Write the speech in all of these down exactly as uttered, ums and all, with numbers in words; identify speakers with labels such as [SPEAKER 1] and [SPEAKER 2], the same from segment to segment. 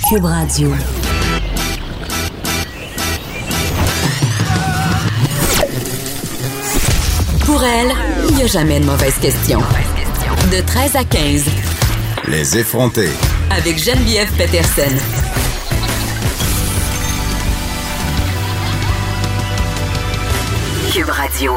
[SPEAKER 1] Cube Radio. Pour elle, il n'y a jamais de mauvaise question. De treize à quinze.
[SPEAKER 2] Les effrontés.
[SPEAKER 1] Avec Geneviève Peterson. Cube Radio.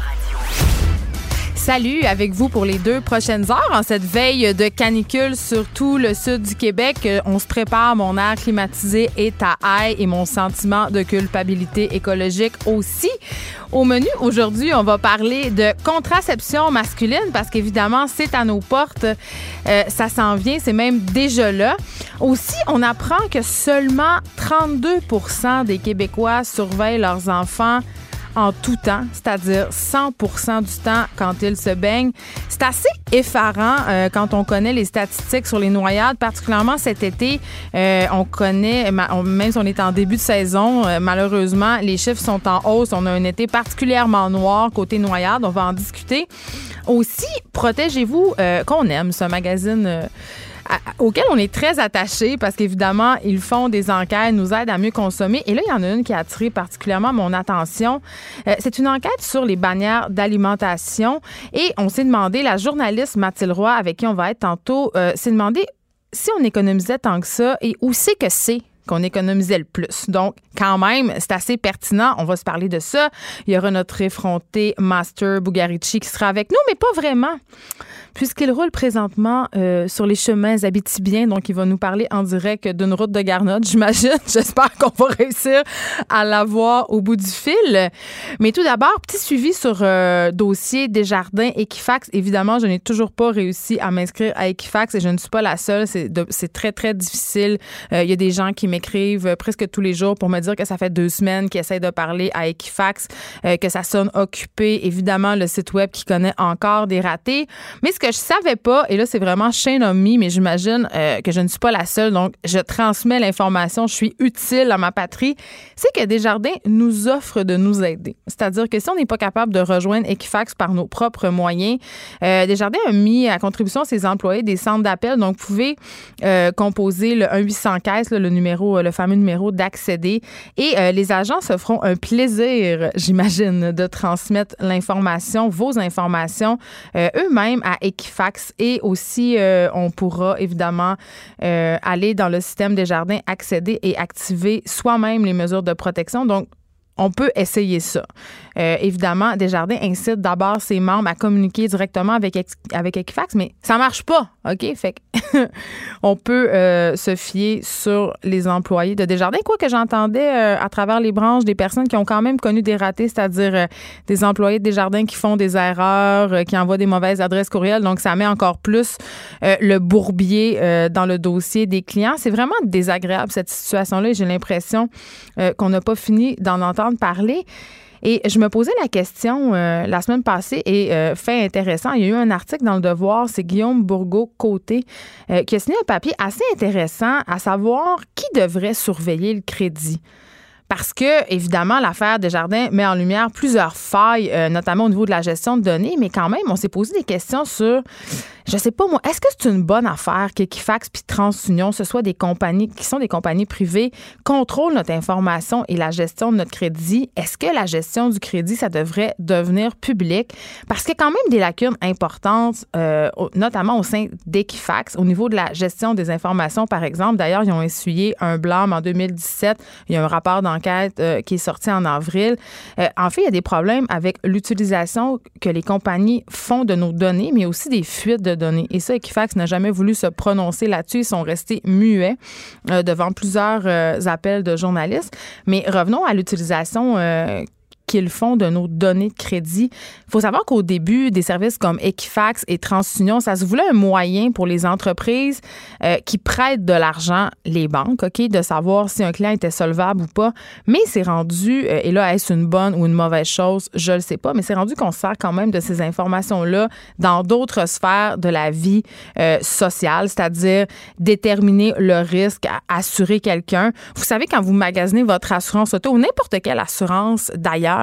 [SPEAKER 3] Salut, avec vous pour les deux prochaines heures. En cette veille de canicule sur tout le sud du Québec, on se prépare, mon air climatisé est à high et mon sentiment de culpabilité écologique aussi. Au menu, aujourd'hui, on va parler de contraception masculine parce qu'évidemment, c'est à nos portes. Euh, ça s'en vient, c'est même déjà là. Aussi, on apprend que seulement trente-deux pour cent des Québécois surveillent leurs enfants en tout temps, c'est-à-dire cent pour cent du temps quand ils se baignent. C'est assez effarant euh, quand on connaît les statistiques sur les noyades, particulièrement cet été. Euh, on connaît, même si on est en début de saison, euh, malheureusement, les chiffres sont en hausse. On a un été particulièrement noir côté noyade. On va en discuter. Aussi, protégez-vous, euh, qu'on aime ce magazine euh, À, auquel on est très attaché parce qu'évidemment, ils font des enquêtes, nous aident à mieux consommer. Et là, il y en a une qui a attiré particulièrement mon attention. Euh, c'est une enquête sur les bannières d'alimentation. Et on s'est demandé, la journaliste Mathilde Roy, avec qui on va être tantôt, euh, s'est demandé si on économisait tant que ça et où c'est que c'est qu'on économisait le plus. Donc, quand même, c'est assez pertinent. On va se parler de ça. Il y aura notre effronté Master Bugarici qui sera avec nous, mais pas vraiment, puisqu'il roule présentement euh, sur les chemins abitibiens. Donc, il va nous parler en direct d'une route de Garnotte, j'imagine. J'espère qu'on va réussir à l'avoir au bout du fil. Mais tout d'abord, petit suivi sur euh, dossier Desjardins Equifax. Évidemment, je n'ai toujours pas réussi à m'inscrire à Equifax et je ne suis pas la seule. C'est, de, c'est très, très difficile. Euh, il y a des gens qui m'écrivent presque tous les jours pour me dire que ça fait deux semaines qu'ils essayent de parler à Equifax, euh, que ça sonne occupé. Évidemment, le site web qui connaît encore des ratés. Mais ce que je savais pas, et là, c'est vraiment shame on me, mais j'imagine euh, que je ne suis pas la seule, donc je transmets l'information, je suis utile à ma patrie, c'est que Desjardins nous offre de nous aider. C'est-à-dire que si on n'est pas capable de rejoindre Equifax par nos propres moyens, euh, Desjardins a mis à contribution ses employés des centres d'appel, donc vous pouvez euh, composer le un huit cent caisse, là, le numéro le fameux numéro d'accéder. Et euh, les agents se feront un plaisir, j'imagine, de transmettre l'information, vos informations, euh, eux-mêmes à Equifax. Et aussi, euh, on pourra évidemment euh, aller dans le système Desjardins, accéder et activer soi-même les mesures de protection. Donc, on peut essayer ça. Euh, évidemment, Desjardins incite d'abord ses membres à communiquer directement avec, avec Equifax, mais ça marche pas, OK? Fait que on peut euh, se fier sur les employés de Desjardins. Quoi que j'entendais euh, à travers les branches des personnes qui ont quand même connu des ratés, c'est-à-dire euh, des employés de Desjardins qui font des erreurs, euh, qui envoient des mauvaises adresses courriel. Donc, ça met encore plus euh, le bourbier euh, dans le dossier des clients. C'est vraiment désagréable, cette situation-là, et j'ai l'impression euh, qu'on n'a pas fini d'en entendre parler. Et je me posais la question euh, la semaine passée et euh, fait intéressant, il y a eu un article dans Le Devoir, c'est Guillaume Bourgault-Côté euh, qui a signé un papier assez intéressant à savoir qui devrait surveiller le crédit. Parce que, évidemment, l'affaire Desjardins met en lumière plusieurs failles, euh, notamment au niveau de la gestion de données, mais quand même, on s'est posé des questions sur, je sais pas moi, est-ce que c'est une bonne affaire qu'Equifax puis TransUnion, ce soit des compagnies qui sont des compagnies privées, contrôlent notre information et la gestion de notre crédit? Est-ce que la gestion du crédit, ça devrait devenir public? Parce qu'il y a quand même des lacunes importantes, euh, notamment au sein d'Equifax, au niveau de la gestion des informations, par exemple. D'ailleurs, ils ont essuyé un blâme en deux mille dix-sept. Il y a un rapport d'enquête Euh, qui est sorti en avril. Euh, en fait, il y a des problèmes avec l'utilisation que les compagnies font de nos données, mais aussi des fuites de données. Et ça, Equifax n'a jamais voulu se prononcer là-dessus. Ils sont restés muets euh, devant plusieurs euh, appels de journalistes. Mais revenons à l'utilisation euh, qu'ils font de nos données de crédit. Il faut savoir qu'au début, des services comme Equifax et TransUnion, ça se voulait un moyen pour les entreprises euh, qui prêtent de l'argent, les banques, OK, de savoir si un client était solvable ou pas. Mais c'est rendu, euh, et là, est-ce une bonne ou une mauvaise chose? Je ne le sais pas, mais c'est rendu qu'on se sert quand même de ces informations-là dans d'autres sphères de la vie euh, sociale, c'est-à-dire déterminer le risque, à assurer quelqu'un. Vous savez, quand vous magasinez votre assurance auto ou n'importe quelle assurance d'ailleurs,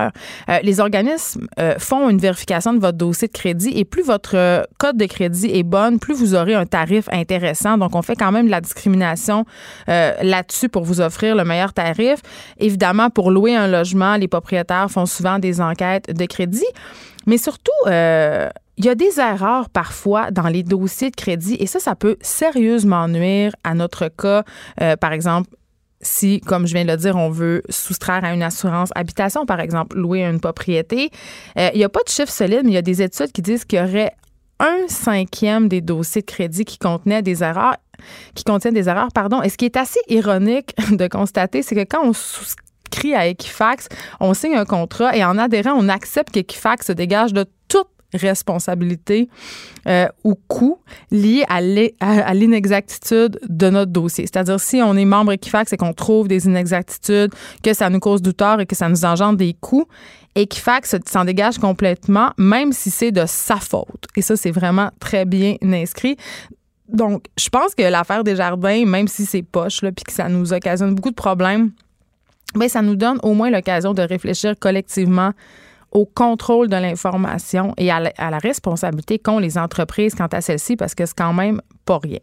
[SPEAKER 3] ailleurs. Euh, les organismes euh, font une vérification de votre dossier de crédit et plus votre euh, cote de crédit est bonne, plus vous aurez un tarif intéressant. Donc, on fait quand même de la discrimination euh, là-dessus pour vous offrir le meilleur tarif. Évidemment, pour louer un logement, les propriétaires font souvent des enquêtes de crédit. Mais surtout, euh, il y a des erreurs parfois dans les dossiers de crédit et ça, ça peut sérieusement nuire à notre cas. Euh, par exemple, si, comme je viens de le dire, on veut soustraire à une assurance habitation, par exemple, louer une propriété. Euh, il n'y a pas de chiffre solide, mais il y a des études qui disent qu'il y aurait un cinquième des dossiers de crédit qui contenaient des erreurs, qui contiennent des erreurs, pardon. Et ce qui est assez ironique de constater, c'est que quand on souscrit à Equifax, on signe un contrat et en adhérant, on accepte qu'Equifax se dégage de toute responsabilité euh, ou coût lié à, à l'inexactitude de notre dossier. C'est-à-dire, si on est membre Equifax et qu'on trouve des inexactitudes, que ça nous cause du tort et que ça nous engendre des coûts, Equifax s'en dégage complètement, même si c'est de sa faute. Et ça, c'est vraiment très bien inscrit. Donc, je pense que l'affaire Desjardins, même si c'est poche, là, puis que ça nous occasionne beaucoup de problèmes, bien, ça nous donne au moins l'occasion de réfléchir collectivement au contrôle de l'information et à la, à la responsabilité qu'ont les entreprises quant à celle-ci, parce que c'est quand même pas rien.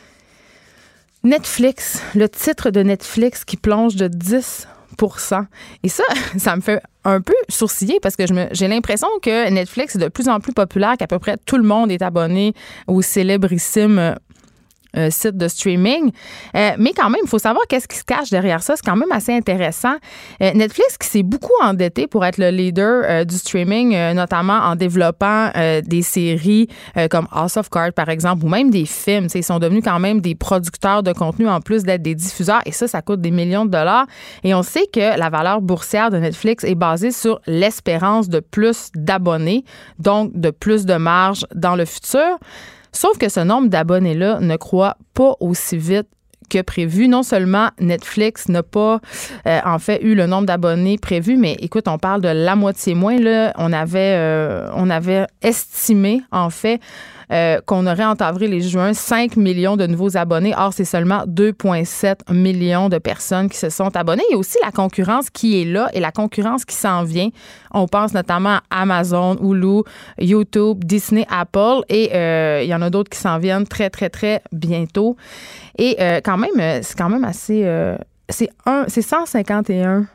[SPEAKER 3] Netflix, le titre de Netflix qui plonge de dix pour cent. Et ça, ça me fait un peu sourciller parce que je me, j'ai l'impression que Netflix est de plus en plus populaire, qu'à peu près tout le monde est abonné au célébrissime Euh, site de streaming. Euh, mais quand même, il faut savoir qu'est-ce qui se cache derrière ça. C'est quand même assez intéressant. Euh, Netflix qui s'est beaucoup endetté pour être le leader euh, du streaming, euh, notamment en développant euh, des séries euh, comme House of Cards, par exemple, ou même des films. T'sais, ils sont devenus quand même des producteurs de contenu en plus d'être des diffuseurs. Et ça, ça coûte des millions de dollars. Et on sait que la valeur boursière de Netflix est basée sur l'espérance de plus d'abonnés, donc de plus de marge dans le futur. Sauf que ce nombre d'abonnés-là ne croît pas aussi vite que prévu. Non seulement Netflix n'a pas, euh, en fait, eu le nombre d'abonnés prévu, mais écoute, on parle de la moitié moins. Là. On avait, euh, on avait estimé, en fait, euh, qu'on aurait en avril et juin cinq millions de nouveaux abonnés. Or, c'est seulement deux virgule sept millions de personnes qui se sont abonnées. Il y a aussi la concurrence qui est là et la concurrence qui s'en vient. On pense notamment à Amazon, Hulu, YouTube, Disney, Apple et euh, il y en a d'autres qui s'en viennent très, très, très bientôt. Et euh, quand même, c'est quand même assez... Euh, c'est, un, c'est cent cinquante et un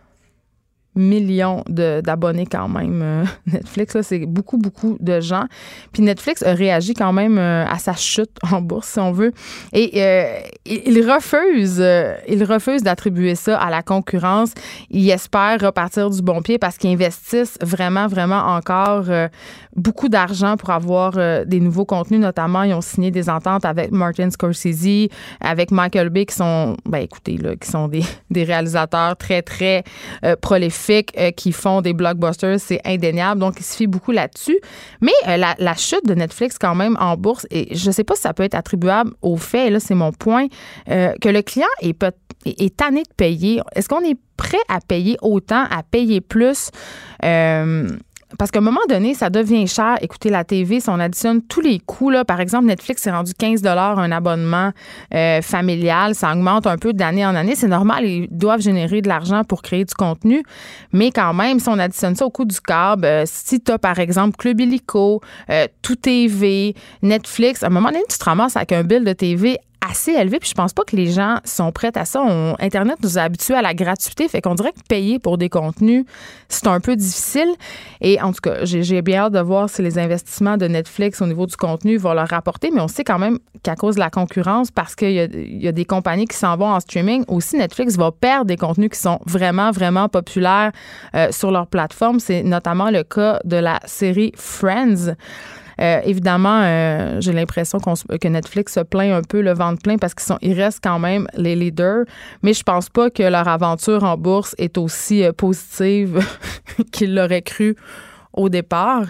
[SPEAKER 3] millions de, d'abonnés quand même. Euh, Netflix, là, c'est beaucoup, beaucoup de gens. Puis Netflix a réagi quand même euh, à sa chute en bourse, si on veut. Et euh, il refuse, euh, il refuse d'attribuer ça à la concurrence. Il espère repartir du bon pied parce qu'ils investissent vraiment, vraiment encore euh, beaucoup d'argent pour avoir euh, des nouveaux contenus. Notamment, ils ont signé des ententes avec Martin Scorsese, avec Michael Bay, qui sont, ben écoutez, là, qui sont des, des réalisateurs très, très euh, prolifiques, Euh, qui font des blockbusters, c'est indéniable. Donc, il se fie beaucoup là-dessus. Mais euh, la, la chute de Netflix, quand même, en bourse, et je ne sais pas si ça peut être attribuable au fait, et là, c'est mon point, euh, que le client est, peut, est, est tanné de payer. Est-ce qu'on est prêt à payer autant, à payer plus? Euh, Parce qu'à un moment donné, ça devient cher. Écoutez, la T V, si on additionne tous les coûts, là, par exemple, Netflix s'est rendu quinze dollars un abonnement euh, familial. Ça augmente un peu d'année en année. C'est normal, ils doivent générer de l'argent pour créer du contenu. Mais quand même, si on additionne ça au coût du câble, euh, si tu as, par exemple, Club Illico, euh, Tout T V, Netflix, à un moment donné, tu te ramasses avec un bill de T V assez élevé, puis je pense pas que les gens sont prêts à ça. On, Internet nous a habitués à la gratuité, fait qu'on dirait que payer pour des contenus, c'est un peu difficile. Et en tout cas, j'ai, j'ai bien hâte de voir si les investissements de Netflix au niveau du contenu vont leur rapporter, mais on sait quand même qu'à cause de la concurrence, parce qu'il y a, il y a des compagnies qui s'en vont en streaming, aussi Netflix va perdre des contenus qui sont vraiment, vraiment populaires euh, sur leur plateforme. C'est notamment le cas de la série Friends. Euh, évidemment, euh, j'ai l'impression qu'on, que Netflix se plaint un peu le ventre plein parce qu'ils sont, ils restent quand même les leaders, mais je pense pas que leur aventure en bourse est aussi euh, positive qu'ils l'auraient cru au départ.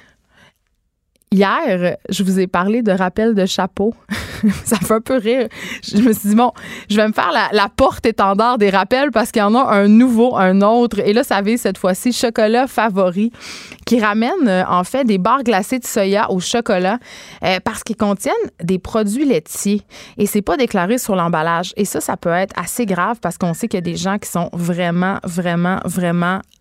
[SPEAKER 3] Hier, je vous ai parlé de rappel de chapeau. Ça me fait un peu rire. Je me suis dit, bon, je vais me faire la, la porte-étendard des rappels parce qu'il y en a un nouveau, un autre. Et là, ça vise cette fois-ci Chocolat Favori qui ramène euh, en fait des barres glacées de soya au chocolat euh, parce qu'ils contiennent des produits laitiers. Et c'est pas déclaré sur l'emballage. Et ça, ça peut être assez grave parce qu'on sait qu'il y a des gens qui sont vraiment, vraiment, vraiment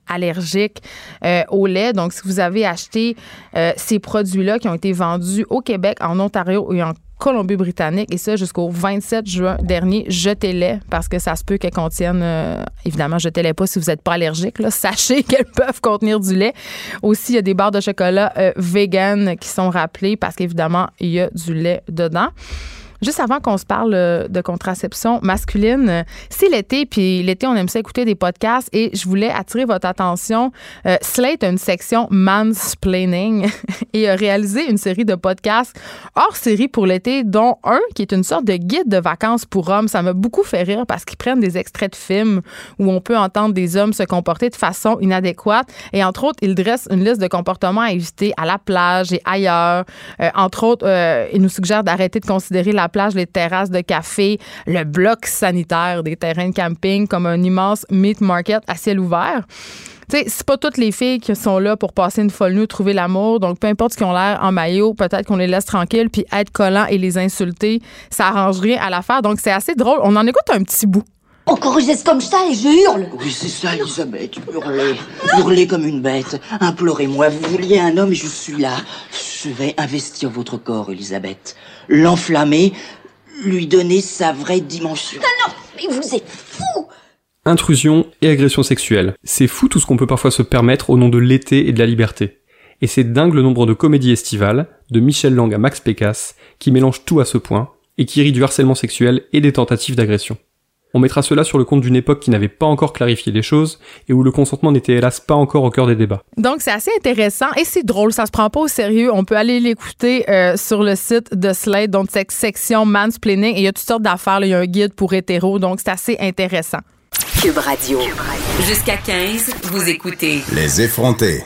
[SPEAKER 3] allergiques euh, au lait. Donc, si vous avez acheté euh, ces produits-là qui ont été vendus au Québec, en Ontario et en Colombie-Britannique, et ça jusqu'au vingt-sept juin dernier, jetez-les parce que ça se peut qu'elles contiennent, euh, évidemment, jetez-les pas si vous n'êtes pas allergique, là. Sachez qu'elles peuvent contenir du lait. Aussi, il y a des barres de chocolat euh, vegan qui sont rappelées parce qu'évidemment, il y a du lait dedans. Juste avant qu'on se parle de contraception masculine, c'est l'été, puis l'été, on aime ça écouter des podcasts et je voulais attirer votre attention. Euh, Slate a une section mansplaining et a réalisé une série de podcasts hors série pour l'été, dont un qui est une sorte de guide de vacances pour hommes. Ça m'a beaucoup fait rire parce qu'ils prennent des extraits de films où on peut entendre des hommes se comporter de façon inadéquate et entre autres, ils dressent une liste de comportements à éviter à la plage et ailleurs. Euh, entre autres, euh, ils nous suggèrent d'arrêter de considérer la plage, les terrasses de café, le bloc sanitaire des terrains de camping comme un immense meat market à ciel ouvert. Tu sais, c'est pas toutes les filles qui sont là pour passer une folle nuit, trouver l'amour. Donc, peu importe ce qu'ils ont l'air en maillot, peut-être qu'on les laisse tranquilles, puis être collant et les insulter, ça arrange rien à l'affaire. Donc, c'est assez drôle. On en écoute un petit bout.
[SPEAKER 4] Encore je geste comme ça et je hurle.
[SPEAKER 5] Oui, c'est ça, Elisabeth. Hurlez. Hurlez comme une bête. Implorez-moi. Vous vouliez un homme et je suis là. Je vais investir votre corps, Elisabeth. L'enflammer, lui donner sa vraie dimension.
[SPEAKER 4] Non, non, mais vous êtes fous.
[SPEAKER 6] Intrusion et agression sexuelle. C'est fou tout ce qu'on peut parfois se permettre au nom de l'été et de la liberté. Et c'est dingue le nombre de comédies estivales, de Michel Lang à Max Pécasse, qui mélangent tout à ce point et qui rient du harcèlement sexuel et des tentatives d'agression. On mettra cela sur le compte d'une époque qui n'avait pas encore clarifié les choses et où le consentement n'était hélas pas encore au cœur des débats.
[SPEAKER 3] Donc, c'est assez intéressant et c'est drôle. Ça se prend pas au sérieux. On peut aller l'écouter euh, sur le site de Slate, donc cette section mansplaining. Et il y a toutes sortes d'affaires. Là. Il y a un guide pour hétéros, donc c'est assez intéressant.
[SPEAKER 1] Cube Radio. Jusqu'à quinze, vous écoutez
[SPEAKER 2] Les effrontés.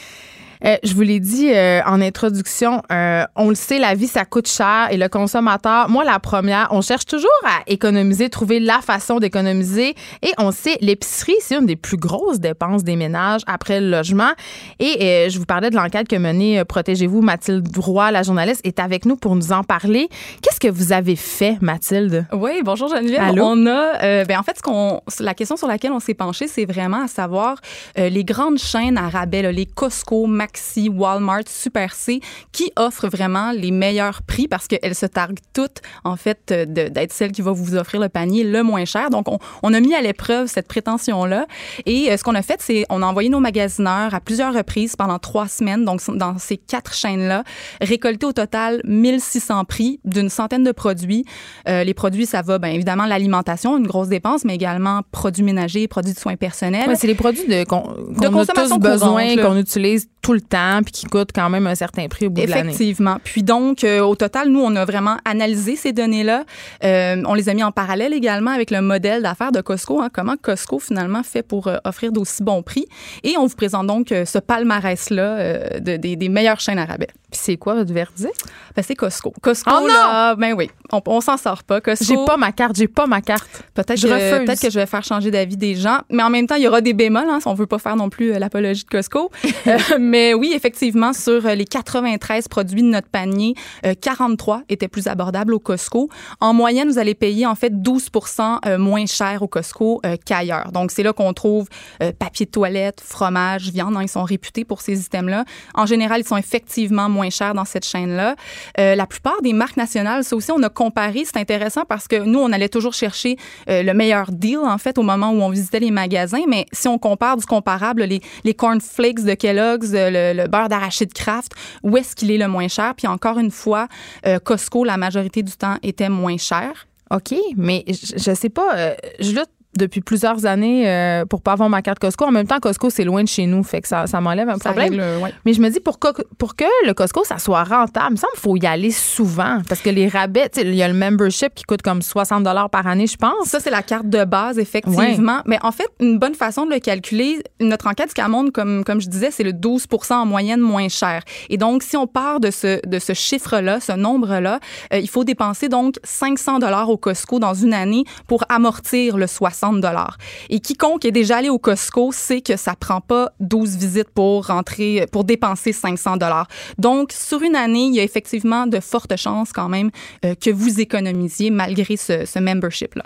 [SPEAKER 3] Euh, je vous l'ai dit euh, en introduction, euh, on le sait, la vie, ça coûte cher et le consommateur, moi, la première, on cherche toujours à économiser, trouver la façon d'économiser et on sait, l'épicerie, c'est une des plus grosses dépenses des ménages après le logement et euh, je vous parlais de l'enquête que menée euh, Protégez-vous, Mathilde Roy, la journaliste, est avec nous pour nous en parler. Qu'est-ce que vous avez fait, Mathilde?
[SPEAKER 7] Oui, bonjour Geneviève.
[SPEAKER 3] Allô?
[SPEAKER 7] On a, euh, ben en fait, ce qu'on, la question sur laquelle on s'est penché, c'est vraiment à savoir euh, les grandes chaînes à rabais, là, les Costco, Maxi, Walmart, Super C, qui offrent vraiment les meilleurs prix parce qu'elles se targuent toutes, en fait, de, d'être celle qui va vous offrir le panier le moins cher. Donc, on, on a mis à l'épreuve cette prétention-là. Et euh, ce qu'on a fait, c'est on a envoyé nos magasineurs à plusieurs reprises pendant trois semaines, donc dans ces quatre chaînes-là, récolter au total mille six cents prix d'une centaine de produits. Euh, les produits, ça va, bien évidemment, l'alimentation, une grosse dépense, mais également produits ménagers, produits de soins personnels.
[SPEAKER 3] Ouais, c'est les produits de, qu'on,
[SPEAKER 7] de
[SPEAKER 3] qu'on a tous besoin,
[SPEAKER 7] courante,
[SPEAKER 3] qu'on utilise tout le temps puis qui coûtent quand même un certain prix au bout de l'année.
[SPEAKER 7] Effectivement. Puis donc, euh, au total, nous, on a vraiment analysé ces données-là. Euh, on les a mis en parallèle également avec le modèle d'affaires de Costco. Hein, comment Costco, finalement, fait pour euh, offrir d'aussi bons prix. Et on vous présente donc euh, ce palmarès-là euh, de, des, des meilleures chaînes à rabais.
[SPEAKER 3] Puis c'est quoi votre verdict?
[SPEAKER 7] Ben, c'est Costco. Costco,
[SPEAKER 3] oh
[SPEAKER 7] là, ben oui, on, on s'en sort pas. Costco,
[SPEAKER 3] j'ai pas ma carte, j'ai pas ma carte.
[SPEAKER 7] Peut-être
[SPEAKER 3] je
[SPEAKER 7] que,
[SPEAKER 3] refuse.
[SPEAKER 7] Peut-être que je vais faire changer d'avis des gens. Mais en même temps, il y aura des bémols. Hein, si on veut pas faire non plus euh, l'apologie de Costco. euh, mais oui, effectivement, sur les quatre-vingt-treize produits de notre panier, euh, quarante-trois étaient plus abordables au Costco. En moyenne, vous allez payer en fait douze pour cent moins cher au Costco euh, qu'ailleurs. Donc, c'est là qu'on trouve euh, papier de toilette, fromage, viande. Hein, ils sont réputés pour ces items-là. En général, ils sont effectivement moins chers dans cette chaîne-là. Euh, la plupart des marques nationales, ça aussi, on a comparé. C'est intéressant parce que nous, on allait toujours chercher euh, le meilleur deal, en fait, au moment où on visitait les magasins. Mais si on compare du comparable, les, les cornflakes de Kellogg's, le, le beurre d'arachide Kraft, où est-ce qu'il est le moins cher? Puis encore une fois, euh, Costco, la majorité du temps, était moins cher.
[SPEAKER 3] OK, mais je, je sais pas, euh, je lutte depuis plusieurs années euh, pour pas avoir ma carte Costco. En même temps, Costco, c'est loin de chez nous, fait que ça, ça m'enlève un
[SPEAKER 7] Ça
[SPEAKER 3] problème.
[SPEAKER 7] règle, ouais.
[SPEAKER 3] Mais je me dis, pour que, pour que le Costco, ça soit rentable, il me semble qu'il faut y aller souvent parce que les rabais, tu sais, il y a le membership qui coûte comme soixante dollars par année, je pense.
[SPEAKER 7] Ça, c'est la carte de base, effectivement. Ouais. Mais en fait, une bonne façon de le calculer, notre enquête, ce qu'elle montre, comme, comme je disais, c'est le douze pour cent en moyenne moins cher. Et donc, si on part de ce, de ce chiffre-là, ce nombre-là, euh, il faut dépenser donc cinq cents dollars au Costco dans une année pour amortir le soixante dollars. Et quiconque est déjà allé au Costco sait que ça prend pas douze visites pour rentrer, pour dépenser cinq cents dollars. Donc, sur une année, il y a effectivement de fortes chances quand même euh, que vous économisiez malgré ce, ce membership-là.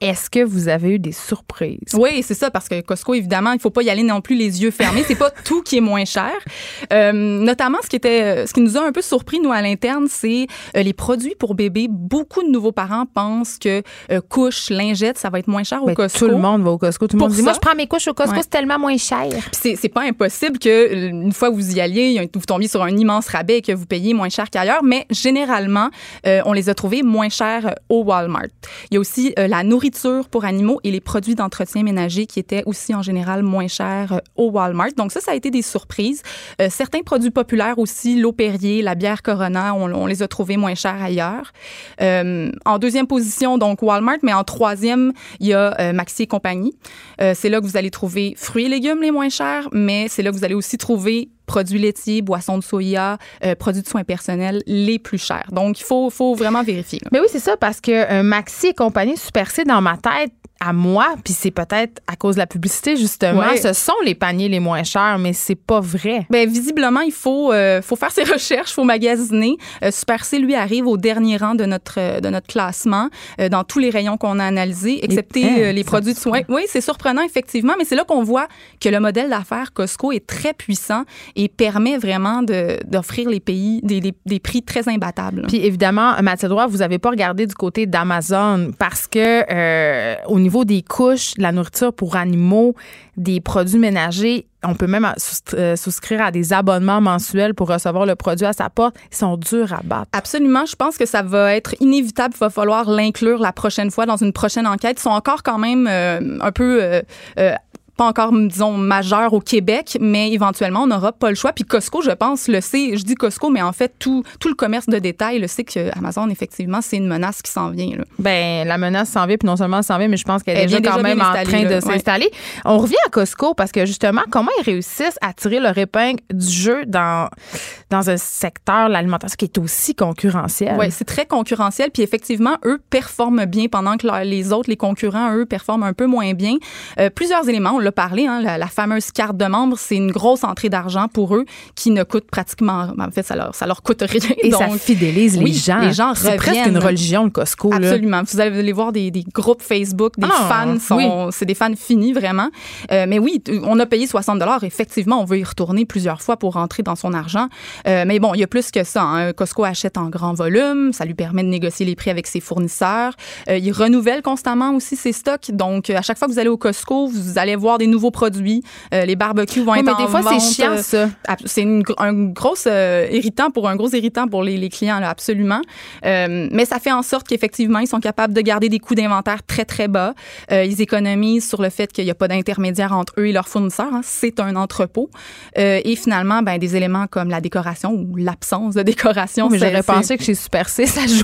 [SPEAKER 3] Est-ce que vous avez eu des surprises?
[SPEAKER 7] Oui, c'est ça, parce que Costco, évidemment, il faut pas y aller non plus les yeux fermés. C'est pas tout qui est moins cher. Euh, notamment, ce qui était, ce qui nous a un peu surpris, nous, à l'interne, c'est euh, les produits pour bébés. Beaucoup de nouveaux parents pensent que euh, couches, lingettes, ça va être moins cher au
[SPEAKER 3] Ben,
[SPEAKER 7] Costco.
[SPEAKER 3] Tout le monde va au Costco. Tout le
[SPEAKER 7] Pour
[SPEAKER 3] monde dit,
[SPEAKER 7] ça.
[SPEAKER 3] moi, je prends mes couches au Costco,
[SPEAKER 7] Ouais.
[SPEAKER 3] c'est tellement moins cher.
[SPEAKER 7] Puis c'est, c'est pas impossible que une fois que vous y alliez, vous tombiez sur un immense rabais et que vous payez moins cher qu'ailleurs, mais généralement, euh, on les a trouvés moins chers au Walmart. Il y a aussi euh, la nourriture pour animaux et les produits d'entretien ménager qui étaient aussi en général moins chers euh, au Walmart. Donc ça, ça a été des surprises. Euh, certains produits populaires aussi, l'eau Perrier, la bière Corona, on, on les a trouvés moins chers ailleurs. Euh, en deuxième position, donc Walmart, mais en troisième, il y a euh, Maxi et compagnie. Euh, c'est là que vous allez trouver fruits et légumes les moins chers, mais c'est là que vous allez aussi trouver produits laitiers, boissons de soya, euh, produits de soins personnels les plus chers. Donc, il faut, faut vraiment vérifier. Là.
[SPEAKER 3] Mais oui, c'est ça, parce que euh, Maxi et compagnie, Super C, dans ma tête, à moi, puis c'est peut-être à cause de la publicité, justement,
[SPEAKER 7] Ouais.
[SPEAKER 3] ce sont les paniers les moins chers, mais c'est pas vrai.
[SPEAKER 7] Ben visiblement, il faut, euh, faut faire ses recherches, il faut magasiner. Euh, Super C, lui, arrive au dernier rang de notre, euh, de notre classement euh, dans tous les rayons qu'on a analysés, excepté
[SPEAKER 3] Et,
[SPEAKER 7] euh, les
[SPEAKER 3] ça
[SPEAKER 7] produits de soins. Oui, c'est surprenant, effectivement, mais c'est là qu'on voit que le modèle d'affaires Costco est très puissant et permet vraiment de, d'offrir les pays des, des, des prix très imbattables.
[SPEAKER 3] Puis évidemment, Mathilde Roy, vous n'avez pas regardé du côté d'Amazon parce que euh, au niveau des couches, de la nourriture pour animaux, des produits ménagers, on peut même souscrire à des abonnements mensuels pour recevoir le produit à sa porte. Ils sont durs à battre.
[SPEAKER 7] Absolument. Je pense que ça va être inévitable. Il va falloir l'inclure la prochaine fois dans une prochaine enquête. Ils sont encore quand même euh, un peu... Euh, euh, pas encore, disons, majeur au Québec, mais éventuellement, on n'aura pas le choix. Puis Costco, je pense, le sait. Je dis Costco, mais en fait, tout, tout le commerce de détail le sait que Amazon, effectivement, c'est une menace qui s'en vient. Là.
[SPEAKER 3] Ben, la menace s'en vient, puis non seulement elle s'en vient, mais je pense qu'elle est
[SPEAKER 7] Elle
[SPEAKER 3] déjà
[SPEAKER 7] vient
[SPEAKER 3] quand
[SPEAKER 7] déjà
[SPEAKER 3] même
[SPEAKER 7] bien
[SPEAKER 3] en train
[SPEAKER 7] installée,
[SPEAKER 3] de
[SPEAKER 7] là.
[SPEAKER 3] s'installer. Ouais. On revient à Costco parce que justement, comment ils réussissent à tirer leur épingle du jeu dans, dans un secteur, l'alimentation, qui est aussi concurrentiel.
[SPEAKER 7] Oui, c'est très concurrentiel. Puis effectivement, eux performent bien pendant que les autres, les concurrents, eux, performent un peu moins bien. Euh, plusieurs éléments, on l'a parlé, hein, la, la fameuse carte de membre, c'est une grosse entrée d'argent pour eux qui ne coûte pratiquement... En fait, ça leur, ça leur coûte rien.
[SPEAKER 3] Et
[SPEAKER 7] donc,
[SPEAKER 3] ça fidélise les
[SPEAKER 7] oui,
[SPEAKER 3] gens.
[SPEAKER 7] Les gens
[SPEAKER 3] c'est
[SPEAKER 7] reviennent.
[SPEAKER 3] presque une religion, le Costco.
[SPEAKER 7] Absolument.
[SPEAKER 3] Là.
[SPEAKER 7] Vous allez voir des, des groupes Facebook, des
[SPEAKER 3] ah,
[SPEAKER 7] fans. Sont,
[SPEAKER 3] oui.
[SPEAKER 7] C'est des fans finis, vraiment. Euh, mais oui, on a payé soixante dollars. Effectivement, on veut y retourner plusieurs fois pour rentrer dans son argent. Euh, mais bon, il y a plus que ça. Hein. Costco achète en grand volume. Ça lui permet de négocier les prix avec ses fournisseurs. Euh, il renouvelle constamment aussi ses stocks. Donc, à chaque fois que vous allez au Costco, vous allez voir des nouveaux produits. Euh, les barbecues vont
[SPEAKER 3] oui,
[SPEAKER 7] être
[SPEAKER 3] mais
[SPEAKER 7] en
[SPEAKER 3] des fois,
[SPEAKER 7] vente.
[SPEAKER 3] c'est chiant, ça.
[SPEAKER 7] C'est une, un gros euh, irritant pour un gros irritant pour les, les clients, là, absolument. Euh, mais ça fait en sorte qu'effectivement, ils sont capables de garder des coûts d'inventaire très, très bas. Euh, ils économisent sur le fait qu'il n'y a pas d'intermédiaire entre eux et leurs fournisseurs. Hein. C'est un entrepôt. Euh, et finalement, ben, des éléments comme la décoration ou l'absence de décoration.
[SPEAKER 3] Oui, mais j'aurais
[SPEAKER 7] c'est...
[SPEAKER 3] pensé que chez Super C, ça jouait.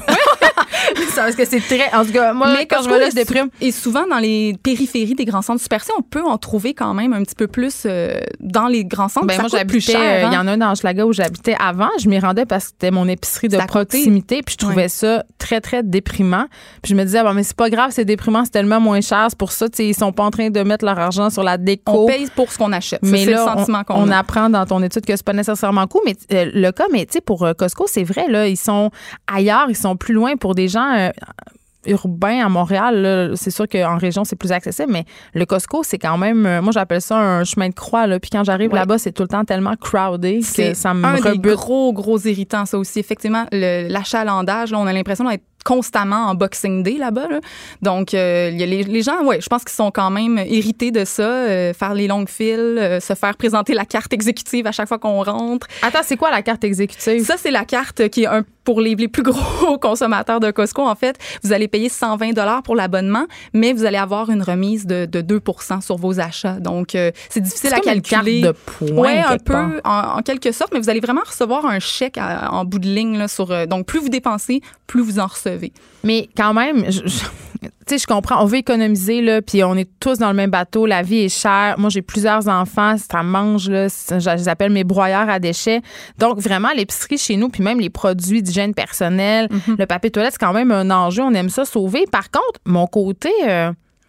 [SPEAKER 3] Parce que c'est très... En tout cas, moi,
[SPEAKER 7] mais
[SPEAKER 3] quand je vais là, je déprime.
[SPEAKER 7] Et souvent, dans les périphéries des grands centres Super C, on peut en trouver quand même un petit peu plus euh, dans les grands centres.
[SPEAKER 3] Ben
[SPEAKER 7] ça
[SPEAKER 3] moi,
[SPEAKER 7] coûte plus
[SPEAKER 3] j'habitais...
[SPEAKER 7] cher.
[SPEAKER 3] Il
[SPEAKER 7] Hein?
[SPEAKER 3] y en a un dans Hochelaga où j'habitais avant. Je m'y rendais parce que c'était mon épicerie de proximité. Puis je trouvais ouais. ça très, très déprimant. Puis je me disais, bon, mais c'est pas grave, c'est déprimant, c'est tellement moins cher. C'est pour ça, tu sais, ils sont pas en train de mettre leur argent sur la déco.
[SPEAKER 7] On paye pour ce qu'on achète.
[SPEAKER 3] Mais
[SPEAKER 7] ça,
[SPEAKER 3] là,
[SPEAKER 7] c'est le sentiment
[SPEAKER 3] on,
[SPEAKER 7] qu'on
[SPEAKER 3] on
[SPEAKER 7] a.
[SPEAKER 3] apprend dans ton étude que c'est pas nécessairement cool. Mais euh, le cas, mais tu sais, pour euh, Costco, c'est vrai, là, ils sont ailleurs, ils sont plus loin pour des gens... Euh, urbain à Montréal, là, c'est sûr qu'en région, c'est plus accessible, mais le Costco, c'est quand même, moi, j'appelle ça un chemin de croix. Là. Puis quand j'arrive ouais. là-bas, c'est tout le temps tellement crowded
[SPEAKER 7] c'est
[SPEAKER 3] que ça me
[SPEAKER 7] un
[SPEAKER 3] rebute.
[SPEAKER 7] Des gros, gros irritants, ça aussi. Effectivement, le, l'achalandage, là, on a l'impression d'être constamment en Boxing Day là-bas. Là. Donc, euh, y a les, les gens, ouais, je pense qu'ils sont quand même irrités de ça, euh, faire les longues files, euh, se faire présenter la carte exécutive à chaque fois qu'on rentre.
[SPEAKER 3] Attends, c'est quoi la carte exécutive?
[SPEAKER 7] Ça, c'est la carte qui est un pour les, les plus gros consommateurs de Costco, en fait, vous allez payer cent vingt dollars pour l'abonnement, mais vous allez avoir une remise de, de deux pour cent sur vos achats. Donc, euh, c'est difficile
[SPEAKER 3] c'est
[SPEAKER 7] à
[SPEAKER 3] comme
[SPEAKER 7] calculer.
[SPEAKER 3] Une carte de points.
[SPEAKER 7] Oui, un peu, en, en quelque sorte, mais vous allez vraiment recevoir un chèque à, en bout de ligne. Là, sur, euh, donc, plus vous dépensez, plus vous en recevez.
[SPEAKER 3] Mais quand même, je, je, tu sais, je comprends, on veut économiser, là, puis on est tous dans le même bateau, la vie est chère. Moi, j'ai plusieurs enfants, ça mange, là, je les appelle mes broyeurs à déchets. Donc, vraiment, l'épicerie chez nous, puis même les produits d'hygiène personnelle, mm-hmm. le papier toilette, c'est quand même un enjeu, on aime ça sauver. Par contre, mon côté... Euh,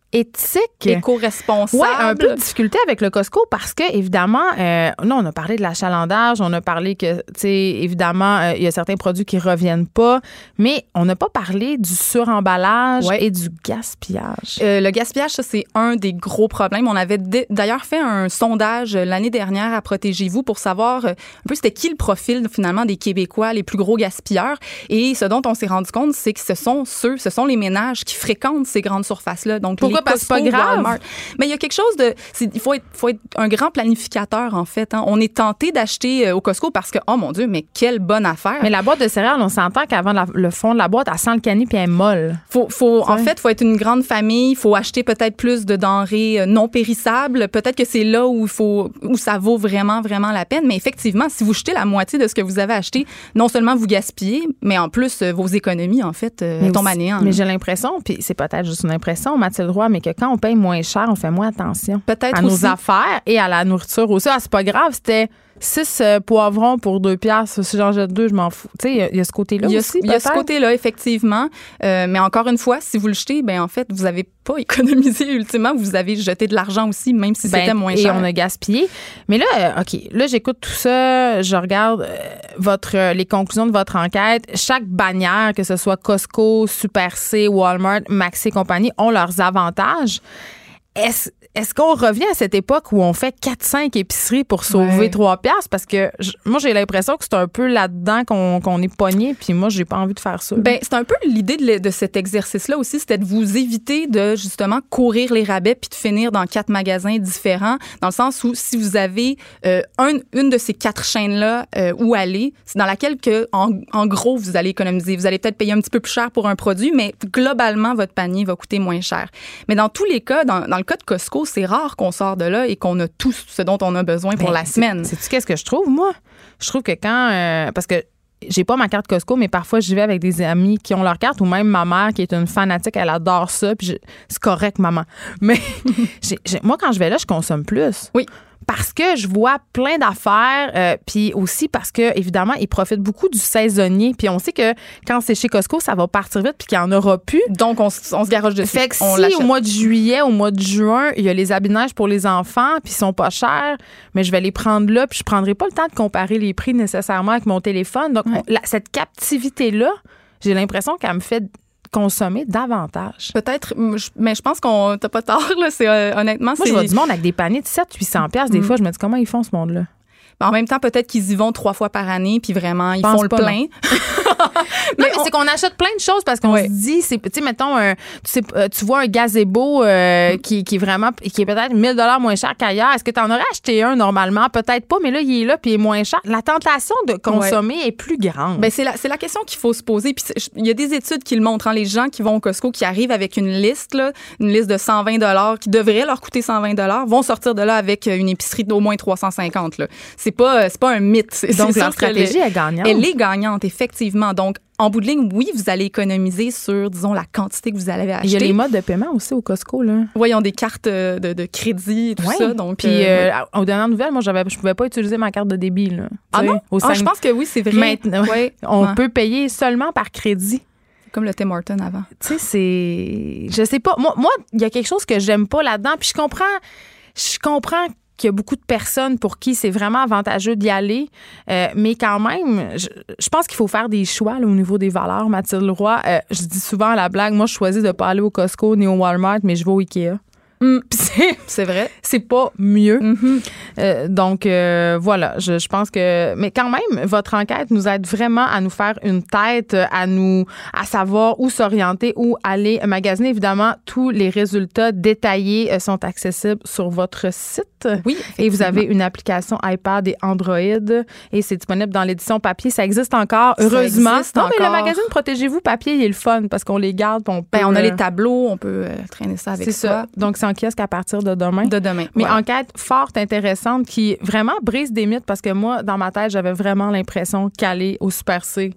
[SPEAKER 3] éthique.
[SPEAKER 7] Éco-responsable.
[SPEAKER 3] Ouais, un peu de difficulté avec le Costco parce que, évidemment, euh, là, on a parlé de l'achalandage, on a parlé que, tu sais, évidemment, euh, il y a certains produits qui reviennent pas, mais on n'a pas parlé du suremballage
[SPEAKER 7] ouais.
[SPEAKER 3] et du gaspillage.
[SPEAKER 7] Euh, le gaspillage, ça, c'est un des gros problèmes. On avait d- d'ailleurs fait un sondage l'année dernière à Protégez-vous pour savoir un peu c'était qui le profil, finalement, des Québécois les plus gros gaspilleurs. Et ce dont on s'est rendu compte, c'est que ce sont ceux, ce sont les ménages qui fréquentent ces grandes surfaces-là. Donc,
[SPEAKER 3] pourquoi?
[SPEAKER 7] Les
[SPEAKER 3] Parce que c'est pas grave.
[SPEAKER 7] Walmart. Mais il y a quelque chose de... C'est, il faut être, faut être un grand planificateur, en fait. Hein. On est tenté d'acheter au Costco parce que, oh mon Dieu, mais quelle bonne affaire.
[SPEAKER 3] Mais la boîte de céréales, on s'entend qu'avant la, le fond de la boîte, elle sent le canis puis elle est molle.
[SPEAKER 7] Faut, faut, en fait, il faut être une grande famille. Il faut acheter peut-être plus de denrées non périssables. Peut-être que c'est là où, il faut, où ça vaut vraiment, vraiment la peine. Mais effectivement, si vous jetez la moitié de ce que vous avez acheté, non seulement vous gaspillez, mais en plus, vos économies, en fait, euh, tombent à néant.
[SPEAKER 3] Mais j'ai l'impression, puis c'est peut-être juste une impression, Mathilde Roy, mais que quand on paye moins cher, on fait moins attention
[SPEAKER 7] peut-être
[SPEAKER 3] à nos
[SPEAKER 7] aussi.
[SPEAKER 3] affaires et à la nourriture aussi. Ah, c'est pas grave, c'était six euh, poivrons pour deux piastres. Si j'en jette deux, je m'en fous. Tu sais, il y a ce côté-là
[SPEAKER 7] il y a,
[SPEAKER 3] aussi,
[SPEAKER 7] Il y a ce côté-là, effectivement. Euh, mais encore une fois, si vous le jetez, ben en fait, vous n'avez pas économisé ultimement. Vous avez jeté de l'argent aussi, même si
[SPEAKER 3] ben,
[SPEAKER 7] c'était moins
[SPEAKER 3] et
[SPEAKER 7] cher.
[SPEAKER 3] Et on a gaspillé. Mais là, euh, OK, là, j'écoute tout ça. Je regarde euh, votre, euh, les conclusions de votre enquête. Chaque bannière, que ce soit Costco, Super C, Walmart, Maxi et compagnie, ont leurs avantages. Est-ce Est-ce qu'on revient à cette époque où on fait quatre cinq épiceries pour sauver
[SPEAKER 7] ouais.
[SPEAKER 3] trois piastres? Parce que je, moi, j'ai l'impression que c'est un peu là-dedans qu'on, qu'on est pogné, puis moi, j'ai pas envie de faire ça.
[SPEAKER 7] Ben, c'est un peu l'idée de, de cet exercice-là aussi, c'était de vous éviter de, justement, courir les rabais puis de finir dans quatre magasins différents, dans le sens où si vous avez euh, un, une de ces quatre chaînes-là euh, où aller, c'est dans laquelle, que, en, en gros, vous allez économiser. Vous allez peut-être payer un petit peu plus cher pour un produit, mais globalement, votre panier va coûter moins cher. Mais dans tous les cas, dans, dans le cas de Costco, c'est rare qu'on sort de là et qu'on a tout ce dont on a besoin pour
[SPEAKER 3] ben,
[SPEAKER 7] la semaine.
[SPEAKER 3] C'est, sais-tu qu'est-ce que je trouve, moi? Je trouve que quand... Euh, parce que j'ai pas ma carte Costco, mais parfois, j'y vais avec des amis qui ont leur carte ou même ma mère qui est une fanatique, elle adore ça. Puis je, c'est correct, maman. Mais j'ai, j'ai, moi, quand je vais là, je consomme plus.
[SPEAKER 7] Oui.
[SPEAKER 3] Parce que je vois plein d'affaires, euh, puis aussi parce que, évidemment, ils profitent beaucoup du saisonnier. Puis on sait que quand c'est chez Costco, ça va partir vite puis qu'il n'y en aura plus.
[SPEAKER 7] Donc, on, on se garoche dessus.
[SPEAKER 3] Fait que
[SPEAKER 7] on
[SPEAKER 3] si
[SPEAKER 7] l'achète.
[SPEAKER 3] Au mois de juillet, au mois de juin, il y a les habits de neige pour les enfants, puis ils sont pas chers, mais je vais les prendre là, puis je prendrai pas le temps de comparer les prix nécessairement avec mon téléphone. Donc,
[SPEAKER 7] ouais.
[SPEAKER 3] on, la, cette captivité-là, j'ai l'impression qu'elle me fait consommer davantage.
[SPEAKER 7] Peut-être, mais je pense qu'on t'as pas tort, là. C'est, euh, honnêtement,
[SPEAKER 3] Moi,
[SPEAKER 7] c'est...
[SPEAKER 3] je vois du monde avec des paniers de sept cents à huit cents piastres. Des mm. fois, je me dis, comment ils font, ce monde-là?
[SPEAKER 7] En même temps, peut-être qu'ils y vont trois fois par année, puis vraiment, ils
[SPEAKER 3] Pense
[SPEAKER 7] font le
[SPEAKER 3] pas,
[SPEAKER 7] plein.
[SPEAKER 3] non, mais, mais on... c'est qu'on achète plein de choses parce qu'on ouais. se dit, c'est, tu sais, mettons, un, tu, sais, tu vois un gazebo euh, mm. qui, qui est vraiment, qui est peut-être mille dollars moins cher qu'ailleurs. Est-ce que tu en aurais acheté un normalement? Peut-être pas, mais là, il est là, puis il est moins cher. La tentation de consommer ouais. est plus grande.
[SPEAKER 7] Ben, c'est la, c'est la question qu'il faut se poser. Puis il y a des études qui le montrent. Hein, les gens qui vont au Costco, qui arrivent avec une liste, là, une liste de cent vingt dollars, qui devrait leur coûter cent vingt dollars, vont sortir de là avec une épicerie d'au moins trois cent cinquante. Là. C'est pas, c'est pas un mythe. C'est,
[SPEAKER 3] Donc,
[SPEAKER 7] c'est
[SPEAKER 3] leur stratégie
[SPEAKER 7] est
[SPEAKER 3] gagnante.
[SPEAKER 7] Elle est gagnante, effectivement. Donc, en bout de ligne, oui, vous allez économiser sur, disons, la quantité que vous allez acheter.
[SPEAKER 3] Il y a les modes de paiement aussi au Costco, là.
[SPEAKER 7] Oui, ils ont des cartes de, de crédit et tout
[SPEAKER 3] ouais.
[SPEAKER 7] ça. Donc,
[SPEAKER 3] puis, euh,
[SPEAKER 7] euh,
[SPEAKER 3] aux dernières nouvelles, moi, j'avais, je pouvais pas utiliser ma carte de débit, là.
[SPEAKER 7] Ah non?
[SPEAKER 3] Au
[SPEAKER 7] ah, je pense que oui, c'est vrai.
[SPEAKER 3] Maintenant,
[SPEAKER 7] ouais.
[SPEAKER 3] on
[SPEAKER 7] ouais.
[SPEAKER 3] peut payer seulement par crédit.
[SPEAKER 7] Comme le Tim Hortons avant.
[SPEAKER 3] Tu sais, c'est... Je sais pas. Moi, moi, il y a quelque chose que j'aime pas là-dedans. Puis je comprends... Je comprends qu'il y a beaucoup de personnes pour qui c'est vraiment avantageux d'y aller. Euh, mais quand même, je, je pense qu'il faut faire des choix là, au niveau des valeurs, Mathilde Roy. Euh, je dis souvent à la blague, moi, je choisis de ne pas aller au Costco ni au Walmart, mais je vais au Ikea. Mm. C'est,
[SPEAKER 7] c'est vrai.
[SPEAKER 3] C'est pas mieux.
[SPEAKER 7] Mm-hmm.
[SPEAKER 3] Euh, donc, euh, voilà, je, je pense que... Mais quand même, votre enquête nous aide vraiment à nous faire une tête, à nous à savoir où s'orienter, où aller magasiner. Évidemment, tous les résultats détaillés sont accessibles sur votre site.
[SPEAKER 7] Oui,
[SPEAKER 3] et vous avez une application iPad et Android et c'est disponible dans l'édition papier. Ça existe encore, heureusement.
[SPEAKER 7] Existe
[SPEAKER 3] non,
[SPEAKER 7] encore.
[SPEAKER 3] Mais le magazine Protégez-vous papier, il est le fun parce qu'on les garde. On, peut,
[SPEAKER 7] ben, on a les tableaux, on peut euh, traîner ça avec
[SPEAKER 3] c'est
[SPEAKER 7] soi.
[SPEAKER 3] ça. Donc, c'est en kiosque à partir de demain.
[SPEAKER 7] De demain.
[SPEAKER 3] Mais
[SPEAKER 7] voilà.
[SPEAKER 3] enquête fort intéressante qui vraiment brise des mythes parce que moi, dans ma tête, j'avais vraiment l'impression qu'aller au Super C,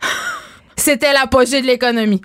[SPEAKER 3] c'était l'apogée de l'économie.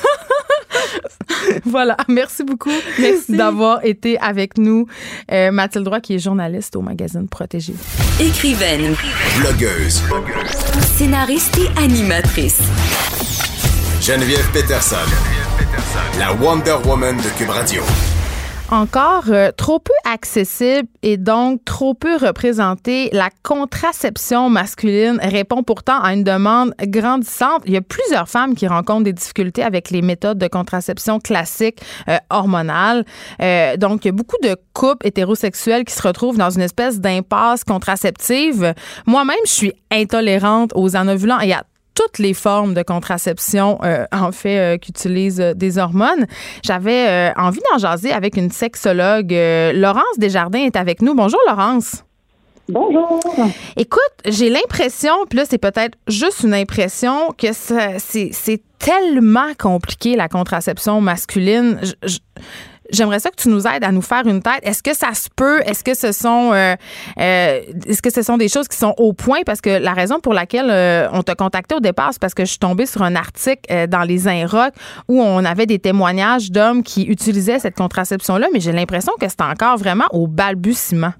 [SPEAKER 3] Voilà. Merci beaucoup
[SPEAKER 7] Merci.
[SPEAKER 3] d'avoir été avec nous. Euh, Mathilde Roy, qui est journaliste au magazine Protégé.
[SPEAKER 1] Écrivaine.
[SPEAKER 2] Blogueuse.
[SPEAKER 1] Scénariste et animatrice.
[SPEAKER 2] Geneviève Peterson. La Wonder Woman de Cube Radio.
[SPEAKER 3] Encore euh, trop peu accessible et donc trop peu représentée, la contraception masculine répond pourtant à une demande grandissante. Il y a plusieurs femmes qui rencontrent des difficultés avec les méthodes de contraception classiques euh, hormonales. Euh, donc, il y a beaucoup de couples hétérosexuels qui se retrouvent dans une espèce d'impasse contraceptive. Moi-même, je suis intolérante aux anovulants et à toutes les formes de contraception, euh, en fait, euh, qui utilisent euh, des hormones. J'avais euh, envie d'en jaser avec une sexologue. Euh, Laurence Desjardins est avec nous. Bonjour, Laurence.
[SPEAKER 8] Bonjour.
[SPEAKER 3] Écoute, j'ai l'impression, puis là, c'est peut-être juste une impression, que ça, c'est, c'est tellement compliqué, la contraception masculine. Je, je, J'aimerais ça que tu nous aides à nous faire une tête. Est-ce que ça se peut? Est-ce que ce sont euh, euh, est-ce que ce sont des choses qui sont au point? Parce que la raison pour laquelle euh, on t'a contacté au départ, c'est parce que je suis tombée sur un article euh, dans les Inrocks où on avait des témoignages d'hommes qui utilisaient cette contraception-là, mais j'ai l'impression que c'est encore vraiment au balbutiement.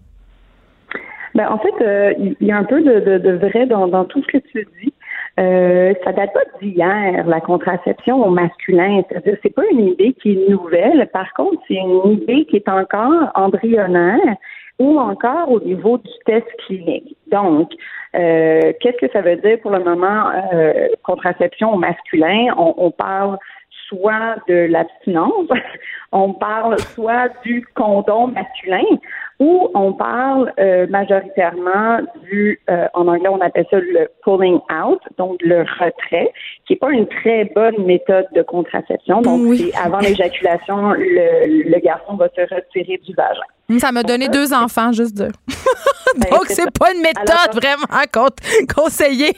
[SPEAKER 8] Ben, en fait, euh, il y a un peu de, de, de vrai dans, dans tout ce que tu dis. Euh, ça date pas d'hier, la contraception au masculin. C'est-à-dire, c'est pas une idée qui est nouvelle. Par contre, c'est une idée qui est encore embryonnaire ou encore au niveau du test clinique. Donc, euh, qu'est-ce que ça veut dire pour le moment, euh, contraception au masculin? On, on parle soit de l'abstinence, on parle soit du condom masculin, ou on parle euh, majoritairement du, euh, en anglais on appelle ça le pulling out, donc le retrait, qui est pas une très bonne méthode de contraception. Donc, oui. C'est avant l'éjaculation, le, le garçon va se retirer du vagin.
[SPEAKER 3] Ça m'a donné donc, deux enfants, juste deux. Donc, c'est, c'est pas une méthode Alors, vraiment con- conseillée.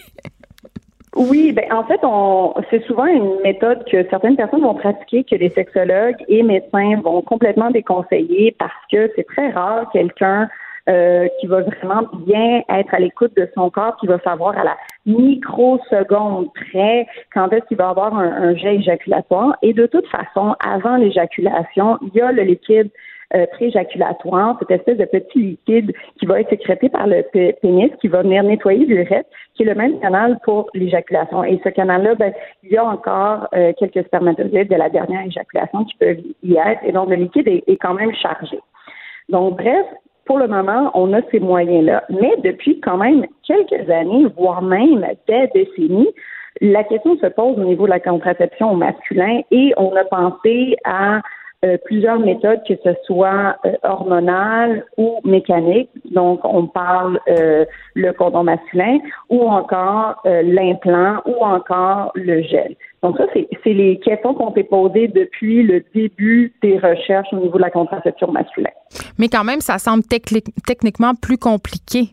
[SPEAKER 8] Oui, ben en fait, on c'est souvent une méthode que certaines personnes vont pratiquer, que les sexologues et médecins vont complètement déconseiller parce que c'est très rare quelqu'un euh, qui va vraiment bien être à l'écoute de son corps, qui va savoir à la microseconde près quand est-ce qu'il va avoir un, un jet éjaculatoire. Et de toute façon, avant l'éjaculation, il y a le liquide Euh, pré-éjaculatoire, cette espèce de petit liquide qui va être sécrété par le p- pénis, qui va venir nettoyer l'urètre, qui est le même canal pour l'éjaculation. Et ce canal-là, ben, il y a encore euh, quelques spermatozoïdes de la dernière éjaculation qui peuvent y être, et donc le liquide est, est quand même chargé. Donc, bref, pour le moment, on a ces moyens-là. Mais depuis quand même quelques années, voire même des décennies, la question se pose au niveau de la contraception au masculin et on a pensé à Euh, plusieurs méthodes, que ce soit euh, hormonales ou mécaniques. Donc, on parle euh, le condom masculin ou encore euh, l'implant ou encore le gel. Donc, ça, c'est, c'est les questions qu'on s'est posées depuis le début des recherches au niveau de la contraception masculine.
[SPEAKER 3] Mais quand même, ça semble techni- techniquement plus compliqué.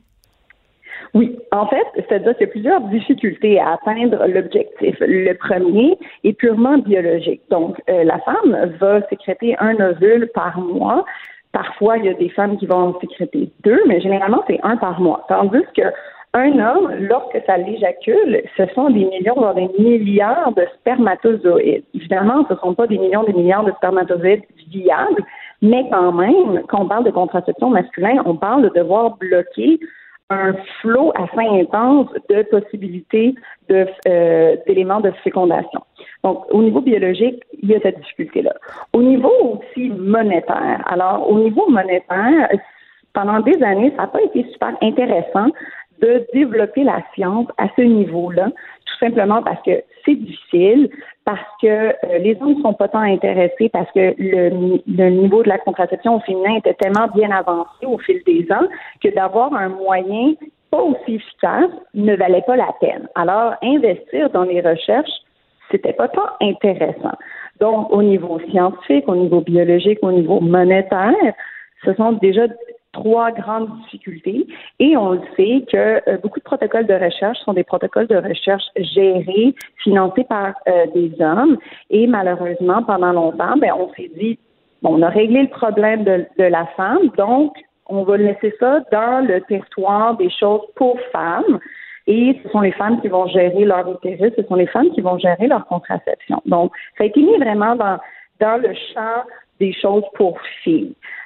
[SPEAKER 8] Oui, en fait, c'est-à-dire qu'il y a plusieurs difficultés à atteindre l'objectif. Le premier est purement biologique. Donc, euh, la femme va sécréter un ovule par mois. Parfois, il y a des femmes qui vont en sécréter deux, mais généralement, c'est un par mois. Tandis que un homme, lorsque ça l'éjacule, ce sont des millions, voire des milliards de spermatozoïdes. Évidemment, ce ne sont pas des millions, des milliards de spermatozoïdes viables, mais quand même, quand on parle de contraception masculine, on parle de devoir bloquer un flot assez intense de possibilités de, euh, d'éléments de fécondation. Donc, au niveau biologique, il y a cette difficulté-là. Au niveau aussi monétaire, alors, au niveau monétaire, pendant des années, ça n'a pas été super intéressant de développer la science à ce niveau-là, tout simplement parce que c'est difficile, parce que euh, les hommes ne sont pas tant intéressés, parce que le, le niveau de la contraception au féminin était tellement bien avancé au fil des ans que d'avoir un moyen pas aussi efficace ne valait pas la peine. Alors, investir dans les recherches, c'était pas tant intéressant. Donc, au niveau scientifique, au niveau biologique, au niveau monétaire, ce sont déjà trois grandes difficultés et on le sait que euh, beaucoup de protocoles de recherche sont des protocoles de recherche gérés, financés par euh, des hommes et malheureusement, pendant longtemps, ben, on s'est dit, bon, on a réglé le problème de, de la femme, donc on va laisser ça dans le territoire des choses pour femmes et ce sont les femmes qui vont gérer leur utérus, ce sont les femmes qui vont gérer leur contraception. Donc, ça a été mis vraiment dans, dans le champ des choses pour filles.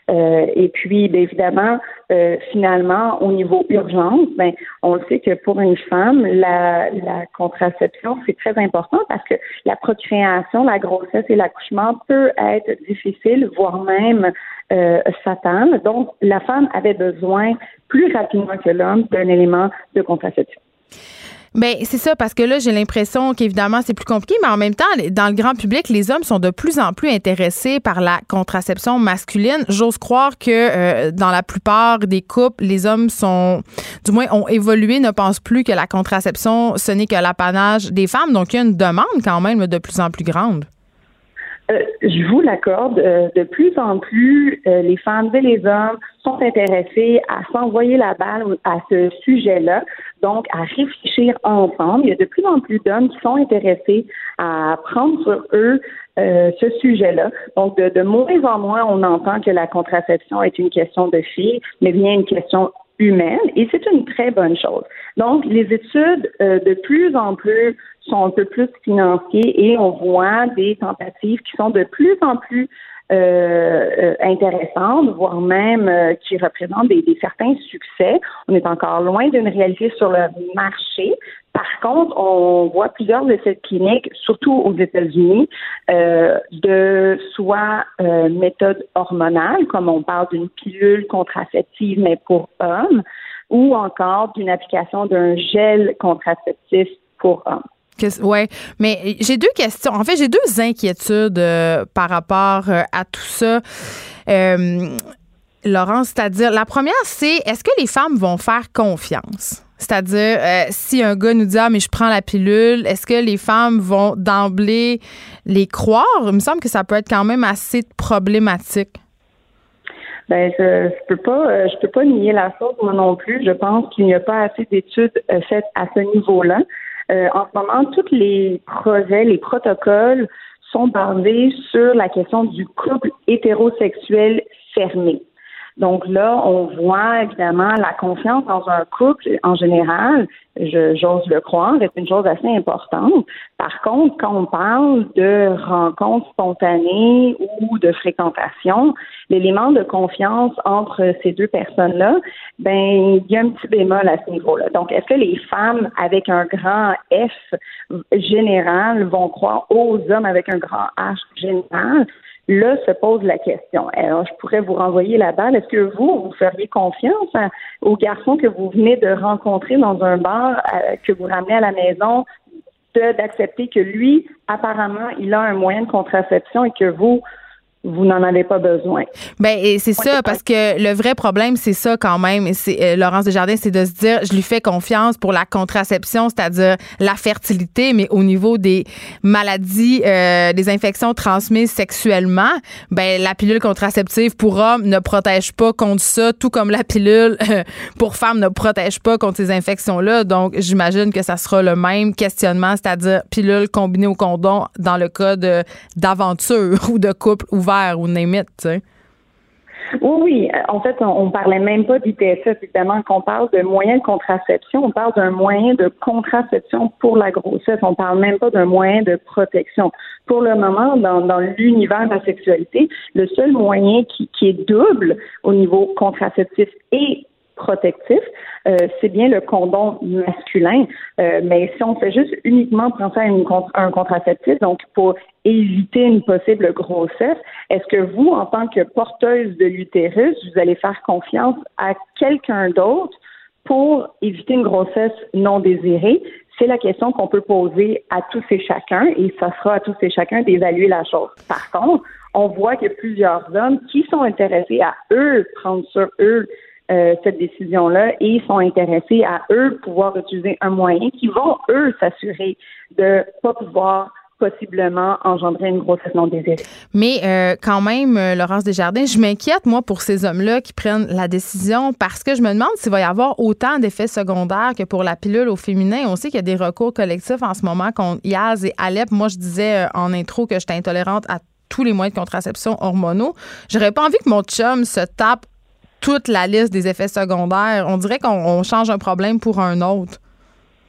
[SPEAKER 8] Euh, et puis, bien évidemment, euh, finalement, au niveau urgence, ben, on le sait que pour une femme, la, la contraception, c'est très important parce que la procréation, la grossesse et l'accouchement peut être difficile, voire même euh, fatale. Donc, la femme avait besoin plus rapidement que l'homme d'un élément de contraception.
[SPEAKER 3] Ben c'est ça, parce que là, j'ai l'impression qu'évidemment, c'est plus compliqué, mais en même temps, dans le grand public, les hommes sont de plus en plus intéressés par la contraception masculine. J'ose croire que euh, dans la plupart des couples, les hommes sont, du moins, ont évolué, ne pensent plus que la contraception, ce n'est que l'apanage des femmes. Donc, il y a une demande quand même de plus en plus grande.
[SPEAKER 8] Euh, je vous l'accorde, euh, de plus en plus, euh, les femmes et les hommes sont intéressés à s'envoyer la balle à ce sujet-là, donc à réfléchir ensemble. Il y a de plus en plus d'hommes qui sont intéressés à prendre sur eux euh, ce sujet-là. Donc, de, de moins en moins, on entend que la contraception est une question de filles, mais bien une question humaine, et c'est une très bonne chose. Donc, les études, euh, de plus en plus, sont un peu plus financées et on voit des tentatives qui sont de plus en plus euh, euh, intéressantes, voire même euh, qui représentent des, des certains succès. On est encore loin d'une réalité sur le marché. Par contre, on voit plusieurs essais cliniques, surtout aux États-Unis, euh, de soit euh, méthode hormonale, comme on parle d'une pilule contraceptive, mais pour hommes, ou encore d'une application d'un gel contraceptif pour hommes.
[SPEAKER 3] Oui, mais j'ai deux questions. En fait, j'ai deux inquiétudes euh, par rapport euh, à tout ça. Euh, Laurence, c'est-à-dire, la première, c'est est-ce que les femmes vont faire confiance? C'est-à-dire, euh, si un gars nous dit « Ah, mais je prends la pilule », est-ce que les femmes vont d'emblée les croire? Il me semble que ça peut être quand même assez problématique.
[SPEAKER 8] Ben, je, je peux pas, euh, je peux pas nier la chose, moi non plus. Je pense qu'il n'y a pas assez d'études euh, faites à ce niveau-là. Euh, en ce moment, tous les projets, les protocoles sont basés sur la question du couple hétérosexuel fermé. Donc là, on voit évidemment la confiance dans un couple en général, je, j'ose le croire, est une chose assez importante. Par contre, quand on parle de rencontres spontanées ou de fréquentation, l'élément de confiance entre ces deux personnes-là, ben il y a un petit bémol à ce niveau-là. Donc, est-ce que les femmes avec un grand F général vont croire aux hommes avec un grand H général? Là se pose la question. Alors, je pourrais vous renvoyer la balle. Est-ce que vous, vous feriez confiance à, au garçon que vous venez de rencontrer dans un bar, à, que vous ramenez à la maison, de, d'accepter que lui, apparemment, il a un moyen de contraception et que vous, vous n'en avez pas besoin.
[SPEAKER 3] Ben et c'est ça, parce que le vrai problème, c'est ça quand même. Et c'est, euh, Laurence Desjardins, c'est de se dire, je lui fais confiance pour la contraception, c'est-à-dire la fertilité, mais au niveau des maladies, euh, des infections transmises sexuellement, ben la pilule contraceptive pour hommes ne protège pas contre ça, tout comme la pilule euh, pour femmes ne protège pas contre ces infections-là. Donc, j'imagine que ça sera le même questionnement, c'est-à-dire pilule combinée au condom dans le cas de, d'aventure ou de couple ouvert ou name it, tu sais.
[SPEAKER 8] Oui, oui. En fait, on, on parlait même pas d'I T S S, évidemment, qu'on parle de moyen de contraception. On parle d'un moyen de contraception pour la grossesse. On parle même pas d'un moyen de protection. Pour le moment, dans, dans l'univers de la sexualité, le seul moyen qui, qui est double au niveau contraceptif et protectif, euh, c'est bien le condom masculin. Euh, mais si on fait juste uniquement penser à une, un contraceptif, donc pour éviter une possible grossesse, est-ce que vous, en tant que porteuse de l'utérus, vous allez faire confiance à quelqu'un d'autre pour éviter une grossesse non désirée? C'est la question qu'on peut poser à tous et chacun, et ça sera à tous et chacun d'évaluer la chose. Par contre, on voit qu'il y a plusieurs hommes qui sont intéressés à eux prendre sur eux Euh, cette décision-là et sont intéressés à eux pouvoir utiliser un moyen qui vont, eux, s'assurer de pas pouvoir possiblement engendrer une grossesse non désirée.
[SPEAKER 3] Mais euh, quand même, euh, Laurence Desjardins, je m'inquiète, moi, pour ces hommes-là qui prennent la décision parce que je me demande s'il va y avoir autant d'effets secondaires que pour la pilule au féminin. On sait qu'il y a des recours collectifs en ce moment contre I A Z et Alep. Moi, je disais euh, en intro que j'étais intolérante à tous les moyens de contraception hormonaux. J'aurais pas envie que mon chum se tape toute la liste des effets secondaires. On dirait qu'on on change un problème pour un autre.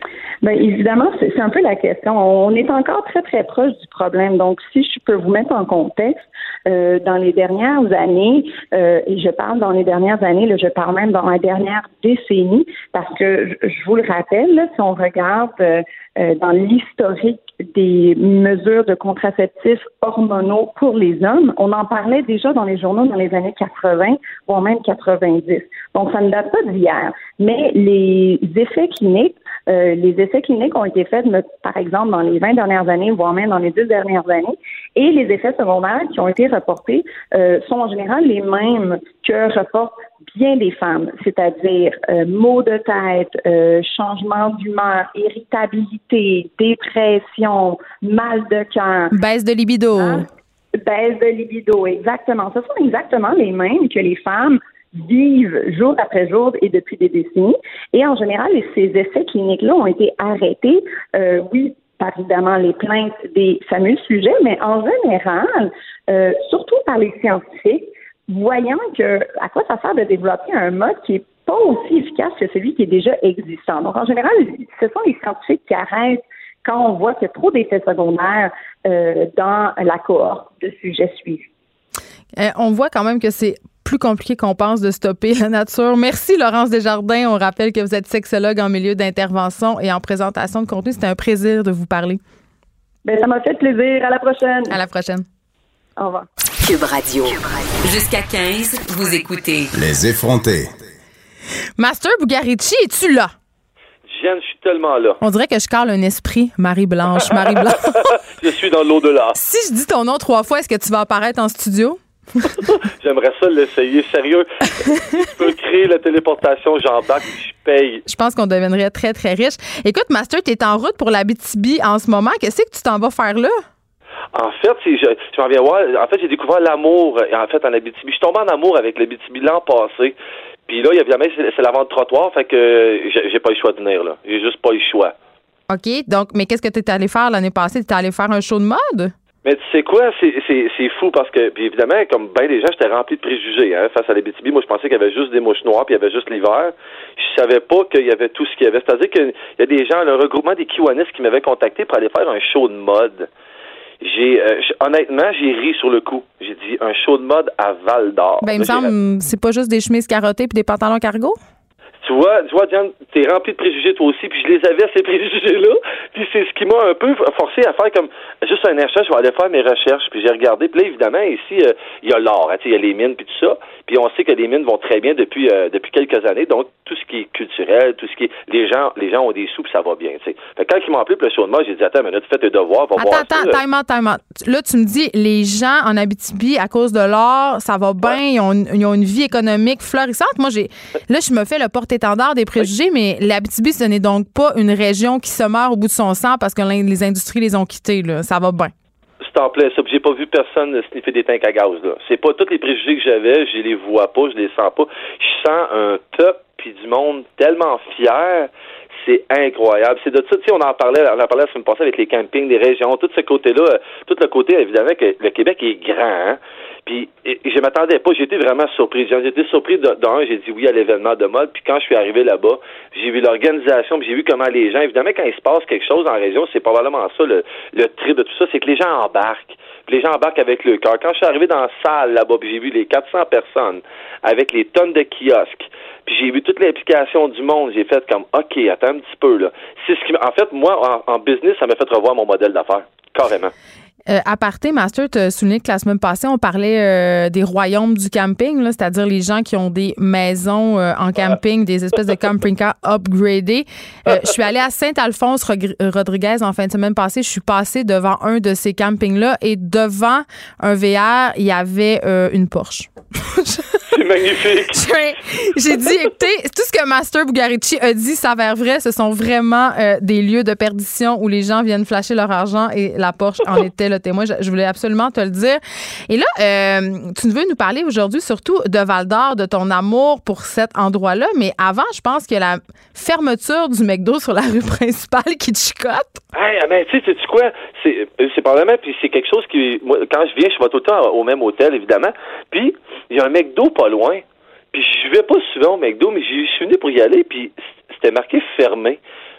[SPEAKER 8] Bien, évidemment, c'est, c'est un peu la question. On est encore très, très proche du problème. Donc, si je peux vous mettre en contexte, euh, dans les dernières années, euh, et je parle dans les dernières années, là, je parle même dans la dernière décennie, parce que je, je vous le rappelle, là, si on regarde euh, euh, dans l'historique des mesures de contraceptifs hormonaux pour les hommes, on en parlait déjà dans les journaux dans les années quatre-vingts, voire même quatre-vingt-dix. Donc, ça ne date pas d'hier. Mais les effets cliniques, euh, les essais cliniques ont été faits, par exemple, dans les vingt dernières années, voire même dans les dix dernières années, et les effets secondaires qui ont été reportés euh, sont en général les mêmes que reportent bien des femmes, c'est-à-dire euh, maux de tête, euh, changement d'humeur, irritabilité, dépression, mal de cœur.
[SPEAKER 3] Baisse de libido.
[SPEAKER 8] Hein? Baisse de libido, exactement. Ce sont exactement les mêmes que les femmes vivent jour après jour et depuis des décennies. Et en général, ces essais cliniques-là ont été arrêtés, euh, oui, par évidemment les plaintes des fameux sujets, mais en général, euh, surtout par les scientifiques, voyant que à quoi ça sert de développer un mode qui est pas aussi efficace que celui qui est déjà existant. Donc, en général, ce sont les scientifiques qui arrêtent quand on voit qu'il y a trop d'effets secondaires euh, dans la cohorte de sujets suivis.
[SPEAKER 3] Euh, on voit quand même que c'est plus compliqué qu'on pense de stopper la nature. Merci, Laurence Desjardins. On rappelle que vous êtes sexologue en milieu d'intervention et en présentation de contenu. C'était un plaisir de vous parler.
[SPEAKER 8] Bien, ça m'a fait plaisir. À la prochaine.
[SPEAKER 3] À la prochaine.
[SPEAKER 8] Au revoir.
[SPEAKER 1] Cube Radio. Jusqu'à quinze, vous écoutez
[SPEAKER 2] Les effrontés.
[SPEAKER 3] Master Bugarici, es-tu là?
[SPEAKER 9] Jeanne, je suis tellement là.
[SPEAKER 3] On dirait que je carle un esprit, Marie-Blanche. Marie-Blanche.
[SPEAKER 9] Je suis dans l'au-delà.
[SPEAKER 3] Si je dis ton nom trois fois, est-ce que tu vas apparaître en studio?
[SPEAKER 9] J'aimerais ça l'essayer. Sérieux, tu peux créer la téléportation, j'embarque, je paye.
[SPEAKER 3] Je pense qu'on deviendrait très, très riche. Écoute, Master, tu es en route pour l'Abitibi en ce moment. Qu'est-ce que tu t'en vas faire là?
[SPEAKER 9] En fait, c'est, je, je m'en viens voir. En fait, j'ai découvert l'amour en fait en Abitibi. Je suis tombé en amour avec l'Abitibi l'an passé. Puis là, évidemment, c'est, c'est la vente de trottoir, fait que j'ai, j'ai pas eu le choix de venir là. J'ai juste pas eu le choix. OK.
[SPEAKER 3] Donc, mais qu'est-ce que tu étais allé faire l'année passée? Tu étais allé faire un show de mode?
[SPEAKER 9] Mais tu sais quoi, c'est, c'est, c'est fou parce que, puis évidemment, comme bien des gens, j'étais rempli de préjugés hein, face à l'Abitibi. Moi, je pensais qu'il y avait juste des mouches noires, puis il y avait juste l'hiver. Je savais pas qu'il y avait tout ce qu'il y avait. C'est-à-dire qu'il y a des gens, le regroupement des Kiwanis qui m'avaient contacté pour aller faire un show de mode. J'ai euh, honnêtement, j'ai ri sur le coup. J'ai dit un show de mode à Val d'Or.
[SPEAKER 3] Ben, il me semble, c'est pas juste des chemises carottées puis des pantalons cargo?
[SPEAKER 9] Tu vois, tu vois, Diane, t'es rempli de préjugés toi aussi, puis je les avais, ces préjugés-là, puis c'est ce qui m'a un peu forcé à faire comme juste un instant, je vais aller faire mes recherches, puis j'ai regardé, puis là, évidemment, ici, euh, il y a l'or, hein, il y a les mines, puis tout ça, puis on sait que les mines vont très bien depuis euh, depuis quelques années, donc tout ce qui est culturel, tout ce qui est, les gens les gens ont des sous, puis ça va bien, tu sais. Fait que quand ils m'ont appelé pour le show de mode, j'ai dit, attends, mais là, tu fais tes devoirs, va
[SPEAKER 3] attends,
[SPEAKER 9] voir
[SPEAKER 3] attends,
[SPEAKER 9] ça.
[SPEAKER 3] Attends, time out, time out. Là, tu me dis, les gens en Abitibi, à cause de l'or, ça va bien, ouais. ils, ont une, ils ont une vie économique florissante. Moi, j'ai là, je me fais le porte-étendard des préjugés, oui. Mais l'Abitibi, ce n'est donc pas une région qui se meurt au bout de son sang parce que les industries les ont quittés, là. Ça va bien.
[SPEAKER 9] S'il te plaît, ça, j'ai pas vu personne sniffer des tanks à gaz, là. C'est pas tous les préjugés que j'avais, je les vois pas, je les sens pas. Je sens un top puis du monde tellement fier. C'est incroyable. C'est de ça, tu sais, on en parlait, on en parlait la semaine passée avec les campings des régions, tout ce côté-là, tout le côté, évidemment, que le Québec est grand, hein. Puis, et, et je m'attendais pas, j'ai été vraiment surpris. J'ai été surpris de, d'un, j'ai dit oui à l'événement de mode, puis quand je suis arrivé là-bas, j'ai vu l'organisation, puis j'ai vu comment les gens, évidemment, quand il se passe quelque chose en région, c'est probablement ça, le, le trip de tout ça, c'est que les gens embarquent. Puis les gens embarquent avec le cœur. Quand je suis arrivé dans la salle là-bas, puis j'ai vu les quatre cents personnes avec les tonnes de kiosques, puis j'ai vu toute l'implication du monde, j'ai fait comme, OK, attends un petit peu, là. C'est ce qui, en fait, moi, en, en business, ça m'a fait revoir mon modèle d'affaires. Carrément.
[SPEAKER 3] Euh, à parté, Master, tu as souligné que la semaine passée, on parlait euh, des royaumes du camping, là, c'est-à-dire les gens qui ont des maisons euh, en camping, des espèces de camping cars upgradés. Euh, je suis allée à Saint-Alphonse-Rodriguez en fin de semaine passée. Je suis passée devant un de ces campings-là et devant un V R, il y avait euh, une Porsche.
[SPEAKER 9] C'est magnifique.
[SPEAKER 3] J'ai dit, écoutez, tout ce que Master Bugarici a dit s'avère vrai. Ce sont vraiment euh, des lieux de perdition où les gens viennent flasher leur argent et la Porsche en était le témoin. Je, je voulais absolument te le dire. Et là, euh, tu veux nous parler aujourd'hui surtout de Val-d'Or, de ton amour pour cet endroit-là. Mais avant, je pense qu'il y a la fermeture du McDo sur la rue principale qui te chicote.
[SPEAKER 9] Hey, mais tu sais, sais-tu quoi? C'est, c'est probablement, puis c'est quelque chose qui, moi, quand je viens, je vais tout le temps au même hôtel, évidemment. Puis, il y a un McDo pas loin. Puis, je vais pas souvent au McDo, mais je suis venu pour y aller, puis c'était marqué fermé.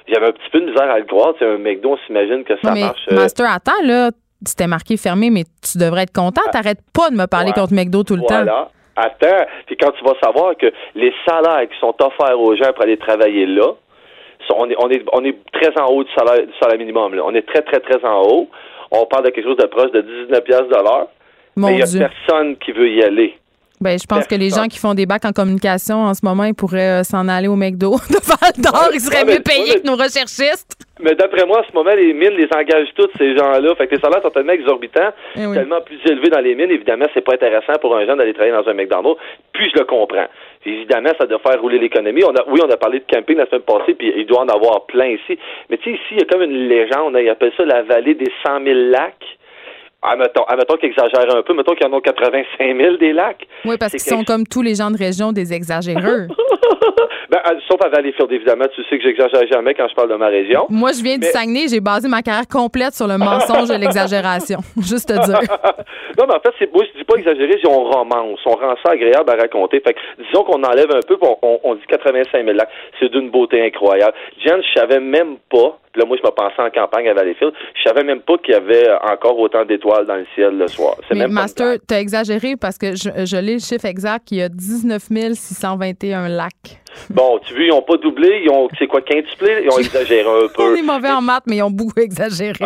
[SPEAKER 9] j'avais un petit peu de misère à le croire. C'est un McDo, on s'imagine que ça
[SPEAKER 3] non, mais
[SPEAKER 9] marche. Euh...
[SPEAKER 3] Master, attends, là, c'était marqué fermé, mais tu devrais être content. T'arrêtes pas de me parler
[SPEAKER 9] ouais.
[SPEAKER 3] contre McDo tout le
[SPEAKER 9] voilà.
[SPEAKER 3] temps.
[SPEAKER 9] Attends, puis quand tu vas savoir que les salaires qui sont offerts aux gens pour aller travailler là, sont, on, est, on, est, on est très en haut du salaire, du salaire minimum. Là. On est très, très, très en haut. On parle de quelque chose de proche de dix-neuf piastres de l'heure.
[SPEAKER 3] Mon
[SPEAKER 9] mais il n'y a
[SPEAKER 3] Dieu.
[SPEAKER 9] personne qui veut y aller.
[SPEAKER 3] Ben, je pense
[SPEAKER 9] Personne.
[SPEAKER 3] que les gens qui font des bacs en communication en ce moment, ils pourraient euh, s'en aller au McDo de Val-d'Or. Ils seraient
[SPEAKER 9] ouais,
[SPEAKER 3] mieux payés
[SPEAKER 9] ouais,
[SPEAKER 3] que nos recherchistes.
[SPEAKER 9] Mais d'après moi, en ce moment, les mines les engagent tous, ces gens-là. Fait que les salaires sont tellement exorbitants,
[SPEAKER 3] Eh oui.
[SPEAKER 9] tellement plus élevés dans les mines. Évidemment, c'est pas intéressant pour un jeune d'aller travailler dans un McDonald's. Puis je le comprends. Puis évidemment, ça doit faire rouler l'économie. On a, oui, on a parlé de camping la semaine passée, puis il doit en avoir plein ici. Mais tu sais, ici, il y a comme une légende. Ils appellent ça la vallée des cent mille lacs. Admettons, admettons qu'ils exagèrent un peu. Mettons qu'il y en a quatre-vingt-cinq mille des lacs.
[SPEAKER 3] Oui, parce
[SPEAKER 9] c'est
[SPEAKER 3] qu'ils sont
[SPEAKER 9] quelque...
[SPEAKER 3] comme tous les gens de région des exagéreux.
[SPEAKER 9] ben, sauf à Valleyfield, évidemment. Tu sais que j'exagère jamais quand je parle de ma région.
[SPEAKER 3] Moi, je viens
[SPEAKER 9] mais...
[SPEAKER 3] du Saguenay. J'ai basé ma carrière complète sur le mensonge et l'exagération. Juste te dire.
[SPEAKER 9] Non, mais en fait, c'est, moi, je dis pas exagéré, je dis on romance. On rend ça agréable à raconter. Fait que, disons qu'on enlève un peu, on, on, on dit quatre-vingt-cinq mille lacs. C'est d'une beauté incroyable. Jen, je savais même pas. Là, moi, je me pensais en campagne à Valleyfield. Je savais même pas qu'il y avait encore autant d'étoiles dans le ciel le soir. C'est
[SPEAKER 3] Mais
[SPEAKER 9] même
[SPEAKER 3] Master, t'as exagéré parce que je, je lis le chiffre exact. Il y a dix-neuf mille six cent vingt et un lacs.
[SPEAKER 9] Bon, tu vois, ils ont pas doublé. Ils ont, c'est quoi, quintuplé? Ils ont exagéré un peu.
[SPEAKER 3] On est mauvais en maths, mais ils ont beaucoup exagéré.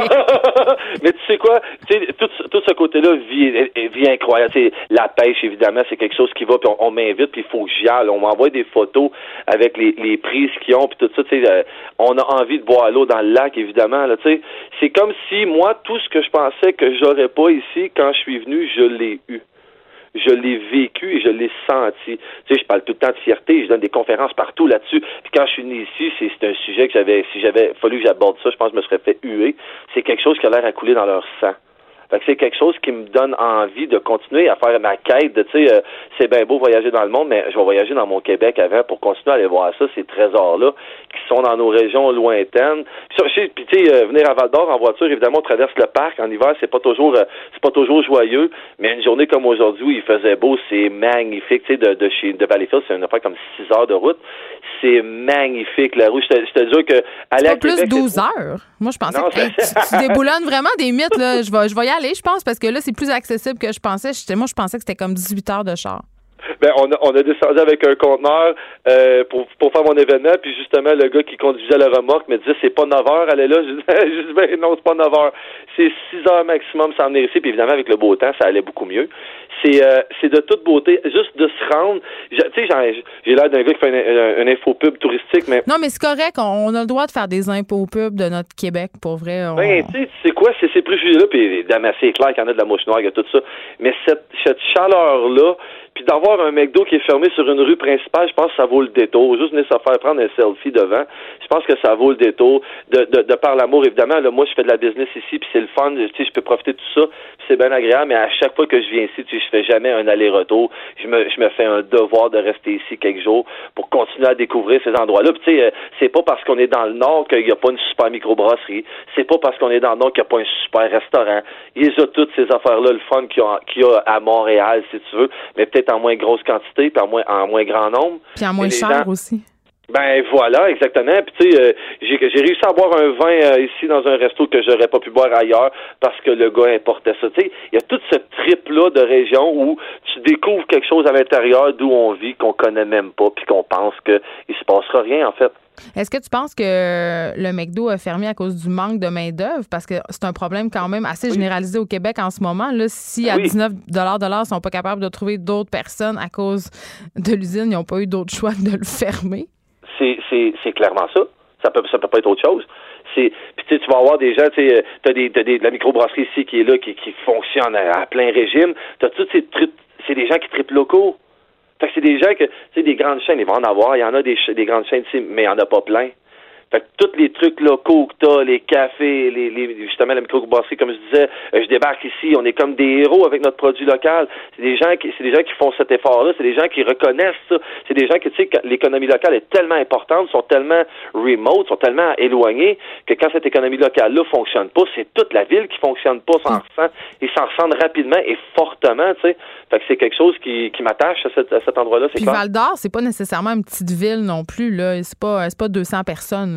[SPEAKER 9] Mais tu sais quoi? Tu sais, tout, tout ce côté-là vit, vit incroyable. C'est la pêche, évidemment, c'est quelque chose qui va, puis on, on m'invite, puis il faut que j'y aille. On m'envoie des photos avec les, les prises qu'ils ont, puis tout ça. Tu sais, euh, on a envie de boire l'eau dans le lac, évidemment. Là, tu sais, c'est comme si moi, tout ce que je pensais que j'aurais pas ici, quand je suis venu, je l'ai eu. Je l'ai vécu et je l'ai senti. Tu sais, je parle tout le temps de fierté, je donne des conférences partout là-dessus. Puis quand je suis venu ici, c'est, c'est un sujet que j'avais, si j'avais fallu que j'aborde ça, je pense que je me serais fait huer. C'est quelque chose qui a l'air à couler dans leur sang. Fait que c'est quelque chose qui me donne envie de continuer à faire ma quête de, tu sais, euh, c'est bien beau voyager dans le monde, mais je vais voyager dans mon Québec avant pour continuer à aller voir ça, ces trésors-là, qui sont dans nos régions lointaines. Puis, puis tu sais, euh, venir à Val-d'Or en voiture, évidemment, on traverse le parc. En hiver, c'est pas toujours, euh, c'est pas toujours joyeux, mais une journée comme aujourd'hui où il faisait beau, c'est magnifique. Tu sais, de, de chez, de Valleyfield, c'est une affaire comme six heures de route. C'est magnifique, la route. Je te, je te dis que aller
[SPEAKER 3] c'est
[SPEAKER 9] à
[SPEAKER 3] pas
[SPEAKER 9] Québec,
[SPEAKER 3] plus douze heures. Moi, je pensais
[SPEAKER 9] non,
[SPEAKER 3] que hey, tu, tu déboulonnes vraiment des mythes, là. Je vais, je vais y aller, je pense, parce que là, c'est plus accessible que je pensais. Je, moi, je pensais que c'était comme dix-huit heures de char.
[SPEAKER 9] Ben, on a, on a descendu avec un conteneur euh, pour, pour faire mon événement, puis justement, le gars qui conduisait la remorque me disait c'est pas neuf heures, elle est là. Je dis, je dis ben non, c'est pas neuf heures. C'est six heures maximum sans venir ici, puis évidemment, avec le beau temps, ça allait beaucoup mieux. C'est euh, c'est de toute beauté, juste de se rendre. Tu sais, j'ai, j'ai l'air d'un gars qui fait un, un, un infopub touristique, mais...
[SPEAKER 3] Non, mais c'est correct, on, on a le droit de faire des infopubs de notre Québec, pour vrai. On...
[SPEAKER 9] Ben, tu sais, tu sais quoi, c'est ces préjugés-là, puis évidemment, c'est clair qu'il y en a de la mouche noire, il y a tout ça, mais cette, cette chaleur-là, puis d'avoir un McDo qui est fermé sur une rue principale, je pense que ça vaut le détour. Juste venir se faire prendre un selfie devant, je pense que ça vaut le détour. De, de, de par l'amour, évidemment, là, moi, je fais de la business ici, puis c'est le fun, tu sais, je peux profiter de tout ça, puis c'est bien agréable, mais à chaque fois que je viens ici, tu sais, je fais jamais un aller-retour. Je me, je me fais un devoir de rester ici quelques jours pour continuer à découvrir ces endroits-là. Puis, tu sais, c'est pas parce qu'on est dans le Nord qu'il n'y a pas une super microbrasserie. C'est pas parce qu'on est dans le Nord qu'il n'y a pas un super restaurant. Il y a toutes ces affaires-là, le fun qu'il y a, qu'il y a à Montréal, si tu veux, mais peut-être en moins grosse quantité, puis en moins, en moins grand nombre.
[SPEAKER 3] Puis en moins cher gens... aussi.
[SPEAKER 9] Ben voilà, exactement. Puis tu sais, euh, j'ai, j'ai réussi à boire un vin euh, ici dans un resto que j'aurais pas pu boire ailleurs parce que le gars importait ça. Tu sais, il y a toute cette trip-là de région où tu découvres quelque chose à l'intérieur d'où on vit qu'on connaît même pas puis qu'on pense qu'il se passera rien en fait.
[SPEAKER 3] Est-ce que tu penses que le McDo a fermé à cause du manque de main-d'œuvre? Parce que c'est un problème quand même assez oui. généralisé au Québec en ce moment. Là, si à oui. dix-neuf dollars de l'heure, ils sont pas capables de trouver d'autres personnes à cause de l'usine, ils n'ont pas eu d'autre choix que de le fermer.
[SPEAKER 9] C'est, c'est, c'est clairement ça. Ça peut, ça peut pas être autre chose. C'est, puis tu sais, tu vas avoir des gens, tu sais, t'as des, t'as des, de la microbrasserie ici qui est là, qui, qui fonctionne à, à plein régime. T'as toutes ces trucs, c'est des gens qui trippent locaux. Fait que c'est des gens que, tu sais, des grandes chaînes, ils vont en avoir. Il y en a des, des grandes chaînes ici, mais il n'y en a pas plein. Fait que tous les trucs locaux que t'as, les cafés, les, les justement la microbrasserie, comme je disais, euh, je débarque ici, on est comme des héros avec notre produit local. C'est des gens qui, c'est des gens qui font cet effort-là, c'est des gens qui reconnaissent ça. C'est des gens qui, tu sais, l'économie locale est tellement importante, sont tellement remote, sont tellement éloignés que quand cette économie locale-là fonctionne pas, c'est toute la ville qui fonctionne pas, s'en ressent, ils s'en ressentent rapidement et fortement, tu sais. Fait que c'est quelque chose qui, qui m'attache à, cette, à cet endroit-là. C'est
[SPEAKER 3] Puis Val-d'Or, c'est pas nécessairement une petite ville non plus, là. C'est pas, c'est pas deux cents personnes, là.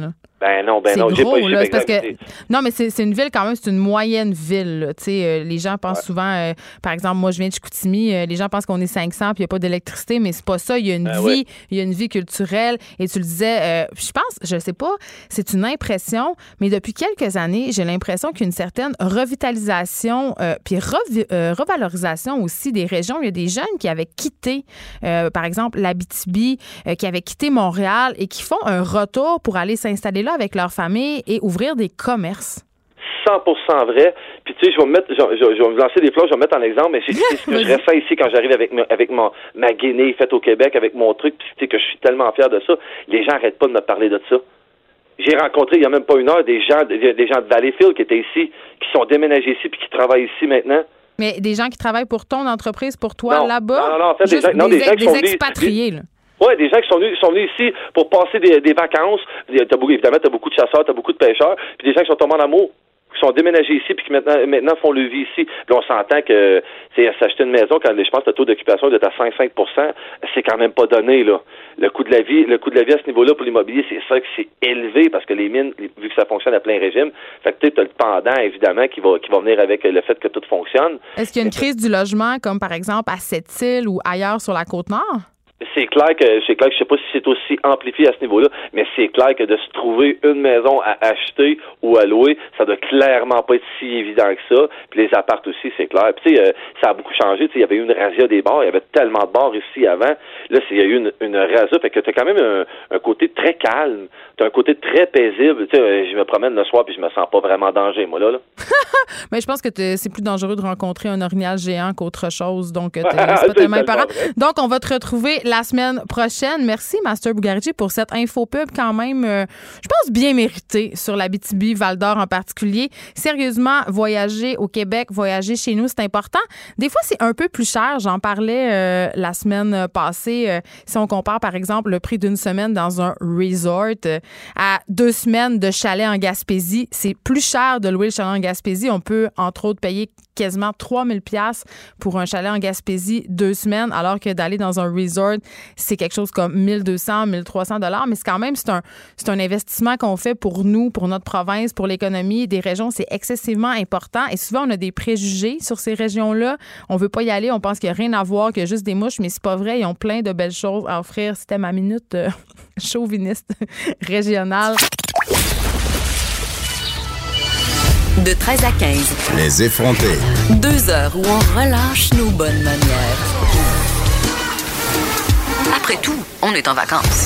[SPEAKER 9] Ben non, ben
[SPEAKER 3] c'est
[SPEAKER 9] non,
[SPEAKER 3] gros,
[SPEAKER 9] j'ai pas eu
[SPEAKER 3] là, c'est parce que
[SPEAKER 9] exact.
[SPEAKER 3] non, mais c'est, c'est une ville quand même, c'est une moyenne ville. Tu sais, euh, les gens pensent
[SPEAKER 9] Ouais.
[SPEAKER 3] souvent, euh, par exemple, moi je viens de Chicoutimi, euh, les gens pensent qu'on est cinq cents puis il n'y a pas d'électricité, mais c'est pas ça. Il y a une
[SPEAKER 9] Ben
[SPEAKER 3] vie,
[SPEAKER 9] ouais.
[SPEAKER 3] il y a une vie culturelle. Et tu le disais, euh, je pense, je sais pas, c'est une impression, mais depuis quelques années, j'ai l'impression qu'il y a une certaine revitalisation euh, puis revi- euh, revalorisation aussi des régions. Il y a des jeunes qui avaient quitté, euh, par exemple, l'Abitibi, euh, qui avaient quitté Montréal et qui font un retour pour aller s'installer là avec leur famille et ouvrir des commerces.
[SPEAKER 9] cent pour cent vrai. Puis tu sais, je vais me mettre, je, je, je vais me lancer des fleurs, je vais me mettre en exemple, mais c'est, c'est ce que je ressens ici quand j'arrive avec ma, avec mon, ma guinée faite au Québec, avec mon truc, puis tu sais que je suis tellement fier de ça. Les gens arrêtent pas de me parler de ça. J'ai rencontré, il y a même pas une heure, des gens, des, des gens de Valleyfield qui étaient ici, qui sont déménagés ici puis qui travaillent ici maintenant.
[SPEAKER 3] Mais des gens qui travaillent pour ton entreprise, pour toi,
[SPEAKER 9] Non,
[SPEAKER 3] là-bas?
[SPEAKER 9] non, non, non, en fait, des
[SPEAKER 3] Juste
[SPEAKER 9] gens- non,
[SPEAKER 3] des,
[SPEAKER 9] des gens qui
[SPEAKER 3] des
[SPEAKER 9] sont venus-
[SPEAKER 3] expatriés, là.
[SPEAKER 9] Oui, des gens qui sont venus, sont venus ici pour passer des, des vacances. T'as beaucoup, évidemment, tu as beaucoup de chasseurs, tu as beaucoup de pêcheurs, puis des gens qui sont tombés en amour, qui sont déménagés ici, puis qui maintenant, maintenant font le vie ici. Puis on s'entend que c'est s'acheter une maison, quand je pense que le taux d'occupation est à cinq pour cent, c'est quand même pas donné, là. Le coût de la vie, le coût de la vie à ce niveau-là pour l'immobilier, c'est ça que c'est élevé parce que les mines, vu que ça fonctionne à plein régime, fait que tu as le pendant, évidemment, qui va, qui va venir avec le fait que tout fonctionne.
[SPEAKER 3] Est-ce qu'il y a une crise du logement, comme par exemple à Sept-Îles ou ailleurs sur la Côte-Nord?
[SPEAKER 9] C'est clair que c'est clair que je sais pas si c'est aussi amplifié à ce niveau-là, mais c'est clair que de se trouver une maison à acheter ou à louer, ça doit clairement pas être si évident que ça. Puis les apparts aussi, c'est clair. Puis tu sais, euh, ça a beaucoup changé. Tu sais, il y avait eu une razzia des bars, il y avait tellement de bars ici avant. Là, il y a eu une, une razzia, fait que t'as quand même un, un côté très calme, t'as un côté très paisible. Tu sais, euh, je me promène le soir puis je me sens pas vraiment en danger, moi là. là.
[SPEAKER 3] Mais je pense que t'es- c'est plus dangereux de rencontrer un orignal géant qu'autre chose. Donc, t'es- c'est
[SPEAKER 9] C'est
[SPEAKER 3] pas tellement
[SPEAKER 9] tellement
[SPEAKER 3] épeurant.
[SPEAKER 9] vrai.
[SPEAKER 3] Donc, on va te retrouver la semaine prochaine. Merci, Master Bugarici, pour cette infopub quand même, euh, je pense, bien méritée sur l'Abitibi, Val-d'Or en particulier. Sérieusement, voyager au Québec, voyager chez nous, c'est important. Des fois, c'est un peu plus cher. J'en parlais euh, la semaine passée. Euh, si on compare, par exemple, le prix d'une semaine dans un resort euh, à deux semaines de chalet en Gaspésie, c'est plus cher de louer le chalet en Gaspésie. On peut, entre autres, payer quasiment trois mille dollars pour un chalet en Gaspésie deux semaines, alors que d'aller dans un resort, c'est quelque chose comme mille deux cents, mille trois cents dollars. Mais c'est quand même, c'est un, c'est un investissement qu'on fait pour nous, pour notre province, pour l'économie des régions. C'est excessivement important. Et souvent, on a des préjugés sur ces régions-là. On veut pas y aller. On pense qu'il n'y a rien à voir, qu'il y a juste des mouches, mais c'est pas vrai. Ils ont plein de belles choses à offrir. C'était ma minute euh, chauviniste régionale.
[SPEAKER 1] De treize à quinze.
[SPEAKER 2] Les effrontés.
[SPEAKER 1] Deux heures où on relâche nos bonnes manières. Après tout, on est en vacances.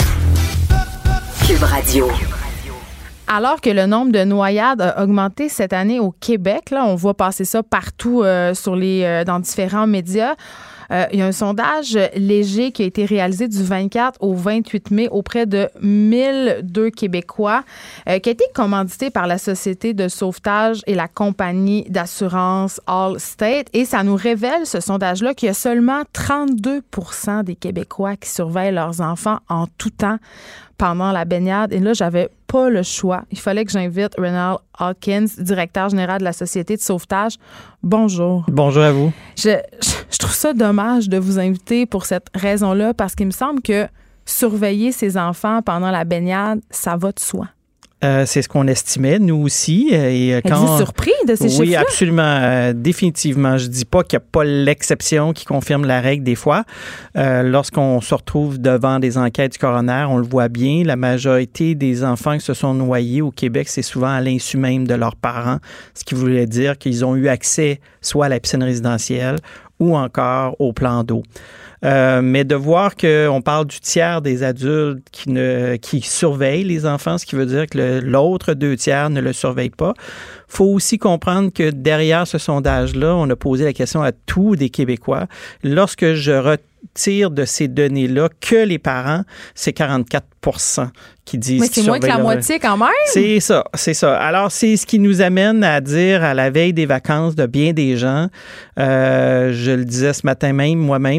[SPEAKER 1] Cube Radio.
[SPEAKER 3] Alors que le nombre de noyades a augmenté cette année au Québec, là, on voit passer ça partout euh, sur les, euh, dans différents médias. Euh, il y a un sondage léger qui a été réalisé du vingt-quatre au vingt-huit mai auprès de mille deux Québécois, euh, qui a été commandité par la Société de sauvetage et la compagnie d'assurance Allstate. Et ça nous révèle, ce sondage-là, qu'il y a seulement trente-deux pour cent des Québécois qui surveillent leurs enfants en tout temps pendant la baignade. Et là, j'avais pas le choix. Il fallait que j'invite Renald Hawkins, directeur général de la Société de sauvetage. Bonjour.
[SPEAKER 10] Bonjour à vous.
[SPEAKER 3] Je, je, je trouve ça dommage de vous inviter pour cette raison-là, parce qu'il me semble que surveiller ses enfants pendant la baignade, ça va de soi.
[SPEAKER 10] Euh, c'est ce qu'on estimait, nous aussi. Et
[SPEAKER 3] Êtes-vous
[SPEAKER 10] quand...
[SPEAKER 3] surpris de ces
[SPEAKER 10] oui,
[SPEAKER 3] chiffres-là?
[SPEAKER 10] Oui, absolument. Euh, définitivement. Je dis pas qu'il n'y a pas l'exception qui confirme la règle des fois. Euh, lorsqu'on se retrouve devant des enquêtes du coroner, on le voit bien, la majorité des enfants qui se sont noyés au Québec, c'est souvent à l'insu même de leurs parents, ce qui voulait dire qu'ils ont eu accès soit à la piscine résidentielle ou encore au plan d'eau. Euh, mais de voir qu'on parle du tiers des adultes qui, ne, qui surveillent les enfants, ce qui veut dire que le, l'autre deux tiers ne le surveillent pas. Il faut aussi comprendre que derrière ce sondage-là, on a posé la question à tous des Québécois. Lorsque je retire de ces données-là que les parents, c'est quarante-quatre pour cent qui disent
[SPEAKER 3] Mais c'est moins que la moitié quand même.
[SPEAKER 10] C'est ça, c'est ça. Alors, c'est ce qui nous amène à dire à la veille des vacances de bien des gens, euh, je le disais ce matin même, moi-même, là, les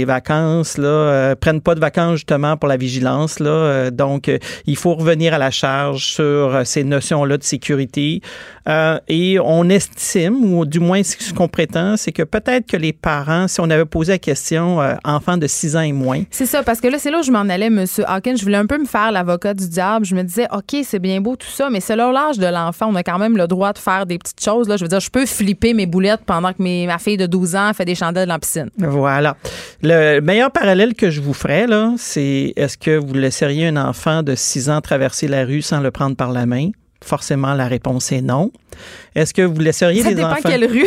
[SPEAKER 10] les vacances, là, euh, prennent pas de vacances justement pour la vigilance. Là, euh, donc, euh, il faut revenir à la charge sur euh, ces notions-là de sécurité. Euh, et on estime, ou du moins ce qu'on prétend, c'est que peut-être que les parents, si on avait posé la question euh, enfants de six ans et moins.
[SPEAKER 3] C'est ça, parce que là, c'est là où je m'en allais, M. Hawkins. Je voulais un peu me faire l'avocat du diable. Je me disais, OK, c'est bien beau tout ça, mais selon l'âge de l'enfant, on a quand même le droit de faire des petites choses. Là. Je veux dire, je peux flipper mes boulettes pendant que mes, ma fille de douze ans fait des chandelles dans la piscine.
[SPEAKER 10] Voilà. Le meilleur parallèle que je vous ferais, là, c'est est-ce que vous laisseriez un enfant de six ans traverser la rue sans le prendre par la main? Forcément, la réponse est non. Est-ce que vous laisseriez
[SPEAKER 3] ça
[SPEAKER 10] des enfants...
[SPEAKER 3] Ça dépend quelle rue.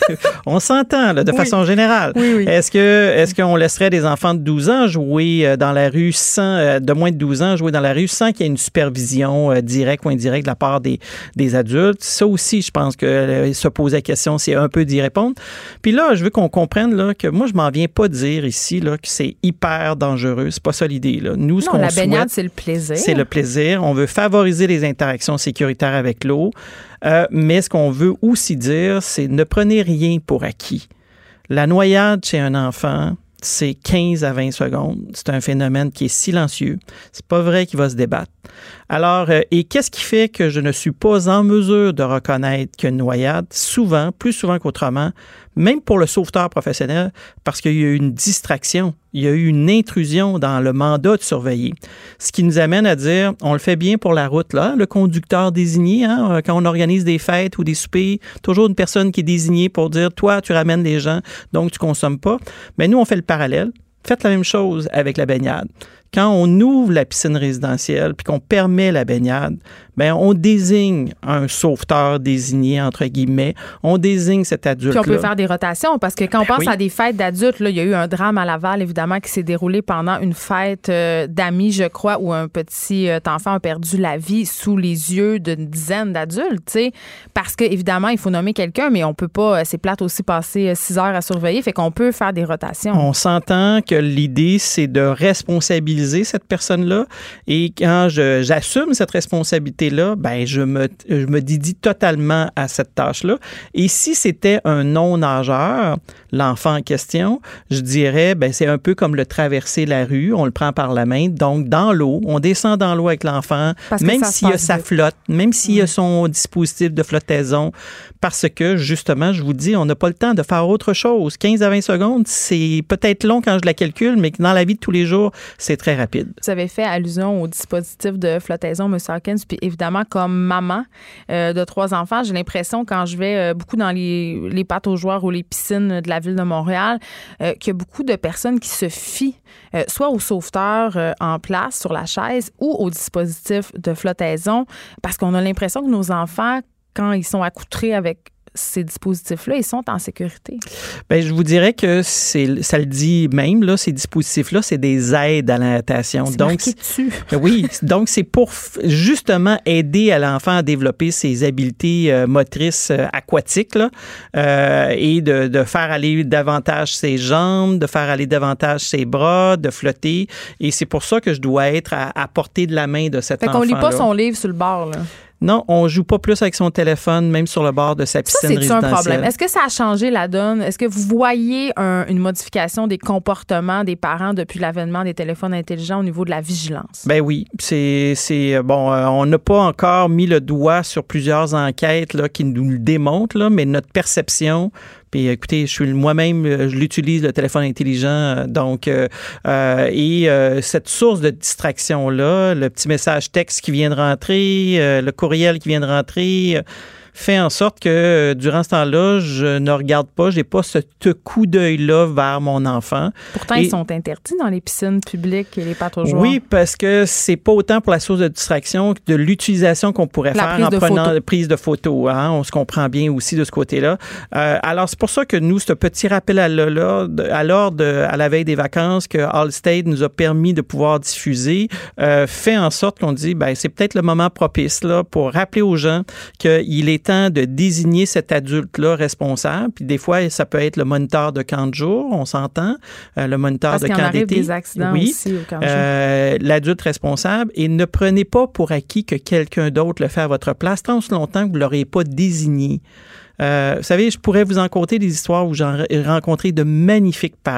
[SPEAKER 10] On s'entend, là, de oui. façon générale.
[SPEAKER 3] Oui, oui.
[SPEAKER 10] Est-ce que, est-ce qu'on laisserait des enfants de douze ans jouer dans la rue sans, de moins de douze ans jouer dans la rue sans qu'il y ait une supervision euh, directe ou indirecte de la part des, des adultes? Ça aussi, je pense que euh, se poser la question, c'est un peu d'y répondre. Puis là, je veux qu'on comprenne là, que moi, je m'en viens pas dire ici là, que c'est hyper dangereux. C'est pas ça l'idée. Là. Nous, ce
[SPEAKER 3] non,
[SPEAKER 10] qu'on
[SPEAKER 3] la
[SPEAKER 10] souhaite,
[SPEAKER 3] baignade, c'est le plaisir.
[SPEAKER 10] C'est le plaisir. On veut favoriser les interactions sécuritaires avec l'eau. Euh, mais ce qu'on veut aussi dire, c'est ne prenez rien pour acquis. La noyade chez un enfant, c'est quinze à vingt secondes. C'est un phénomène qui est silencieux. C'est pas vrai qu'il va se débattre. Alors, euh, et qu'est-ce qui fait que je ne suis pas en mesure de reconnaître qu'une noyade, souvent, plus souvent qu'autrement, même pour le sauveteur professionnel, parce qu'il y a eu une distraction, il y a eu une intrusion dans le mandat de surveiller. Ce qui nous amène à dire, on le fait bien pour la route, là, le conducteur désigné, hein, quand on organise des fêtes ou des soupers, toujours une personne qui est désignée pour dire, toi, tu ramènes les gens, donc tu consommes pas. Mais nous, on fait le parallèle. Faites la même chose avec la baignade. Quand on ouvre la piscine résidentielle puis qu'on permet la baignade, ben on désigne un sauveteur désigné, entre guillemets. On désigne cet adulte-là.
[SPEAKER 3] Puis on peut faire des rotations parce que quand on pense oui. à des fêtes d'adultes, là, il y a eu un drame à Laval, évidemment, qui s'est déroulé pendant une fête euh, d'amis, je crois, où un petit euh, enfant a perdu la vie sous les yeux d'une dizaine d'adultes, tu sais. Parce que, évidemment, il faut nommer quelqu'un, mais on peut pas, c'est plate aussi, passer six heures à surveiller, fait qu'on peut faire des rotations.
[SPEAKER 10] On s'entend que l'idée, c'est de responsabiliser cette personne-là. Et quand je, j'assume cette responsabilité-là, ben je me, je me dédie totalement à cette tâche-là. Et si c'était un non-nageur, l'enfant en question, je dirais, ben c'est un peu comme le traverser la rue. On le prend par la main. Donc, dans l'eau, on descend dans l'eau avec l'enfant, même s'il y a sa flotte, même s'il y a son dispositif de flottaison, parce que, justement, je vous dis, on n'a pas le temps de faire autre chose. quinze à vingt secondes, c'est peut-être long quand je la calcule, mais dans la vie de tous les jours, c'est très rapide.
[SPEAKER 3] Vous avez fait allusion au dispositif de flottaison, M. Hawkins, puis évidemment, comme maman euh, de trois enfants, j'ai l'impression, quand je vais euh, beaucoup dans les, les pâtes aux joueurs ou les piscines de la ville de Montréal, euh, qu'il y a beaucoup de personnes qui se fient euh, soit au sauveteur euh, en place sur la chaise ou au dispositif de flottaison, parce qu'on a l'impression que nos enfants, quand ils sont accoutrés avec ces dispositifs-là, ils sont en sécurité.
[SPEAKER 10] Bien, je vous dirais que c'est, ça le dit même, là, ces dispositifs-là, c'est des aides à la natation.
[SPEAKER 3] C'est
[SPEAKER 10] donc,
[SPEAKER 3] marqué dessus.
[SPEAKER 10] Oui, donc c'est pour justement aider à l'enfant à développer ses habiletés euh, motrices euh, aquatiques là, euh, et de, de faire aller davantage ses jambes, de faire aller davantage ses bras, de flotter. Et c'est pour ça que je dois être à, à portée de la main de cet enfant-là.
[SPEAKER 3] Fait qu'on lit pas son livre sur le bord, là.
[SPEAKER 10] Non, on joue pas plus avec son téléphone, même sur le bord de sa piscine résidentielle.
[SPEAKER 3] Ça, c'est un problème. Est-ce que ça a changé la donne? Est-ce que vous voyez un, une modification des comportements des parents depuis l'avènement des téléphones intelligents au niveau de la vigilance?
[SPEAKER 10] Ben oui, c'est c'est bon. Euh, on n'a pas encore mis le doigt sur plusieurs enquêtes là qui nous le démontrent là, mais notre perception. Puis écoutez, je suis moi-même, je l'utilise le téléphone intelligent, donc euh, euh, et euh, cette source de distraction là, le petit message texte qui vient de rentrer, euh, le courriel qui vient de rentrer. Euh, fait en sorte que euh, durant ce temps-là, je ne regarde pas, j'ai pas ce coup d'œil-là vers mon enfant.
[SPEAKER 3] Pourtant,
[SPEAKER 10] et,
[SPEAKER 3] ils sont interdits dans les piscines publiques et les pâtes aux joueurs.
[SPEAKER 10] Oui, parce que c'est pas autant pour la source de distraction que de l'utilisation qu'on pourrait
[SPEAKER 3] la
[SPEAKER 10] faire en prenant
[SPEAKER 3] photo.
[SPEAKER 10] la prise de photos. Hein? On se comprend bien aussi de ce côté-là. Euh, alors, c'est pour ça que nous, ce petit rappel à l'ordre, à, l'ordre, à la veille des vacances que Allstate nous a permis de pouvoir diffuser, euh, fait en sorte qu'on dit, ben c'est peut-être le moment propice là pour rappeler aux gens qu'il est temps de désigner cet adulte-là responsable. Puis des fois, ça peut être le moniteur de camp de jour, on s'entend, euh, le moniteur
[SPEAKER 3] Parce
[SPEAKER 10] de
[SPEAKER 3] qu'il
[SPEAKER 10] camp
[SPEAKER 3] en arrive
[SPEAKER 10] d'été.
[SPEAKER 3] Des accidents
[SPEAKER 10] oui,
[SPEAKER 3] aussi au camp de
[SPEAKER 10] euh, jour. L'adulte responsable. Et ne prenez pas pour acquis que quelqu'un d'autre le fait à votre place tant aussi longtemps que vous ne l'aurez pas désigné. Euh, vous savez, je pourrais vous en conter des histoires où j'ai rencontré de magnifiques parents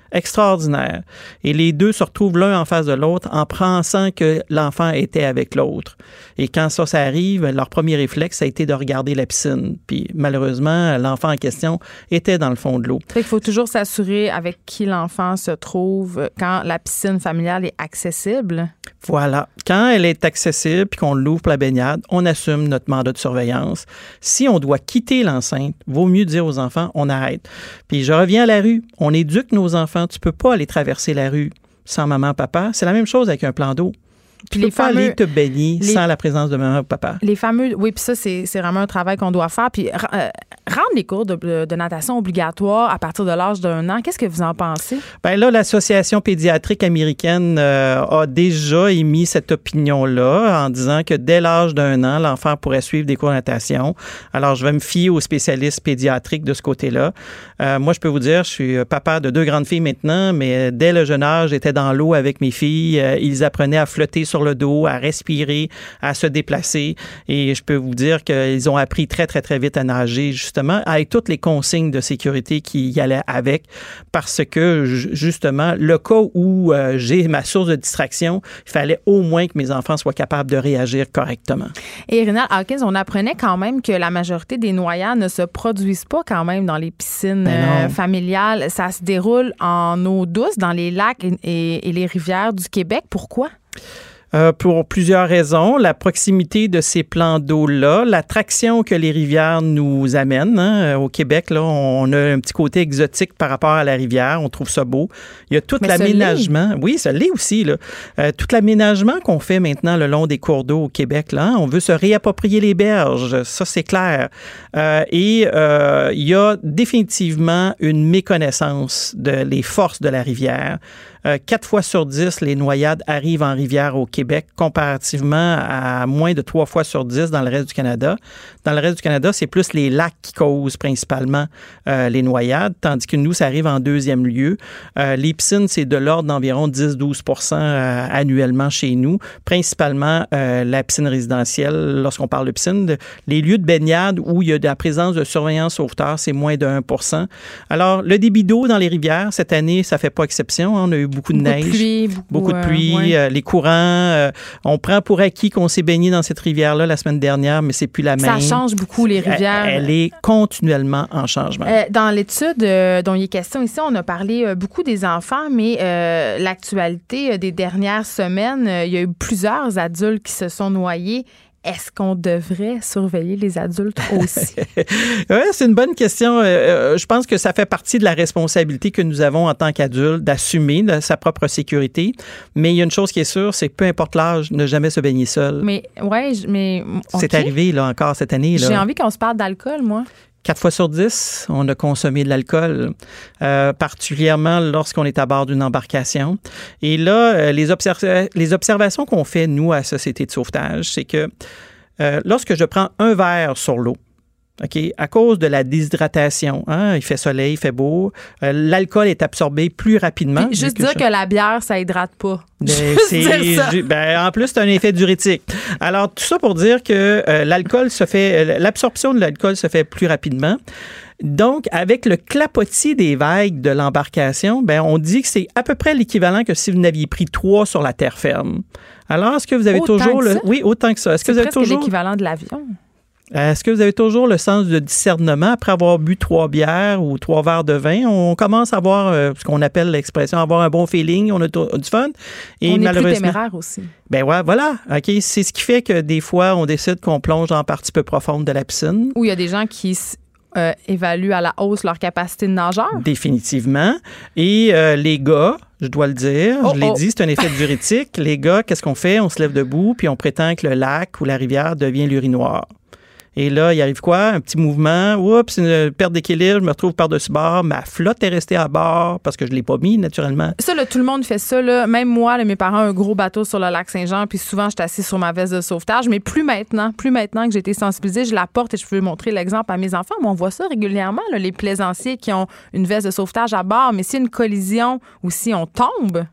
[SPEAKER 10] extraordinaire. Et les deux se retrouvent l'un en face de l'autre en pensant que l'enfant était avec l'autre. Et quand ça, ça arrive, leur premier réflexe, ça a été de regarder la piscine. Puis malheureusement, l'enfant en question était dans le fond de l'eau.
[SPEAKER 3] Il faut toujours s'assurer avec qui l'enfant se trouve quand la piscine familiale est accessible.
[SPEAKER 10] Voilà. Quand elle est accessible puis qu'on l'ouvre pour la baignade, on assume notre mandat de surveillance. Si on doit quitter l'enceinte, vaut mieux dire aux enfants, on arrête. Puis je reviens à la rue. On éduque nos enfants. Tu peux pas aller traverser la rue sans maman, papa. C'est la même chose avec un plan d'eau. Puis tu les peux fameux, pas aller te baigner les, sans la présence de maman ou papa.
[SPEAKER 3] Les fameux, oui, puis ça, c'est, c'est vraiment un travail qu'on doit faire. Puis euh, rendre les cours de, de natation obligatoires à partir de l'âge d'un an, qu'est-ce que vous en pensez? Bien
[SPEAKER 10] là, l'Association pédiatrique américaine euh, a déjà émis cette opinion-là en disant que dès l'âge d'un an, l'enfant pourrait suivre des cours de natation. Alors, je vais me fier aux spécialistes pédiatriques de ce côté-là. Euh, moi, je peux vous dire, je suis papa de deux grandes filles maintenant, mais dès le jeune âge, j'étais dans l'eau avec mes filles. Euh, ils apprenaient à flotter sur le dos, à respirer, à se déplacer. Et je peux vous dire qu'ils ont appris très, très, très vite à nager, justement, avec toutes les consignes de sécurité qui y allaient avec, parce que, justement, le cas où euh, j'ai ma source de distraction, il fallait au moins que mes enfants soient capables de réagir correctement.
[SPEAKER 3] Et Rinald Hawkins, on apprenait quand même que la majorité des noyades ne se produisent pas quand même dans les piscines ben euh, familiales. Ça se déroule en eau douce, dans les lacs et, et, et les rivières du Québec. Pourquoi?
[SPEAKER 10] Euh, pour plusieurs raisons. La proximité de ces plans d'eau-là, l'attraction que les rivières nous amènent. Hein. Au Québec, là, on a un petit côté exotique par rapport à la rivière. On trouve ça beau. Il y a tout Mais l'aménagement. Oui, ça l'est aussi. Là. Euh, tout l'aménagement qu'on fait maintenant le long des cours d'eau au Québec. Là, on veut se réapproprier les berges. Ça, c'est clair. Euh, et euh, il y a définitivement une méconnaissance de les forces de la rivière. Euh, quatre fois sur dix, les noyades arrivent en rivière au Québec, comparativement à moins de trois fois sur dix dans le reste du Canada. Dans le reste du Canada, c'est plus les lacs qui causent principalement euh, les noyades, tandis que nous, ça arrive en deuxième lieu. Euh, les piscines, c'est de l'ordre d'environ dix à douze pour cent euh, annuellement chez nous, principalement euh, la piscine résidentielle. Lorsqu'on parle de piscine, de, les lieux de baignade où il y a de la présence de surveillance sauveteur, c'est moins de un pour cent. Alors, le débit d'eau dans les rivières, cette année, ça fait pas exception. Hein. On a eu beaucoup de
[SPEAKER 3] beaucoup
[SPEAKER 10] neige,
[SPEAKER 3] de pluie, beaucoup,
[SPEAKER 10] beaucoup de pluie,
[SPEAKER 3] euh, ouais.
[SPEAKER 10] euh, les courants. Euh, on prend pour acquis qu'on s'est baigné dans cette rivière-là la semaine dernière, mais c'est plus la même.
[SPEAKER 3] Ça change beaucoup, les rivières.
[SPEAKER 10] Elle, elle est continuellement en changement.
[SPEAKER 3] Euh, dans l'étude euh, dont il est question ici, on a parlé euh, beaucoup des enfants, mais euh, l'actualité euh, des dernières semaines, euh, il y a eu plusieurs adultes qui se sont noyés. Est-ce qu'on devrait surveiller les adultes aussi?
[SPEAKER 10] Oui, c'est une bonne question. Euh, je pense que ça fait partie de la responsabilité que nous avons en tant qu'adultes d'assumer de sa propre sécurité. Mais il y a une chose qui est sûre, c'est que peu importe l'âge, ne jamais se baigner seul.
[SPEAKER 3] Mais ouais, mais okay.
[SPEAKER 10] C'est arrivé là encore cette année. Là.
[SPEAKER 3] J'ai envie qu'on se parle d'alcool, moi.
[SPEAKER 10] Quatre fois sur dix, on a consommé de l'alcool, euh, particulièrement lorsqu'on est à bord d'une embarcation. Et là, euh, les, observ- les observations qu'on fait, nous, à Société de sauvetage, c'est que euh, lorsque je prends un verre sur l'eau, OK, à cause de la déshydratation, hein, il fait soleil, il fait beau, euh, l'alcool est absorbé plus rapidement.
[SPEAKER 3] Puis juste dire que, que la bière, ça hydrate pas.
[SPEAKER 10] Ben, c'est, ben, en plus, c'est un effet diurétique. Alors, tout ça pour dire que euh, l'alcool se fait, l'absorption de l'alcool se fait plus rapidement. Donc, avec le clapotis des vagues de l'embarcation, ben, on dit que c'est à peu près l'équivalent que si vous n'aviez pris trois sur la terre ferme. Alors, est-ce que vous avez
[SPEAKER 3] autant
[SPEAKER 10] toujours
[SPEAKER 3] le...
[SPEAKER 10] Ça? Oui, autant que ça. Est-ce
[SPEAKER 3] c'est
[SPEAKER 10] que vous avez
[SPEAKER 3] presque
[SPEAKER 10] toujours
[SPEAKER 3] l'équivalent de l'avion.
[SPEAKER 10] Est-ce que vous avez toujours le sens de discernement après avoir bu trois bières ou trois verres de vin? On commence à avoir euh, ce qu'on appelle l'expression avoir un bon feeling, on a t- du fun.
[SPEAKER 3] Et on est plus téméraire aussi.
[SPEAKER 10] Ben ouais, voilà. OK, c'est ce qui fait que des fois, on décide qu'on plonge dans la partie peu profonde de la piscine.
[SPEAKER 3] Ou il y a des gens qui euh, évaluent à la hausse leur capacité de nageur.
[SPEAKER 10] Définitivement. Et euh, les gars, je dois le dire,
[SPEAKER 3] oh,
[SPEAKER 10] je l'ai
[SPEAKER 3] oh.
[SPEAKER 10] dit, c'est un effet diurétique. Les gars, qu'est-ce qu'on fait? On se lève debout puis on prétend que le lac ou la rivière devient l'urinoir. Et là, il arrive quoi? Un petit mouvement. Oups, une perte d'équilibre. Je me retrouve par-dessus bord. Ma flotte est restée à bord parce que je ne l'ai pas mis, naturellement.
[SPEAKER 3] Ça, là, tout le monde fait ça. Là. Même moi, là, mes parents ont un gros bateau sur le lac Saint-Jean. Puis souvent, je suis assise sur ma veste de sauvetage. Mais plus maintenant, plus maintenant que j'ai été sensibilisée, je la porte et je peux montrer l'exemple à mes enfants. Mais on voit ça régulièrement, là, les plaisanciers qui ont une veste de sauvetage à bord. Mais s'il y a une collision ou si on tombe,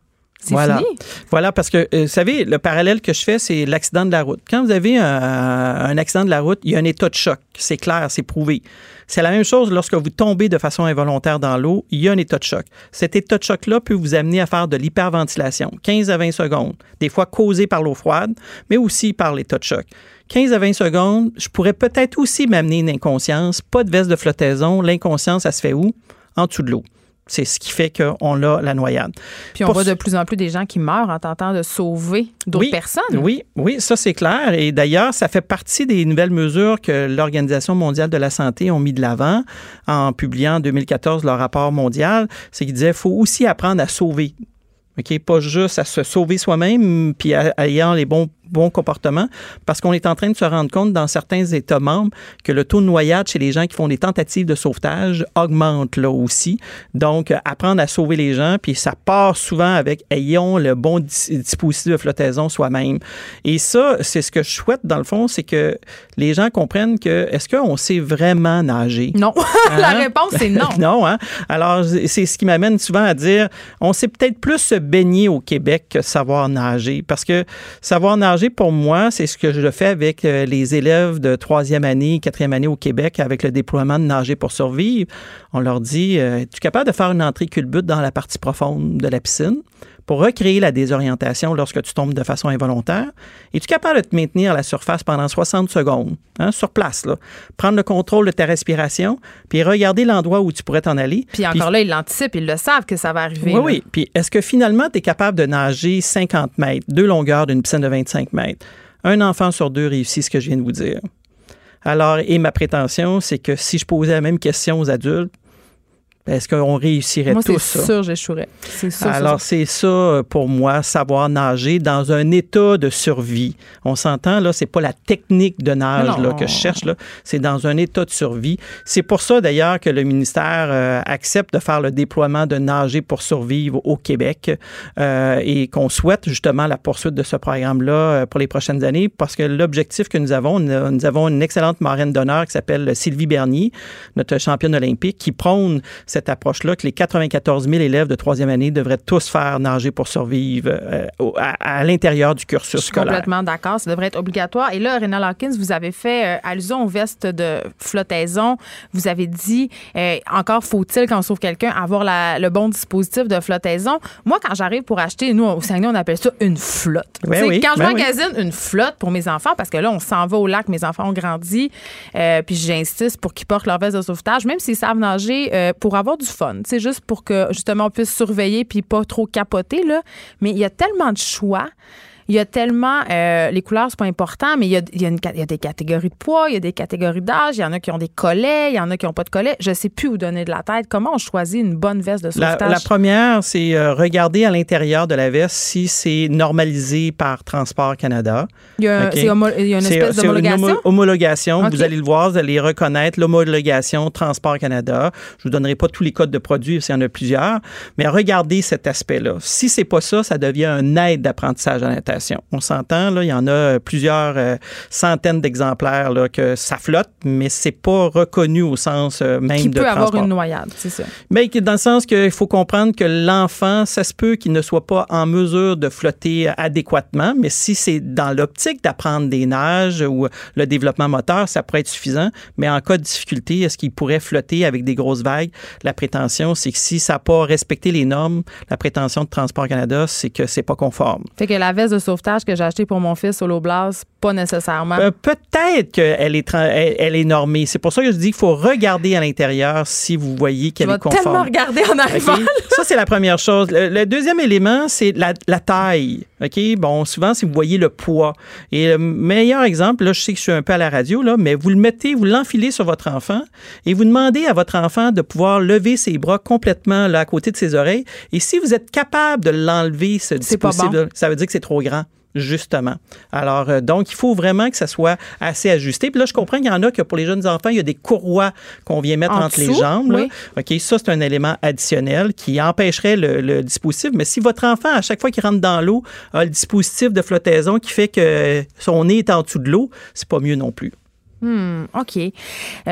[SPEAKER 3] C'est
[SPEAKER 10] voilà.
[SPEAKER 3] fini.
[SPEAKER 10] Voilà, parce que, euh, vous savez, le parallèle que je fais, c'est l'accident de la route. Quand vous avez un, un accident de la route, il y a un état de choc. C'est clair, c'est prouvé. C'est la même chose lorsque vous tombez de façon involontaire dans l'eau, il y a un état de choc. Cet état de choc-là peut vous amener à faire de l'hyperventilation, quinze à vingt secondes, des fois causé par l'eau froide, mais aussi par l'état de choc. quinze à vingt secondes, je pourrais peut-être aussi m'amener une inconscience, pas de veste de flottaison. L'inconscience, ça se fait où? En dessous de l'eau. C'est ce qui fait qu'on a la noyade.
[SPEAKER 3] Puis on Pour... voit de plus en plus des gens qui meurent en tentant de sauver d'autres
[SPEAKER 10] oui,
[SPEAKER 3] personnes.
[SPEAKER 10] Oui, oui, ça c'est clair. Et d'ailleurs, ça fait partie des nouvelles mesures que l'Organisation mondiale de la santé ont mis de l'avant en publiant en deux mille quatorze leur rapport mondial. C'est qu'ils disaient qu'il faut aussi apprendre à sauver. OK, pas juste à se sauver soi-même puis à, ayant les bons bons comportements, parce qu'on est en train de se rendre compte dans certains États membres que le taux de noyade chez les gens qui font des tentatives de sauvetage augmente là aussi. Donc, apprendre à sauver les gens, puis ça part souvent avec ayons le bon dispositif de flottaison soi-même. Et ça, c'est ce que je souhaite dans le fond, c'est que les gens comprennent que est-ce qu'on sait vraiment nager?
[SPEAKER 3] Non.
[SPEAKER 10] Hein?
[SPEAKER 3] La réponse, c'est non.
[SPEAKER 10] Non, hein? Alors, c'est ce qui m'amène souvent à dire, on sait peut-être plus se baigner au Québec que savoir nager, parce que savoir nager, pour moi, c'est ce que je fais avec les élèves de troisième année, quatrième année au Québec avec le déploiement de Nager pour survivre. On leur dit, euh, es-tu capable de faire une entrée culbute dans la partie profonde de la piscine pour recréer la désorientation lorsque tu tombes de façon involontaire? Es-tu capable de te maintenir à la surface pendant soixante secondes, hein, sur place, là? Prendre le contrôle de ta respiration, puis regarder l'endroit où tu pourrais t'en aller.
[SPEAKER 3] Puis encore puis, là, ils l'anticipent, ils le savent que ça va arriver.
[SPEAKER 10] Oui,
[SPEAKER 3] là.
[SPEAKER 10] oui. Puis est-ce que finalement, tu es capable de nager cinquante mètres, deux longueurs d'une piscine de vingt-cinq mètres? Un enfant sur deux réussit ce que je viens de vous dire. Alors, et ma prétention, c'est que si je posais la même question aux adultes, est-ce qu'on réussirait
[SPEAKER 3] moi,
[SPEAKER 10] tous
[SPEAKER 3] c'est
[SPEAKER 10] ça?
[SPEAKER 3] Sûr, j'échouerais. C'est sûr,
[SPEAKER 10] Alors, c'est ça, pour moi, savoir nager dans un état de survie. On s'entend, là, c'est pas la technique de nage là, que je cherche, là, c'est dans un état de survie. C'est pour ça, d'ailleurs, que le ministère euh, accepte de faire le déploiement de Nager pour survivre au Québec euh, et qu'on souhaite, justement, la poursuite de ce programme-là euh, pour les prochaines années, parce que l'objectif que nous avons, nous avons une excellente marraine d'honneur qui s'appelle Sylvie Bernier, notre championne olympique, qui prône cette approche-là que les quatre-vingt-quatorze mille élèves de troisième année devraient tous faire Nager pour survivre euh, à, à l'intérieur du cursus scolaire.
[SPEAKER 3] Je suis complètement d'accord. Ça devrait être obligatoire. Et là, Rénal Hawkins, vous avez fait euh, allusion aux vestes de flottaison. Vous avez dit, euh, encore faut-il, quand on sauve quelqu'un, avoir la, le bon dispositif de flottaison. Moi, quand j'arrive pour acheter, nous, au Saguenay, on appelle ça une flotte.
[SPEAKER 10] Ben oui,
[SPEAKER 3] quand je
[SPEAKER 10] ben
[SPEAKER 3] magasine
[SPEAKER 10] oui.
[SPEAKER 3] une flotte pour mes enfants, parce que là, on s'en va au lac, mes enfants ont grandi, euh, puis j'insiste pour qu'ils portent leur veste de sauvetage, même s'ils savent nager, euh, pour avoir du fun. C'est juste pour que, justement, on puisse surveiller puis pas trop capoter, là. Mais il y a tellement de choix. Il y a tellement... Euh, les couleurs, c'est pas important, mais il y a, il y a, une, il y a des catégories de poids, il y a des catégories d'âge, il y en a qui ont des collets, il y en a qui n'ont pas de collets. Je sais plus où donner de la tête. Comment on choisit une bonne veste de sauvetage?
[SPEAKER 10] La, la première, c'est euh, regarder à l'intérieur de la veste si c'est normalisé par Transport Canada.
[SPEAKER 3] Il y a, okay. c'est homo, il y a une
[SPEAKER 10] c'est,
[SPEAKER 3] espèce
[SPEAKER 10] c'est
[SPEAKER 3] d'homologation?
[SPEAKER 10] Une homologation.
[SPEAKER 3] Okay.
[SPEAKER 10] Vous allez le voir, vous allez reconnaître l'homologation Transport Canada. Je vous donnerai pas tous les codes de produits, s'il y en a plusieurs, mais regardez cet aspect-là. Si c'est pas ça, ça devient un aide d'apprentissage à la natation. On s'entend. Là, il y en a plusieurs euh, centaines d'exemplaires là, que ça flotte, mais c'est pas reconnu au sens euh, même
[SPEAKER 3] qui
[SPEAKER 10] de
[SPEAKER 3] peut
[SPEAKER 10] transport.
[SPEAKER 3] Avoir une noyade, c'est ça.
[SPEAKER 10] Mais dans le sens qu'il faut comprendre que l'enfant, ça se peut qu'il ne soit pas en mesure de flotter adéquatement, mais si c'est dans l'optique d'apprendre des nages ou le développement moteur, ça pourrait être suffisant. Mais en cas de difficulté, est-ce qu'il pourrait flotter avec des grosses vagues? La prétention, c'est que si ça n'a pas respecté les normes, la prétention de Transport Canada, c'est que c'est pas conforme.
[SPEAKER 3] Fait que la veste de sauvetage que j'ai achetée pour mon fils Solo Blast, pas nécessairement.
[SPEAKER 10] Euh, peut-être qu'elle est, tra- elle, elle est normée. C'est pour ça que je dis qu'il faut regarder à l'intérieur si vous voyez qu'elle est conforme.
[SPEAKER 3] Tu vas tellement regarder en arrivant.
[SPEAKER 10] Okay? Ça, c'est la première chose. Le, le deuxième élément, c'est la, la taille. OK? Bon, souvent, si vous voyez le poids. Et le meilleur exemple, là, je sais que je suis un peu à la radio, là, mais vous le mettez, vous l'enfilez sur votre enfant et vous demandez à votre enfant de pouvoir lever ses bras complètement là, à côté de ses oreilles. Et si vous êtes capable de l'enlever, ce dispositif, bon. ça veut dire que c'est trop grand. Justement. Alors, euh, donc, il faut vraiment que ça soit assez ajusté. Puis là, je comprends qu'il y en a que pour les jeunes enfants, il y a des courroies qu'on vient mettre en entre dessous, les jambes. Là. Oui. OK, ça, c'est un élément additionnel qui empêcherait le, le dispositif. Mais si votre enfant, à chaque fois qu'il rentre dans l'eau, a le dispositif de flottaison qui fait que son nez est en dessous de l'eau, c'est pas mieux non plus.
[SPEAKER 3] Hmm, OK. Euh,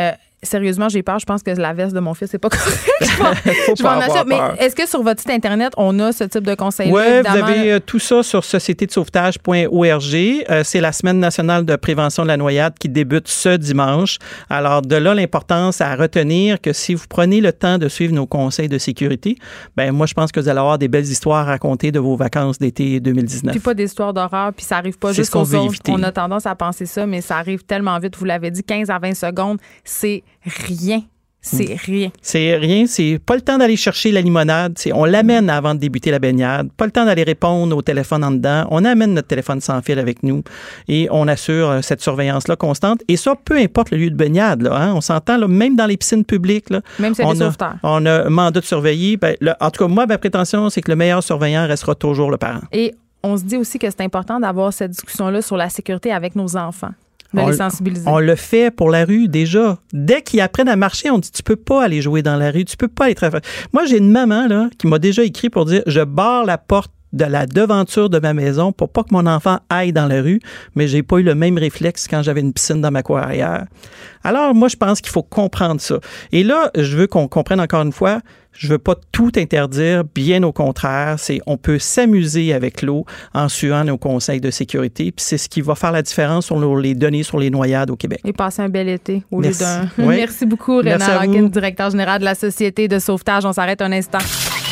[SPEAKER 3] sérieusement, j'ai peur. Je pense que la veste de mon fils, c'est pas correct. Je vais,
[SPEAKER 10] Faut
[SPEAKER 3] je vais
[SPEAKER 10] pas
[SPEAKER 3] en acheter.
[SPEAKER 10] avoir
[SPEAKER 3] Mais
[SPEAKER 10] peur.
[SPEAKER 3] est-ce que sur votre site Internet, on a ce type de conseils-là?
[SPEAKER 10] Oui, vous
[SPEAKER 3] Évidemment,
[SPEAKER 10] avez euh, tout ça sur société de sauvetage point org. Euh, c'est la Semaine nationale de prévention de la noyade qui débute ce dimanche. Alors, de là, l'importance à retenir que si vous prenez le temps de suivre nos conseils de sécurité, ben moi, je pense que vous allez avoir des belles histoires à raconter de vos vacances d'été deux mille dix-neuf.
[SPEAKER 3] Puis pas d'histoire d'horreur, puis ça arrive pas
[SPEAKER 10] C'est
[SPEAKER 3] juste
[SPEAKER 10] ce qu'on
[SPEAKER 3] aux
[SPEAKER 10] veut
[SPEAKER 3] autres.
[SPEAKER 10] éviter.
[SPEAKER 3] On a tendance à penser ça, mais ça arrive tellement vite. Vous l'avez dit, quinze à vingt secondes, c'est rien. C'est rien.
[SPEAKER 10] C'est rien, c'est pas le temps d'aller chercher la limonade, c'est on l'amène avant de débuter la baignade, pas le temps d'aller répondre au téléphone en dedans, on amène notre téléphone sans fil avec nous et on assure cette surveillance-là constante. Et ça, peu importe le lieu de baignade, là, hein, on s'entend, là, même dans les piscines publiques, là,
[SPEAKER 3] même si
[SPEAKER 10] on,
[SPEAKER 3] elle est
[SPEAKER 10] a,
[SPEAKER 3] sauveteur.
[SPEAKER 10] on a un mandat de surveiller. Ben, là, en tout cas, moi, ma prétention, c'est que le meilleur surveillant restera toujours le parent.
[SPEAKER 3] Et on se dit aussi que c'est important d'avoir cette discussion-là sur la sécurité avec nos enfants. De
[SPEAKER 10] on,
[SPEAKER 3] les sensibiliser.
[SPEAKER 10] On le fait pour la rue déjà. Dès qu'ils apprennent à marcher, on dit tu peux pas aller jouer dans la rue, tu peux pas aller travailler. Moi, j'ai une maman là qui m'a déjà écrit pour dire je barre la porte de la devanture de ma maison pour pas que mon enfant aille dans la rue, mais j'ai pas eu le même réflexe quand j'avais une piscine dans ma cour arrière. Alors, moi, je pense qu'il faut comprendre ça. Et là, je veux qu'on comprenne encore une fois, je veux pas tout interdire, bien au contraire, c'est on peut s'amuser avec l'eau en suivant nos conseils de sécurité, puis c'est ce qui va faire la différence sur les données sur les noyades au Québec.
[SPEAKER 3] Et passer un bel été au
[SPEAKER 10] Merci.
[SPEAKER 3] lieu d'un.
[SPEAKER 10] Oui.
[SPEAKER 3] Merci beaucoup,
[SPEAKER 10] Merci
[SPEAKER 3] Réna
[SPEAKER 10] à vous.
[SPEAKER 3] Larkin, directeur général de la Société de sauvetage. On s'arrête un instant.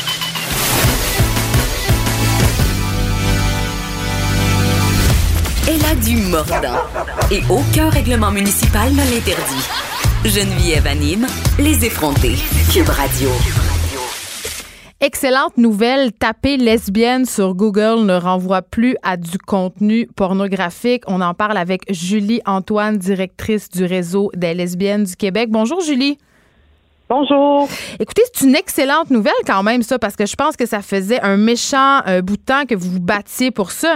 [SPEAKER 1] Elle a du mordant. Et aucun règlement municipal ne l'interdit. Geneviève anime Les effrontés. Cube Radio.
[SPEAKER 3] Excellente nouvelle, taper lesbienne sur Google ne renvoie plus à du contenu pornographique. On en parle avec Julie Antoine, directrice du réseau des lesbiennes du Québec. Bonjour Julie.
[SPEAKER 11] Bonjour.
[SPEAKER 3] Écoutez, c'est une excellente nouvelle quand même ça, parce que je pense que ça faisait un méchant euh, bout de temps que vous vous battiez pour ça.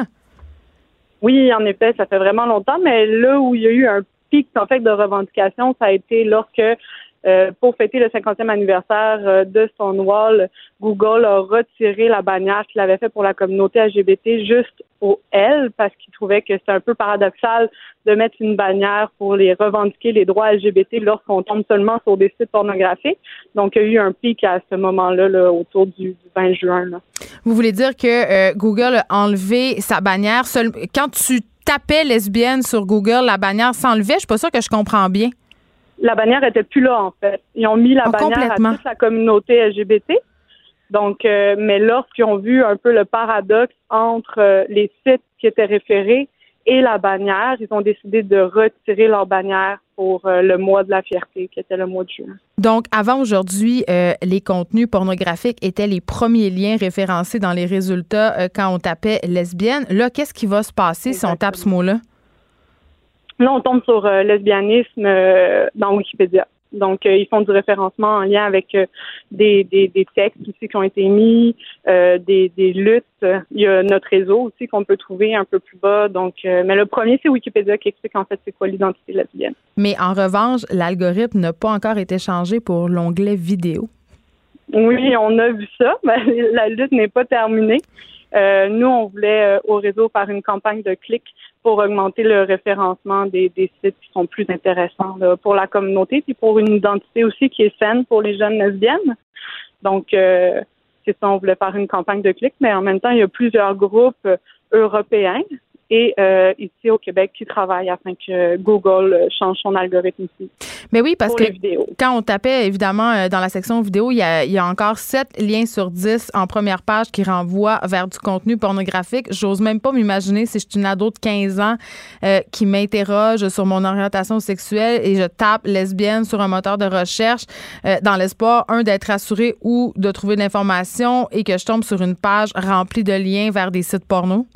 [SPEAKER 11] Oui, en effet, ça fait vraiment longtemps, mais là où il y a eu un pic en fait de revendication, ça a été lorsque Euh, pour fêter le cinquantième anniversaire euh, de Stonewall, Google a retiré la bannière qu'il avait fait pour la communauté L G B T juste au L parce qu'il trouvait que c'était un peu paradoxal de mettre une bannière pour les revendiquer les droits L G B T lorsqu'on tombe seulement sur des sites pornographiques. Donc, il y a eu un pic à ce moment-là, là, autour du, du vingt juin. Là.
[SPEAKER 3] Vous voulez dire que euh, Google a enlevé sa bannière seul... Quand tu tapais lesbienne sur Google, la bannière s'enlevait? Je suis pas sûre que je comprends bien.
[SPEAKER 11] La bannière était plus là, en fait. Ils ont mis la
[SPEAKER 3] oh,
[SPEAKER 11] bannière à toute la communauté L G B T. Donc, euh, mais lorsqu'ils ont vu un peu le paradoxe entre euh, les sites qui étaient référés et la bannière, ils ont décidé de retirer leur bannière pour euh, le mois de la fierté, qui était le mois de juin.
[SPEAKER 3] Donc, avant aujourd'hui, euh, les contenus pornographiques étaient les premiers liens référencés dans les résultats euh, quand on tapait lesbienne. Là, qu'est-ce qui va se passer Exactement. Si on tape ce mot-là?
[SPEAKER 11] Là, on tombe sur euh, lesbianisme euh, dans Wikipédia. Donc, euh, ils font du référencement en lien avec euh, des, des, des textes aussi qui ont été mis, euh, des, des luttes. Il y a notre réseau aussi qu'on peut trouver un peu plus bas. Donc, euh, mais le premier, c'est Wikipédia qui explique en fait c'est quoi l'identité lesbienne.
[SPEAKER 3] Mais en revanche, l'algorithme n'a pas encore été changé pour l'onglet vidéo.
[SPEAKER 11] Oui, on a vu ça. Mais la lutte n'est pas terminée. Euh, nous, on voulait euh, au réseau faire une campagne de clics pour augmenter le référencement des, des sites qui sont plus intéressants là, pour la communauté, puis pour une identité aussi qui est saine pour les jeunes lesbiennes. Donc, euh, c'est ça, on voulait faire une campagne de clics, mais en même temps, il y a plusieurs groupes euh, européens et euh, ici au Québec qui travaillent afin que Google change son algorithme ici.
[SPEAKER 3] Mais oui, parce
[SPEAKER 11] pour
[SPEAKER 3] que
[SPEAKER 11] les vidéos.
[SPEAKER 3] Quand on tapait, évidemment, dans la section vidéo, il y a, il y a encore sept liens sur dix en première page qui renvoient vers du contenu pornographique. J'ose même pas m'imaginer si je suis une ado de quinze ans euh, qui m'interroge sur mon orientation sexuelle et je tape lesbienne sur un moteur de recherche euh, dans l'espoir, un, d'être rassurée ou de trouver de l'information et que je tombe sur une page remplie de liens vers des sites porno.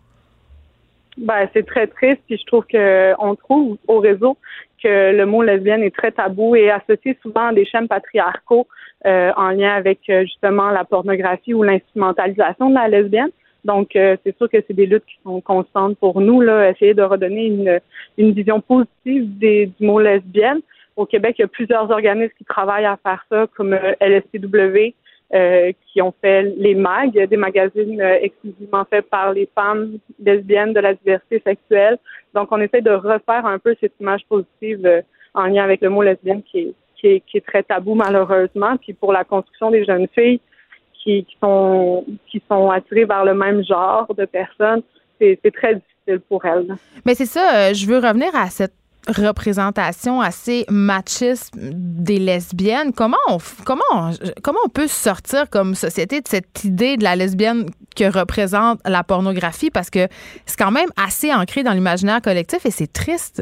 [SPEAKER 11] Ben, c'est très triste, puis je trouve que on trouve au réseau que le mot lesbienne est très tabou et associé souvent à des schèmes patriarcaux euh, en lien avec euh, justement la pornographie ou l'instrumentalisation de la lesbienne. Donc, euh, c'est sûr que c'est des luttes qui sont constantes pour nous, là, essayer de redonner une, une vision positive des, du mot lesbienne. Au Québec, il y a plusieurs organismes qui travaillent à faire ça, comme euh, L S T W, Euh, qui ont fait les mags, des magazines euh, exclusivement faits par les femmes lesbiennes de la diversité sexuelle. Donc, on essaie de refaire un peu cette image positive euh, en lien avec le mot lesbienne qui est, qui est, qui est très tabou malheureusement. Puis pour la construction des jeunes filles qui, qui sont qui sont attirées vers le même genre de personnes, c'est, c'est très difficile pour elles.
[SPEAKER 3] Mais c'est ça, euh, je veux revenir à cette représentation assez machiste des lesbiennes. Comment on, comment on, comment on peut sortir comme société de cette idée de la lesbienne que représente la pornographie? Parce que c'est quand même assez ancré dans l'imaginaire collectif et c'est triste.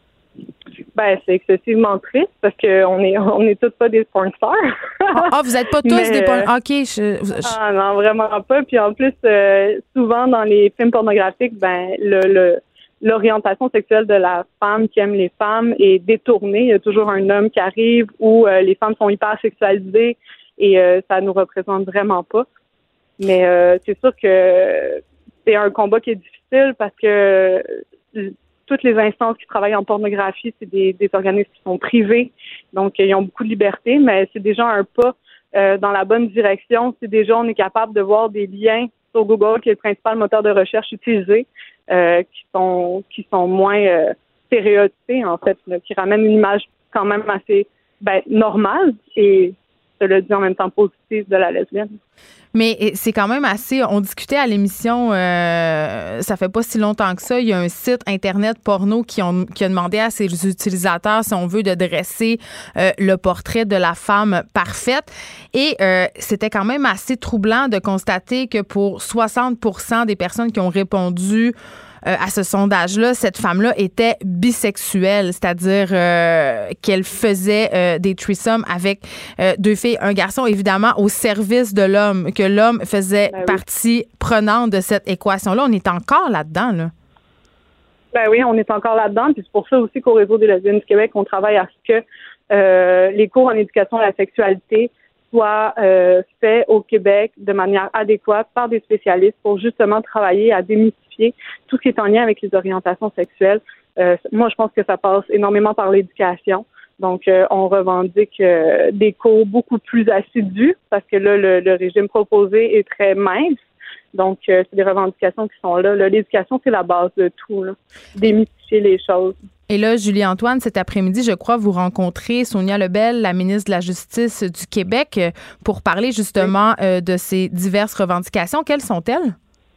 [SPEAKER 11] Ben, c'est excessivement triste parce qu'on est, on est toutes pas des porn stars.
[SPEAKER 3] Ah, vous êtes pas tous Mais, des porn... OK. Je, je...
[SPEAKER 11] Ah non, vraiment pas. Puis en plus, euh, souvent dans les films pornographiques, ben, le... le l'orientation sexuelle de la femme qui aime les femmes est détournée. Il y a toujours un homme qui arrive où euh, les femmes sont hyper sexualisées et euh, ça nous représente vraiment pas. Mais euh, c'est sûr que c'est un combat qui est difficile parce que euh, toutes les instances qui travaillent en pornographie, c'est des, des organismes qui sont privés. Donc, ils ont beaucoup de liberté, mais c'est déjà un pas euh, dans la bonne direction. C'est déjà, on est capable de voir des liens sur Google, qui est le principal moteur de recherche utilisé, Euh, qui sont qui sont moins euh, stéréotypés, en fait, là, qui ramènent une image quand même assez ben, normale et, cela dit, en même temps positive de la lesbienne.
[SPEAKER 3] Mais c'est quand même assez... On discutait à l'émission, euh, ça fait pas si longtemps que ça, il y a un site Internet porno qui, ont, qui a demandé à ses utilisateurs, si on veut, de dresser euh, le portrait de la femme parfaite. Et euh, c'était quand même assez troublant de constater que pour soixante pour cent des personnes qui ont répondu Euh, à ce sondage-là, cette femme-là était bisexuelle, c'est-à-dire euh, qu'elle faisait euh, des threesomes avec euh, deux filles, un garçon, évidemment, au service de l'homme, que l'homme faisait ben oui. partie prenante de cette équation-là. On est encore là-dedans, là.
[SPEAKER 11] Ben oui, on est encore là-dedans. Puis c'est pour ça aussi qu'au Réseau des lesbiennes du Québec, on travaille à ce que euh, les cours en éducation à la sexualité soient euh, faits au Québec de manière adéquate par des spécialistes pour justement travailler à démystifier tout ce qui est en lien avec les orientations sexuelles. Euh, moi, je pense que ça passe énormément par l'éducation. Donc, euh, on revendique euh, des cours beaucoup plus assidus parce que là, le, le régime proposé est très mince. Donc, euh, c'est des revendications qui sont là. là. L'éducation, c'est la base de tout, là. Démystifier les choses.
[SPEAKER 3] Et là, Julie-Antoine, cet après-midi, je crois, vous rencontrez Sonia Lebel, la ministre de la Justice du Québec, pour parler justement oui. euh, de ces diverses revendications. Quelles sont-elles?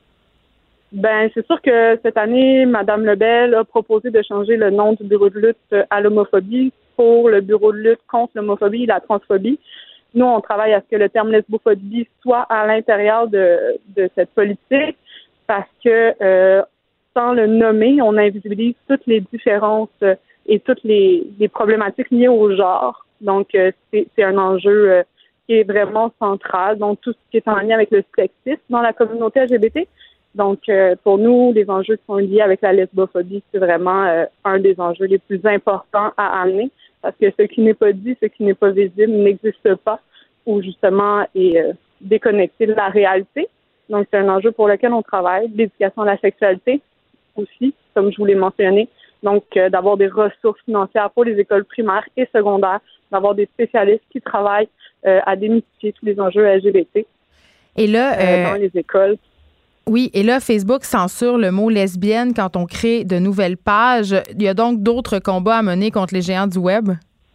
[SPEAKER 11] Ben, c'est sûr que cette année, Mme Lebel a proposé de changer le nom du bureau de lutte à l'homophobie pour le bureau de lutte contre l'homophobie et la transphobie. Nous, on travaille à ce que le terme lesbophobie soit à l'intérieur de, de cette politique parce que euh, sans le nommer, on invisibilise toutes les différences et toutes les, les problématiques liées au genre. Donc, euh, c'est, c'est un enjeu euh, qui est vraiment central. Donc, tout ce qui est en lien avec le sexisme dans la communauté L G B T. Donc, euh, pour nous, les enjeux qui sont liés avec la lesbophobie, c'est vraiment euh, un des enjeux les plus importants à amener parce que ce qui n'est pas dit, ce qui n'est pas visible n'existe pas ou justement est euh, déconnecté de la réalité. Donc, c'est un enjeu pour lequel on travaille. L'éducation à la sexualité aussi, comme je vous l'ai mentionné. Donc, euh, d'avoir des ressources financières pour les écoles primaires et secondaires, d'avoir des spécialistes qui travaillent euh, à démystifier tous les enjeux L G B T
[SPEAKER 3] et là, euh,
[SPEAKER 11] euh, dans les écoles.
[SPEAKER 3] Oui, et là, Facebook censure le mot lesbienne quand on crée de nouvelles pages. Il y a donc d'autres combats à mener contre les géants du web?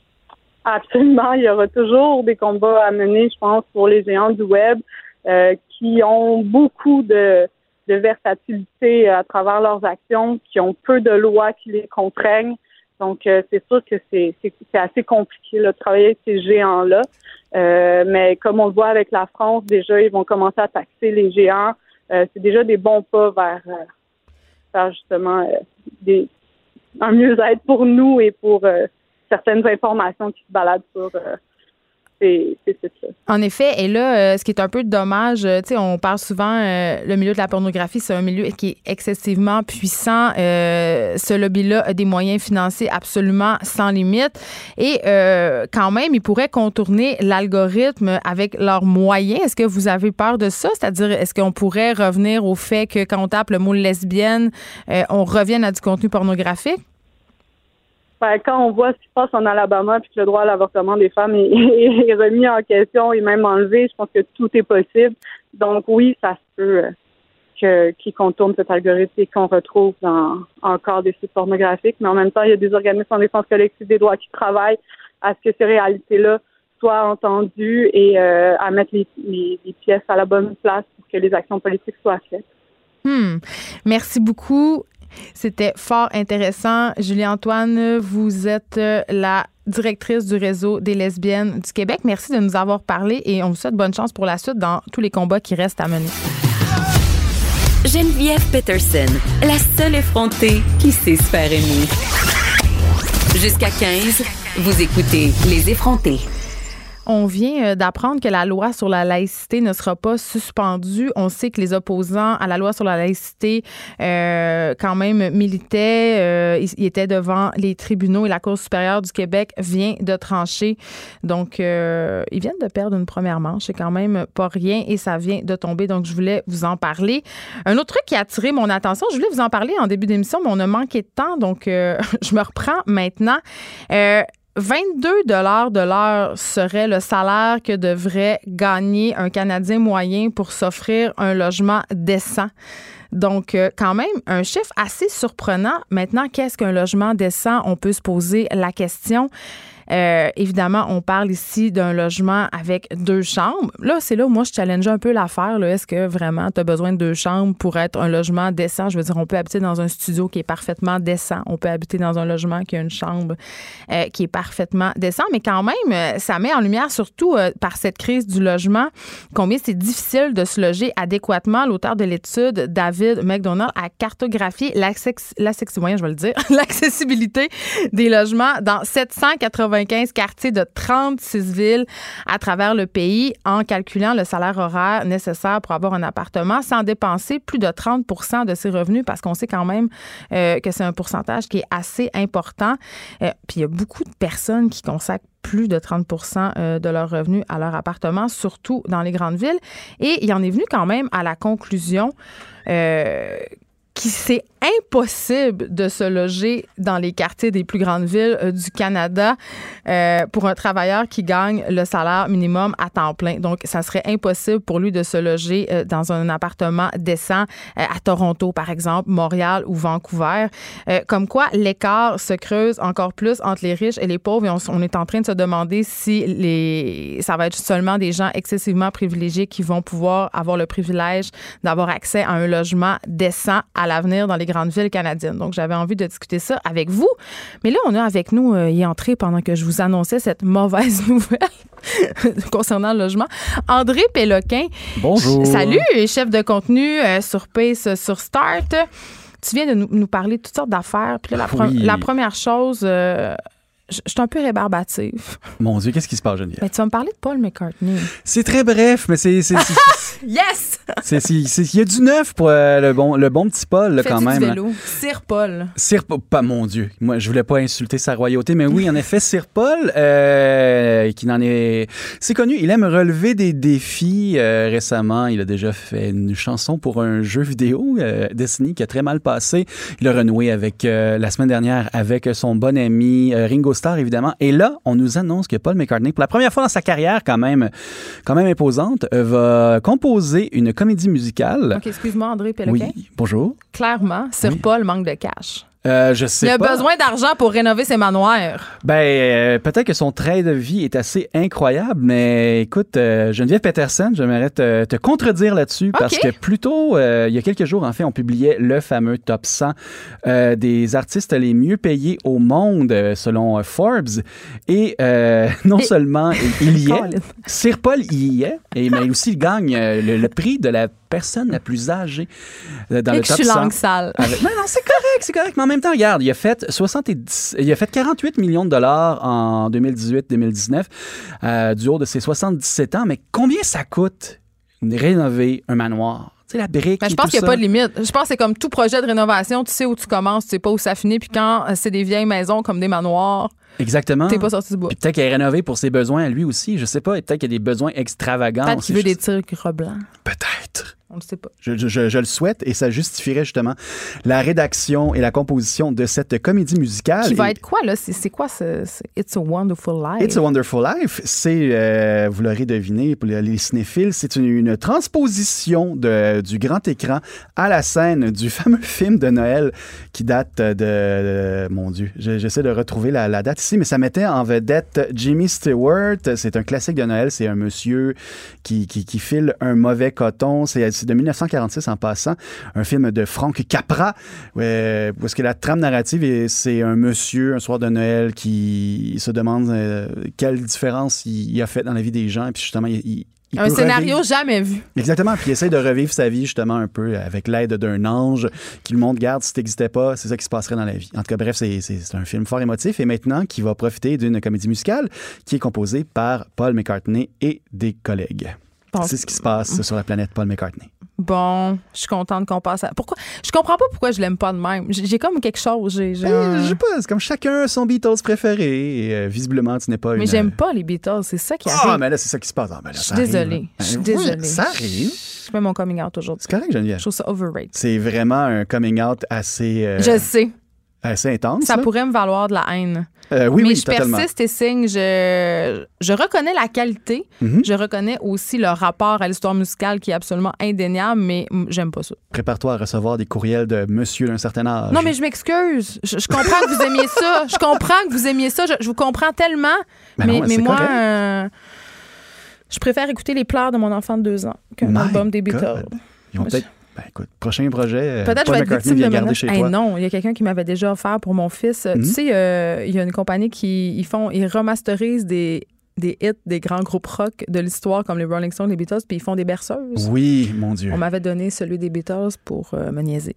[SPEAKER 11] Absolument. Il y aura toujours des combats à mener, je pense, pour les géants du web euh, qui ont beaucoup de de versatilité à travers leurs actions, qui ont peu de lois qui les contraignent. Donc, euh, c'est sûr que c'est, c'est, c'est assez compliqué là, de travailler avec ces géants-là. Euh, mais comme on le voit avec la France, déjà, ils vont commencer à taxer les géants. Euh, c'est déjà des bons pas vers, euh, vers justement euh, des, un mieux-être pour nous et pour euh, certaines informations qui se baladent sur... Euh, C'est, c'est, c'est ça.
[SPEAKER 3] En effet, et là, euh, ce qui est un peu dommage, euh, tu sais, on parle souvent, euh, le milieu de la pornographie, c'est un milieu qui est excessivement puissant. Euh, ce lobby-là a des moyens financiers absolument sans limite. Et euh, quand même, ils pourraient contourner l'algorithme avec leurs moyens. Est-ce que vous avez peur de ça? C'est-à-dire, est-ce qu'on pourrait revenir au fait que quand on tape le mot lesbienne, euh, on revienne à du contenu pornographique?
[SPEAKER 11] Ben, quand on voit ce qui se passe en Alabama puis que le droit à l'avortement des femmes est, est remis en question et même enlevé, je pense que tout est possible. Donc oui, ça se peut euh, que, qu'ils contournent cet algorithme et qu'on retrouve dans encore des sites pornographiques. Mais en même temps, il y a des organismes en défense collective des droits qui travaillent à ce que ces réalités-là soient entendues et euh, à mettre les, les, les pièces à la bonne place pour que les actions politiques soient faites.
[SPEAKER 3] Hmm. Merci beaucoup. C'était fort intéressant. Julie-Antoine, vous êtes la directrice du réseau des lesbiennes du Québec. Merci de nous avoir parlé et on vous souhaite bonne chance pour la suite dans tous les combats qui restent à mener.
[SPEAKER 1] Geneviève Peterson, la seule effrontée qui sait se faire aimer. Jusqu'à quinze, vous écoutez Les effrontés.
[SPEAKER 3] On vient d'apprendre que la loi sur la laïcité ne sera pas suspendue. On sait que les opposants à la loi sur la laïcité, euh, quand même, militaient. Euh, ils, ils étaient devant les tribunaux et la Cour supérieure du Québec vient de trancher. Donc, euh, ils viennent de perdre une première manche. C'est quand même pas rien et ça vient de tomber. Donc, je voulais vous en parler. Un autre truc qui a attiré mon attention, je voulais vous en parler en début d'émission, mais on a manqué de temps. Donc, euh, je me reprends maintenant. Euh, vingt-deux dollars de l'heure serait le salaire que devrait gagner un Canadien moyen pour s'offrir un logement décent. Donc, euh, quand même, un chiffre assez surprenant. Maintenant, qu'est-ce qu'un logement décent? On peut se poser la question. Euh, évidemment, on parle ici d'un logement avec deux chambres. Là, c'est là où moi, je challenge un peu l'affaire. Là. Est-ce que vraiment tu as besoin de deux chambres pour être un logement décent? Je veux dire, on peut habiter dans un studio qui est parfaitement décent. On peut habiter dans un logement qui a une chambre euh, qui est parfaitement décent. Mais quand même, ça met en lumière, surtout euh, par cette crise du logement, combien c'est difficile de se loger adéquatement. L'auteur de l'étude, David McDonald, a cartographié l'access- l'access- moyen, je vais le dire, l'accessibilité des logements dans sept cent quatre-vingt-quinze quartiers de trente-six villes à travers le pays en calculant le salaire horaire nécessaire pour avoir un appartement sans dépenser plus de trente pour cent de ses revenus parce qu'on sait quand même euh, que c'est un pourcentage qui est assez important. Euh, puis il y a beaucoup de personnes qui consacrent plus de trente pour cent de leurs revenus à leur appartement, surtout dans les grandes villes. Et il en est venu quand même à la conclusion euh, qu'il c'est impossible de se loger dans les quartiers des plus grandes villes euh, du Canada euh, pour un travailleur qui gagne le salaire minimum à temps plein. Donc, ça serait impossible pour lui de se loger euh, dans un appartement décent euh, à Toronto, par exemple, Montréal ou Vancouver. Euh, comme quoi, l'écart se creuse encore plus entre les riches et les pauvres et on, on est en train de se demander si les, ça va être seulement des gens excessivement privilégiés qui vont pouvoir avoir le privilège d'avoir accès à un logement décent à l'avenir dans les grandes villes canadiennes. Donc, j'avais envie de discuter ça avec vous. Mais là, on a avec nous, euh, y est entré pendant que je vous annonçais cette mauvaise nouvelle concernant le logement, André Péloquin.
[SPEAKER 12] Bonjour.
[SPEAKER 3] Salut, chef de contenu euh, sur Pace, sur Start. Tu viens de nous, nous parler de toutes sortes d'affaires. Puis là, la,
[SPEAKER 12] oui.
[SPEAKER 3] pre- la première chose... Euh, Je suis un peu rébarbative.
[SPEAKER 12] Mon Dieu, qu'est-ce qui se passe, Geneviève?
[SPEAKER 3] Mais tu vas me parler de Paul McCartney.
[SPEAKER 12] C'est très bref, mais c'est... c'est, c'est, c'est
[SPEAKER 3] yes!
[SPEAKER 12] C'est, c'est, c'est, il y a du neuf pour euh, le, bon, le bon petit Paul, là, quand même.
[SPEAKER 3] Du vélo. Sir Paul.
[SPEAKER 12] Sir Paul, pas mon Dieu. Moi, je voulais pas insulter sa royauté, mais oui, en effet, Sir Paul, euh, qui n'en est... C'est connu, il aime relever des défis. Euh, récemment, il a déjà fait une chanson pour un jeu vidéo, euh, Destiny, qui a très mal passé. Il a renoué avec, euh, la semaine dernière avec son bon ami euh, Ringo Starr, évidemment. Et là, on nous annonce que Paul McCartney, pour la première fois dans sa carrière quand même, quand même imposante, euh, va composer une comédie musicale.
[SPEAKER 3] OK, excuse-moi, André Péloquin.
[SPEAKER 12] Oui, bonjour.
[SPEAKER 3] Clairement, Sir
[SPEAKER 12] Oui.
[SPEAKER 3] Paul manque de cash.
[SPEAKER 12] Euh, je sais
[SPEAKER 3] Il a
[SPEAKER 12] pas.
[SPEAKER 3] besoin d'argent pour rénover ses manoirs.
[SPEAKER 12] Ben, euh, peut-être que son trait de vie est assez incroyable, mais écoute, euh, Geneviève Peterson, j'aimerais te, te contredire là-dessus
[SPEAKER 3] Okay.
[SPEAKER 12] parce que plus tôt, euh, il y a quelques jours, en fait, on publiait le fameux top cent euh, des artistes les mieux payés au monde euh, selon euh, Forbes. Et euh, non
[SPEAKER 3] Et...
[SPEAKER 12] seulement il y est, Sir Paul y est, et, mais aussi il gagne euh, le, le prix de la personne la plus âgée euh, dans
[SPEAKER 3] Et
[SPEAKER 12] le
[SPEAKER 3] que
[SPEAKER 12] top
[SPEAKER 3] je suis
[SPEAKER 12] cent.
[SPEAKER 3] langue sale.
[SPEAKER 12] Avec... Non, non, c'est correct, c'est correct. Mais en même temps, regarde, il a fait soixante-dix, il a fait quarante-huit millions de dollars en deux mille dix-huit deux mille dix-neuf euh, du haut de ses soixante-dix-sept ans. Mais combien ça coûte de rénover un manoir? Tu sais, la brique.
[SPEAKER 3] Ben, je
[SPEAKER 12] et
[SPEAKER 3] pense
[SPEAKER 12] tout
[SPEAKER 3] qu'il n'y a
[SPEAKER 12] ça.
[SPEAKER 3] pas de limite. Je pense que c'est comme tout projet de rénovation, tu sais où tu commences, tu sais pas où ça finit. Puis quand c'est des vieilles maisons comme des manoirs,
[SPEAKER 12] Exactement.
[SPEAKER 3] t'es pas sorti du bois.
[SPEAKER 12] Puis peut-être qu'il est rénové pour ses besoins à lui aussi. Je sais pas. Peut-être qu'il y a des besoins extravagants.
[SPEAKER 3] Peut-être qu'il veut
[SPEAKER 12] Je-
[SPEAKER 3] des tigres blancs.
[SPEAKER 12] Peut-être.
[SPEAKER 3] On ne sait pas.
[SPEAKER 12] Je, je, je le souhaite et ça justifierait justement la rédaction et la composition de cette comédie musicale.
[SPEAKER 3] Qui va
[SPEAKER 12] et...
[SPEAKER 3] être quoi, là? C'est, c'est quoi ce, ce It's a Wonderful Life?
[SPEAKER 12] It's a Wonderful Life, c'est, euh, vous l'aurez deviné, pour les cinéphiles, c'est une, une transposition de, du grand écran à la scène du fameux film de Noël qui date de... de mon Dieu, j'essaie de retrouver la, la date ici, mais ça mettait en vedette Jimmy Stewart. C'est un classique de Noël. C'est un monsieur qui, qui, qui file un mauvais coton. C'est C'est de dix-neuf cent quarante-six en passant, un film de Frank Capra, euh, parce que la trame narrative, c'est un monsieur, un soir de Noël, qui se demande euh, quelle différence il, il a fait dans la vie des gens, et puis justement, il, il Il
[SPEAKER 3] un scénario revivre. Jamais vu.
[SPEAKER 12] Exactement. Puis il essaie de revivre sa vie, justement, un peu avec l'aide d'un ange qui lui montre, regarde, si t'existais pas, c'est ça qui se passerait dans la vie. En tout cas, bref, c'est, c'est, c'est un film fort émotif et maintenant qui va profiter d'une comédie musicale qui est composée par Paul McCartney et des collègues. Bon. C'est ce qui se passe sur la planète Paul McCartney.
[SPEAKER 3] Bon, je suis contente qu'on passe à... Pourquoi? Je comprends pas pourquoi je l'aime pas de même. J'ai, j'ai comme quelque chose. J'ai, j'ai un...
[SPEAKER 12] Je sais pas, c'est comme chacun son Beatles préféré. Et euh, visiblement, tu n'es pas
[SPEAKER 3] mais une... Mais j'aime pas les Beatles, c'est ça qui arrive.
[SPEAKER 12] Ah, mais là, c'est ça qui se passe. Ah, ben là,
[SPEAKER 3] je suis désolée. Je suis désolée.
[SPEAKER 12] Oui, ça arrive.
[SPEAKER 3] Je fais mon coming out aujourd'hui.
[SPEAKER 12] C'est correct, Geneviève.
[SPEAKER 3] Je trouve ça overrated.
[SPEAKER 12] C'est vraiment un coming out assez... Euh...
[SPEAKER 3] Je sais.
[SPEAKER 12] Assez intense.
[SPEAKER 3] Ça
[SPEAKER 12] là.
[SPEAKER 3] pourrait me valoir de la haine.
[SPEAKER 12] Euh, oui,
[SPEAKER 3] mais
[SPEAKER 12] oui,
[SPEAKER 3] je
[SPEAKER 12] totalement.
[SPEAKER 3] persiste et signe. Je, je reconnais la qualité. Mm-hmm. Je reconnais aussi le rapport à l'histoire musicale qui est absolument indéniable, mais j'aime pas ça.
[SPEAKER 12] Prépare-toi à recevoir des courriels de monsieur d'un certain âge.
[SPEAKER 3] Non, mais je m'excuse. Je, je comprends que vous aimiez ça. Je comprends que vous aimiez ça. Je, je vous comprends tellement.
[SPEAKER 12] Ben
[SPEAKER 3] mais,
[SPEAKER 12] non,
[SPEAKER 3] mais moi, euh, je préfère écouter les pleurs de mon enfant de deux ans qu'un
[SPEAKER 12] My
[SPEAKER 3] album des Beatles.
[SPEAKER 12] God. Ils vont moi, peut-être... Ben, écoute, prochain projet,
[SPEAKER 3] peut-être
[SPEAKER 12] Paul
[SPEAKER 3] je vais être
[SPEAKER 12] McCartney vient garder chez
[SPEAKER 3] hey,
[SPEAKER 12] toi.
[SPEAKER 3] Non, il y a quelqu'un qui m'avait déjà offert pour mon fils. Mm-hmm. Tu sais, euh, il y a une compagnie qui ils font, ils remasterisent des, des hits des grands groupes rock de l'histoire comme les Rolling Stones, les Beatles, puis ils font des berceuses.
[SPEAKER 12] Oui, mon Dieu.
[SPEAKER 3] On m'avait donné celui des Beatles pour euh, me niaiser.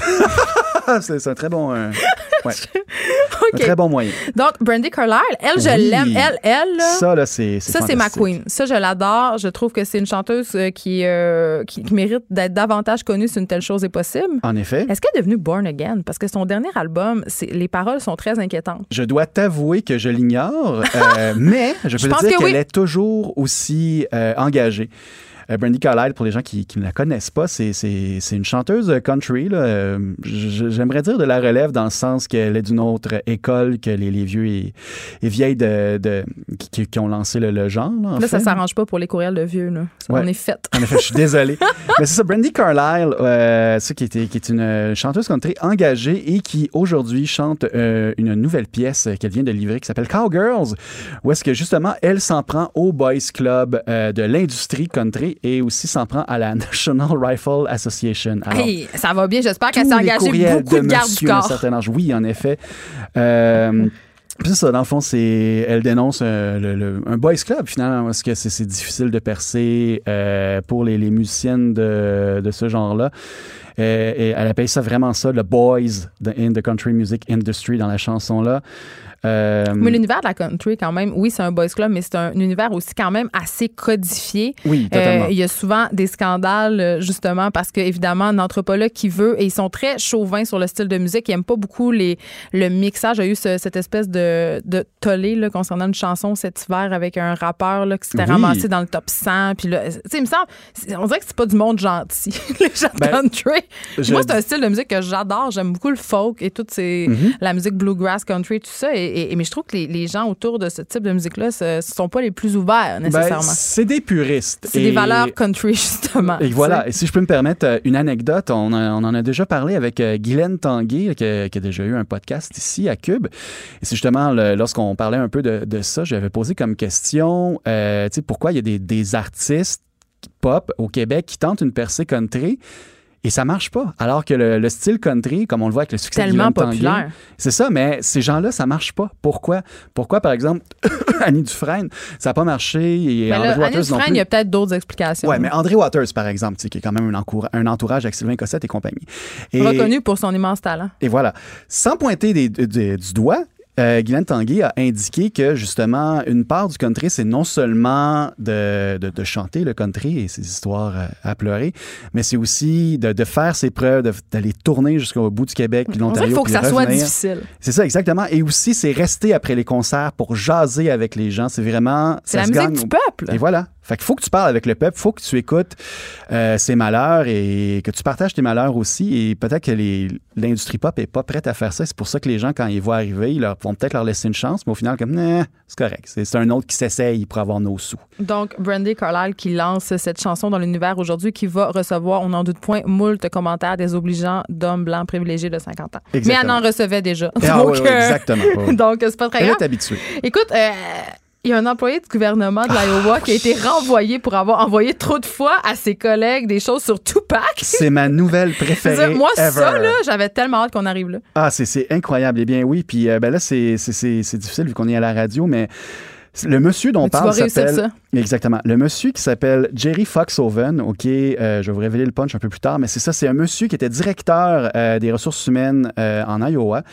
[SPEAKER 12] c'est, c'est un très bon... Euh... Ouais.
[SPEAKER 3] Okay.
[SPEAKER 12] Un très bon moyen.
[SPEAKER 3] Donc, Brandi Carlile, elle, je
[SPEAKER 12] oui.
[SPEAKER 3] l'aime. Elle, elle, là,
[SPEAKER 12] ça, là, c'est, c'est
[SPEAKER 3] ça, c'est ma queen. Ça, je l'adore. Je trouve que c'est une chanteuse euh, qui, euh, qui, qui mérite d'être davantage connue si une telle chose est possible.
[SPEAKER 12] En effet.
[SPEAKER 3] Est-ce qu'elle est devenue Born Again? Parce que son dernier album, c'est, les paroles sont très inquiétantes.
[SPEAKER 12] Je dois t'avouer que je l'ignore, euh, mais je peux je te dire qu'elle oui. est toujours aussi euh, engagée. Euh, Brandi Carlile, pour les gens qui, qui ne la connaissent pas, c'est, c'est, c'est une chanteuse country. Là. Euh, j'aimerais dire de la relève dans le sens qu'elle est d'une autre école que les, les vieux et, et vieilles de, de, qui, qui ont lancé le, le genre. Là, en
[SPEAKER 3] là
[SPEAKER 12] fait.
[SPEAKER 3] Ça ne s'arrange pas pour les courriels de vieux. Là. Ouais. On est fait.
[SPEAKER 12] En effet, je suis désolé. Mais c'est ça, Brandi Carlile, euh, ça, qui, était, qui est une chanteuse country engagée et qui aujourd'hui chante euh, une nouvelle pièce qu'elle vient de livrer qui s'appelle Cowgirls, où est-ce que justement elle s'en prend au Boys Club euh, de l'industrie country et aussi s'en prend à la National Rifle Association. Alors,
[SPEAKER 3] hey, ça va bien, j'espère qu'elle s'est engagée beaucoup de, de gardes du corps.
[SPEAKER 12] Certain âge. Oui, en effet. Euh, Puis ça, dans le fond, c'est, elle dénonce euh, le, le, un boys club, finalement, parce que c'est, c'est difficile de percer euh, pour les, les musiciennes de, de ce genre-là. Euh, et elle appelle ça vraiment ça, le boys in the country music industry dans la chanson-là. Euh,
[SPEAKER 3] mais l'univers de la country, quand même, oui, c'est un boys club, mais c'est un univers aussi quand même assez codifié.
[SPEAKER 12] Oui, totalement.
[SPEAKER 3] Euh, il y a souvent des scandales, justement, parce qu'évidemment, un anthropologue qui veut, et ils sont très chauvins sur le style de musique, ils n'aiment pas beaucoup les, le mixage. Il y a eu ce, cette espèce de, de tollé là, concernant une chanson cet hiver avec un rappeur là, qui s'était oui. ramassé dans le top cent. Puis là, tu sais, il me semble, on dirait que c'est pas du monde gentil, les gens de ben, country. Je... Moi, c'est un style de musique que j'adore. J'aime beaucoup le folk et toute ces, mm-hmm. la musique bluegrass, country, tout ça. Et, Et, et, mais je trouve que les, les gens autour de ce type de musique-là ne sont pas les plus ouverts, nécessairement.
[SPEAKER 12] Ben, c'est des puristes.
[SPEAKER 3] C'est et, des valeurs country, justement.
[SPEAKER 12] Et voilà. Et si je peux me permettre une anecdote, on, a, on en a déjà parlé avec Guylaine Tanguay, qui a, qui a déjà eu un podcast ici à Cube. Et c'est justement, le, lorsqu'on parlait un peu de, de ça, j'avais posé comme question, euh, tu sais, pourquoi il y a des, des artistes pop au Québec qui tentent une percée country et ça marche pas. Alors que le, le style country, comme on le voit avec le succès
[SPEAKER 3] tellement
[SPEAKER 12] de Guylaine
[SPEAKER 3] populaire.
[SPEAKER 12] Tanguay, c'est ça, mais ces gens-là, ça marche pas. Pourquoi? Pourquoi, par exemple, Annie Dufresne, ça n'a pas marché et
[SPEAKER 3] mais
[SPEAKER 12] André
[SPEAKER 3] là,
[SPEAKER 12] Waters
[SPEAKER 3] Annie Dufresne, il y a peut-être d'autres explications.
[SPEAKER 12] Oui, mais André Waters, par exemple, qui est quand même un, encoura- un entourage avec Sylvain Cossette et compagnie. Et,
[SPEAKER 3] reconnu pour son immense talent.
[SPEAKER 12] Et voilà. Sans pointer des, des, du doigt, Euh, Guylaine Tanguay a indiqué que, justement, une part du country, c'est non seulement de, de, de chanter le country et ses histoires à pleurer, mais c'est aussi de, de faire ses preuves, de, d'aller tourner jusqu'au bout du Québec, puis l'Ontario.
[SPEAKER 3] Il faut que ça
[SPEAKER 12] revenir.
[SPEAKER 3] soit difficile.
[SPEAKER 12] C'est ça, exactement. Et aussi, c'est rester après les concerts pour jaser avec les gens. C'est vraiment...
[SPEAKER 3] C'est
[SPEAKER 12] ça
[SPEAKER 3] la
[SPEAKER 12] se
[SPEAKER 3] musique
[SPEAKER 12] gagne
[SPEAKER 3] du
[SPEAKER 12] au...
[SPEAKER 3] peuple.
[SPEAKER 12] Et voilà. Fait qu'il faut que tu parles avec le peuple, il faut que tu écoutes euh, ses malheurs et que tu partages tes malheurs aussi. Et peut-être que les, l'industrie pop n'est pas prête à faire ça. C'est pour ça que les gens, quand ils voient arriver, ils leur, vont peut-être leur laisser une chance, mais au final, comme, nah, c'est correct. C'est, c'est un autre qui s'essaye pour avoir nos sous.
[SPEAKER 3] Donc, Brandi Carlile qui lance cette chanson dans l'univers aujourd'hui, qui va recevoir, on n'en doute point, moult commentaires désobligeants d'hommes blancs privilégiés de cinquante ans. Exactement. Mais elle en recevait déjà.
[SPEAKER 12] Ah,
[SPEAKER 3] donc,
[SPEAKER 12] oui, oui, exactement.
[SPEAKER 3] Euh, donc, c'est pas très grave.
[SPEAKER 12] Elle est habituée.
[SPEAKER 3] Écoute, euh, il y a un employé du gouvernement de l'Iowa qui a été renvoyé pour avoir envoyé trop de fois à ses collègues des choses sur Tupac.
[SPEAKER 12] C'est ma nouvelle préférée.
[SPEAKER 3] Dire, moi,
[SPEAKER 12] ever.
[SPEAKER 3] ça, là, j'avais tellement hâte qu'on arrive là.
[SPEAKER 12] Ah, c'est, c'est incroyable. Eh bien, oui. Puis euh, ben là, c'est, c'est, c'est, c'est difficile vu qu'on est à la radio, mais le monsieur dont on parle s'appelle...
[SPEAKER 3] Ça.
[SPEAKER 12] Exactement. Le monsieur qui s'appelle Jerry Foxhoven, OK, euh, je vais vous révéler le punch un peu plus tard, mais c'est ça, c'est un monsieur qui était directeur euh, des ressources humaines euh, en Iowa.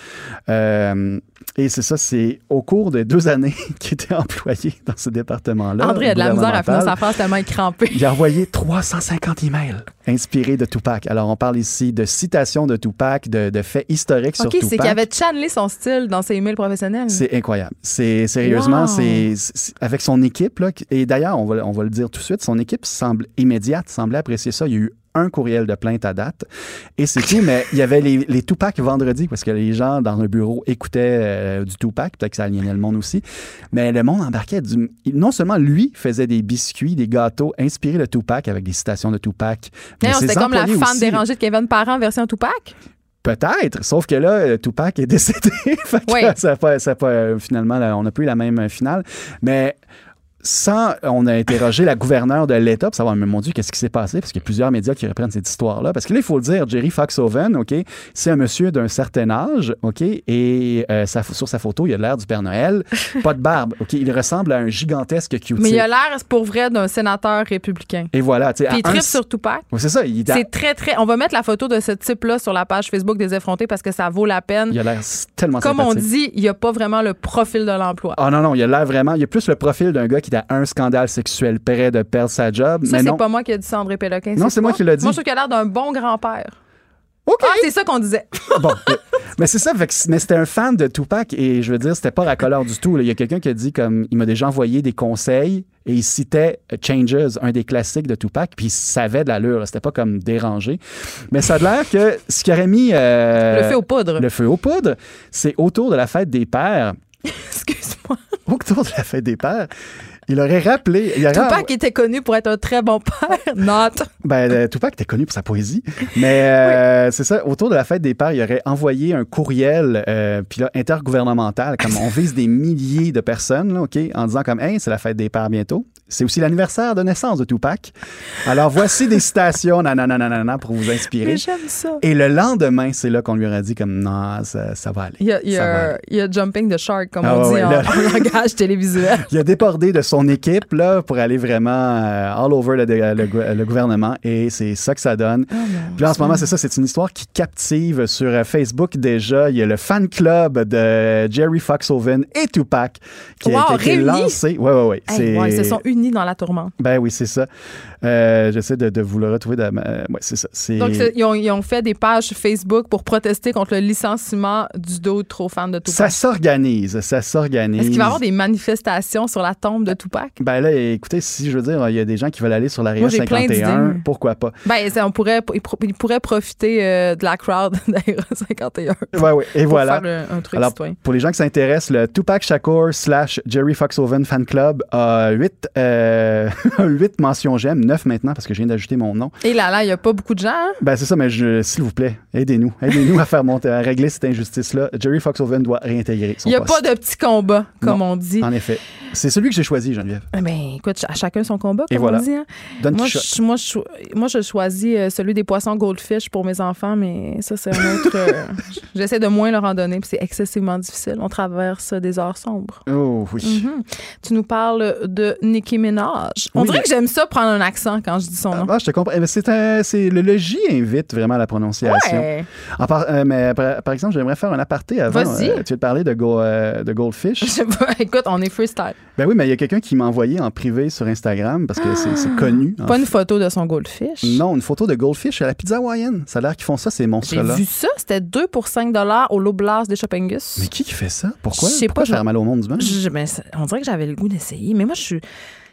[SPEAKER 12] Euh, et c'est ça, c'est au cours de deux années qu'il était employé dans ce département-là.
[SPEAKER 3] André a de la misère à finir sa phrase tellement écrampée.
[SPEAKER 12] Il a envoyé trois cent cinquante emails inspirés de Tupac. Alors, on parle ici de citations de Tupac, de, de faits historiques
[SPEAKER 3] okay,
[SPEAKER 12] sur Tupac.
[SPEAKER 3] OK, c'est qu'il avait channelé son style dans ses emails professionnels.
[SPEAKER 12] C'est incroyable. C'est, sérieusement, wow. c'est, c'est avec son équipe, là, et d'ailleurs, on va, on va le dire tout de suite, son équipe semble immédiate, semblait apprécier ça. Il y a eu un courriel de plainte à date et c'est tout, mais il y avait les, les Tupac vendredi parce que les gens dans un bureau écoutaient euh, du Tupac, peut-être que ça aliénait le monde aussi, mais le monde embarquait du... Non seulement lui faisait des biscuits, des gâteaux inspirés de Tupac avec des citations de Tupac, mais
[SPEAKER 3] non,
[SPEAKER 12] ses
[SPEAKER 3] c'était comme la fan
[SPEAKER 12] aussi,
[SPEAKER 3] dérangée de Kevin Parent version Tupac?
[SPEAKER 12] Peut-être, sauf que là, Tupac est décédé. Fait que oui. ça pas, ça pas, finalement, là, on n'a plus la même finale, mais sans, on a interrogé la gouverneure de l'État pour savoir, mais mon Dieu, qu'est-ce qui s'est passé? Parce qu'il y a plusieurs médias qui reprennent cette histoire-là. Parce que là, il faut le dire, Jerry Foxhoven, OK, c'est un monsieur d'un certain âge, OK, et euh, ça, sur sa photo, il a l'air du Père Noël, pas de barbe, OK, il ressemble à un gigantesque Q-tip.
[SPEAKER 3] Mais il a l'air, pour vrai, d'un sénateur républicain.
[SPEAKER 12] Et voilà, tu sais.
[SPEAKER 3] Puis il tripe sur Tupac.
[SPEAKER 12] Oui, c'est ça. Il a...
[SPEAKER 3] C'est très, très... On va mettre la photo de ce type-là sur la page Facebook des effrontés parce que ça vaut la peine.
[SPEAKER 12] Il a l'air tellement
[SPEAKER 3] Comme
[SPEAKER 12] sympathique.
[SPEAKER 3] on dit, il n'y a pas vraiment le profil de l'emploi.
[SPEAKER 12] Ah non, non, il a l'air vraiment... Il y a plus le profil d'un gars qui a un scandale sexuel près de perdre sa job.
[SPEAKER 3] Ça,
[SPEAKER 12] mais
[SPEAKER 3] c'est
[SPEAKER 12] non.
[SPEAKER 3] pas moi qui ai dit ça, André Péloquin.
[SPEAKER 12] Non, c'est, c'est moi qui l'ai dit.
[SPEAKER 3] Moi, je trouve qu'il a l'air d'un bon grand-père.
[SPEAKER 12] OK.
[SPEAKER 3] Ah, c'est ça qu'on disait.
[SPEAKER 12] Bon, mais c'est ça. Mais c'était un fan de Tupac et je veux dire, c'était pas racoleur du tout. Il y a quelqu'un qui a dit comme il m'a déjà envoyé des conseils et il citait Changes, un des classiques de Tupac, puis il savait de l'allure. C'était pas comme dérangé. Mais ça a l'air que ce qui aurait mis euh,
[SPEAKER 3] le feu aux poudres.
[SPEAKER 12] Le feu aux poudres, c'est autour de la fête des pères.
[SPEAKER 3] Excuse-moi.
[SPEAKER 12] Autour de la fête des pères. Il aurait rappelé... Il aurait...
[SPEAKER 3] Tupac était connu pour être un très bon père. Not.
[SPEAKER 12] Ben, euh, Tupac était connu pour sa poésie. Mais euh, oui. c'est ça, autour de la fête des pères, il aurait envoyé un courriel euh, puis là, intergouvernemental, comme on vise des milliers de personnes, là, OK, en disant comme, hey, c'est la fête des pères bientôt. C'est aussi l'anniversaire de naissance de Tupac. Alors, voici des citations nanana, pour vous inspirer.
[SPEAKER 3] Mais j'aime ça.
[SPEAKER 12] Et le lendemain, c'est là qu'on lui aurait dit comme, non, ça, ça va aller.
[SPEAKER 3] Il y a, il y a,
[SPEAKER 12] aller.
[SPEAKER 3] Il y a jumping the shark, comme
[SPEAKER 12] ah,
[SPEAKER 3] on
[SPEAKER 12] ouais,
[SPEAKER 3] dit
[SPEAKER 12] là,
[SPEAKER 3] en, en langage télévisuel.
[SPEAKER 12] Il a débordé de son équipe là, pour aller vraiment euh, all over le, le, le gouvernement et c'est ça que ça donne. Oh, Puis là, en ce moment, c'est ça, c'est une histoire qui captive sur Facebook déjà. Il y a le fan club de Jerry Foxhoven et Tupac qui,
[SPEAKER 3] wow,
[SPEAKER 12] a, qui a été
[SPEAKER 3] réunis?
[SPEAKER 12] lancé. Oui, oui, oui.
[SPEAKER 3] Hey, ouais, ils se sont unis dans la tourmente.
[SPEAKER 12] Ben oui, c'est ça. Euh, j'essaie de, de vous le retrouver. De, euh, ouais, c'est ça. C'est...
[SPEAKER 3] Donc, c'est, ils, ont, ils ont fait des pages Facebook pour protester contre le licenciement du dos trop fan de Tupac.
[SPEAKER 12] Ça s'organise, ça s'organise.
[SPEAKER 3] Est-ce qu'il va y avoir des manifestations sur la tombe de Tupac?
[SPEAKER 12] Ben là, écoutez, si je veux dire, il y a des gens qui veulent aller sur l'Area cinquante et un, pourquoi pas?
[SPEAKER 3] Ben, ça, on pourrait, ils pourraient profiter euh, de la crowd d'Area cinquante et un.
[SPEAKER 12] Oui, oui, et
[SPEAKER 3] pour
[SPEAKER 12] voilà.
[SPEAKER 3] Faire un, un truc
[SPEAKER 12] Alors,
[SPEAKER 3] citoyen.
[SPEAKER 12] Pour les gens qui s'intéressent, le Tupac Shakur slash Jerry Foxhoven Fan Club a huit, euh, huit mentions j'aime, neuf maintenant parce que je viens d'ajouter mon nom.
[SPEAKER 3] Et là, là, il n'y a pas beaucoup de gens. Hein?
[SPEAKER 12] Ben, c'est ça, mais je, s'il vous plaît, aidez-nous. Aidez-nous à faire monter, à régler cette injustice-là. Jerry Foxhoven doit réintégrer son
[SPEAKER 3] Il n'y a
[SPEAKER 12] poste.
[SPEAKER 3] pas de petit combat, comme
[SPEAKER 12] non,
[SPEAKER 3] on dit.
[SPEAKER 12] En effet. C'est celui que j'ai choisi, Geneviève.
[SPEAKER 3] Ben, écoute, à chacun son combat, comme
[SPEAKER 12] Et voilà.
[SPEAKER 3] on dit. Hein?
[SPEAKER 12] Donne
[SPEAKER 3] moi, je, moi, je, moi, je choisis celui des poissons goldfish pour mes enfants, mais ça, c'est un autre... euh, j'essaie de moins leur en donner, puis c'est excessivement difficile. On traverse des heures sombres.
[SPEAKER 12] Oh, oui.
[SPEAKER 3] Mm-hmm. Tu nous parles de Nicki Minaj. On
[SPEAKER 12] oui,
[SPEAKER 3] dirait
[SPEAKER 12] mais...
[SPEAKER 3] que j'aime ça prendre un accent quand je dis son nom.
[SPEAKER 12] Ah, je te comprends. C'est un, c'est, le, le J invite vraiment à la prononciation.
[SPEAKER 3] Ouais.
[SPEAKER 12] En par, euh, mais par, par exemple, j'aimerais faire un aparté avant.
[SPEAKER 3] Vas-y.
[SPEAKER 12] Euh, tu veux te parler de, go, euh, de Goldfish?
[SPEAKER 3] Je sais pas. Écoute, on est freestyle.
[SPEAKER 12] Ben oui, mais il y a quelqu'un qui m'a envoyé en privé sur Instagram parce que ah, c'est, c'est connu.
[SPEAKER 3] Pas une photo de son Goldfish?
[SPEAKER 12] Non, une photo de Goldfish à la pizza hawaïenne. Ça a l'air qu'ils font ça, ces monstres-là.
[SPEAKER 3] J'ai vu ça. C'était deux pour cinq dollars au Loblaws des Shoppingus.
[SPEAKER 12] Mais qui qui fait ça? Pourquoi?
[SPEAKER 3] Je sais
[SPEAKER 12] Pourquoi
[SPEAKER 3] pas.
[SPEAKER 12] faire je... mal au monde du monde?
[SPEAKER 3] Je, ben, on dirait que j'avais le goût d'essayer. Mais moi, je suis...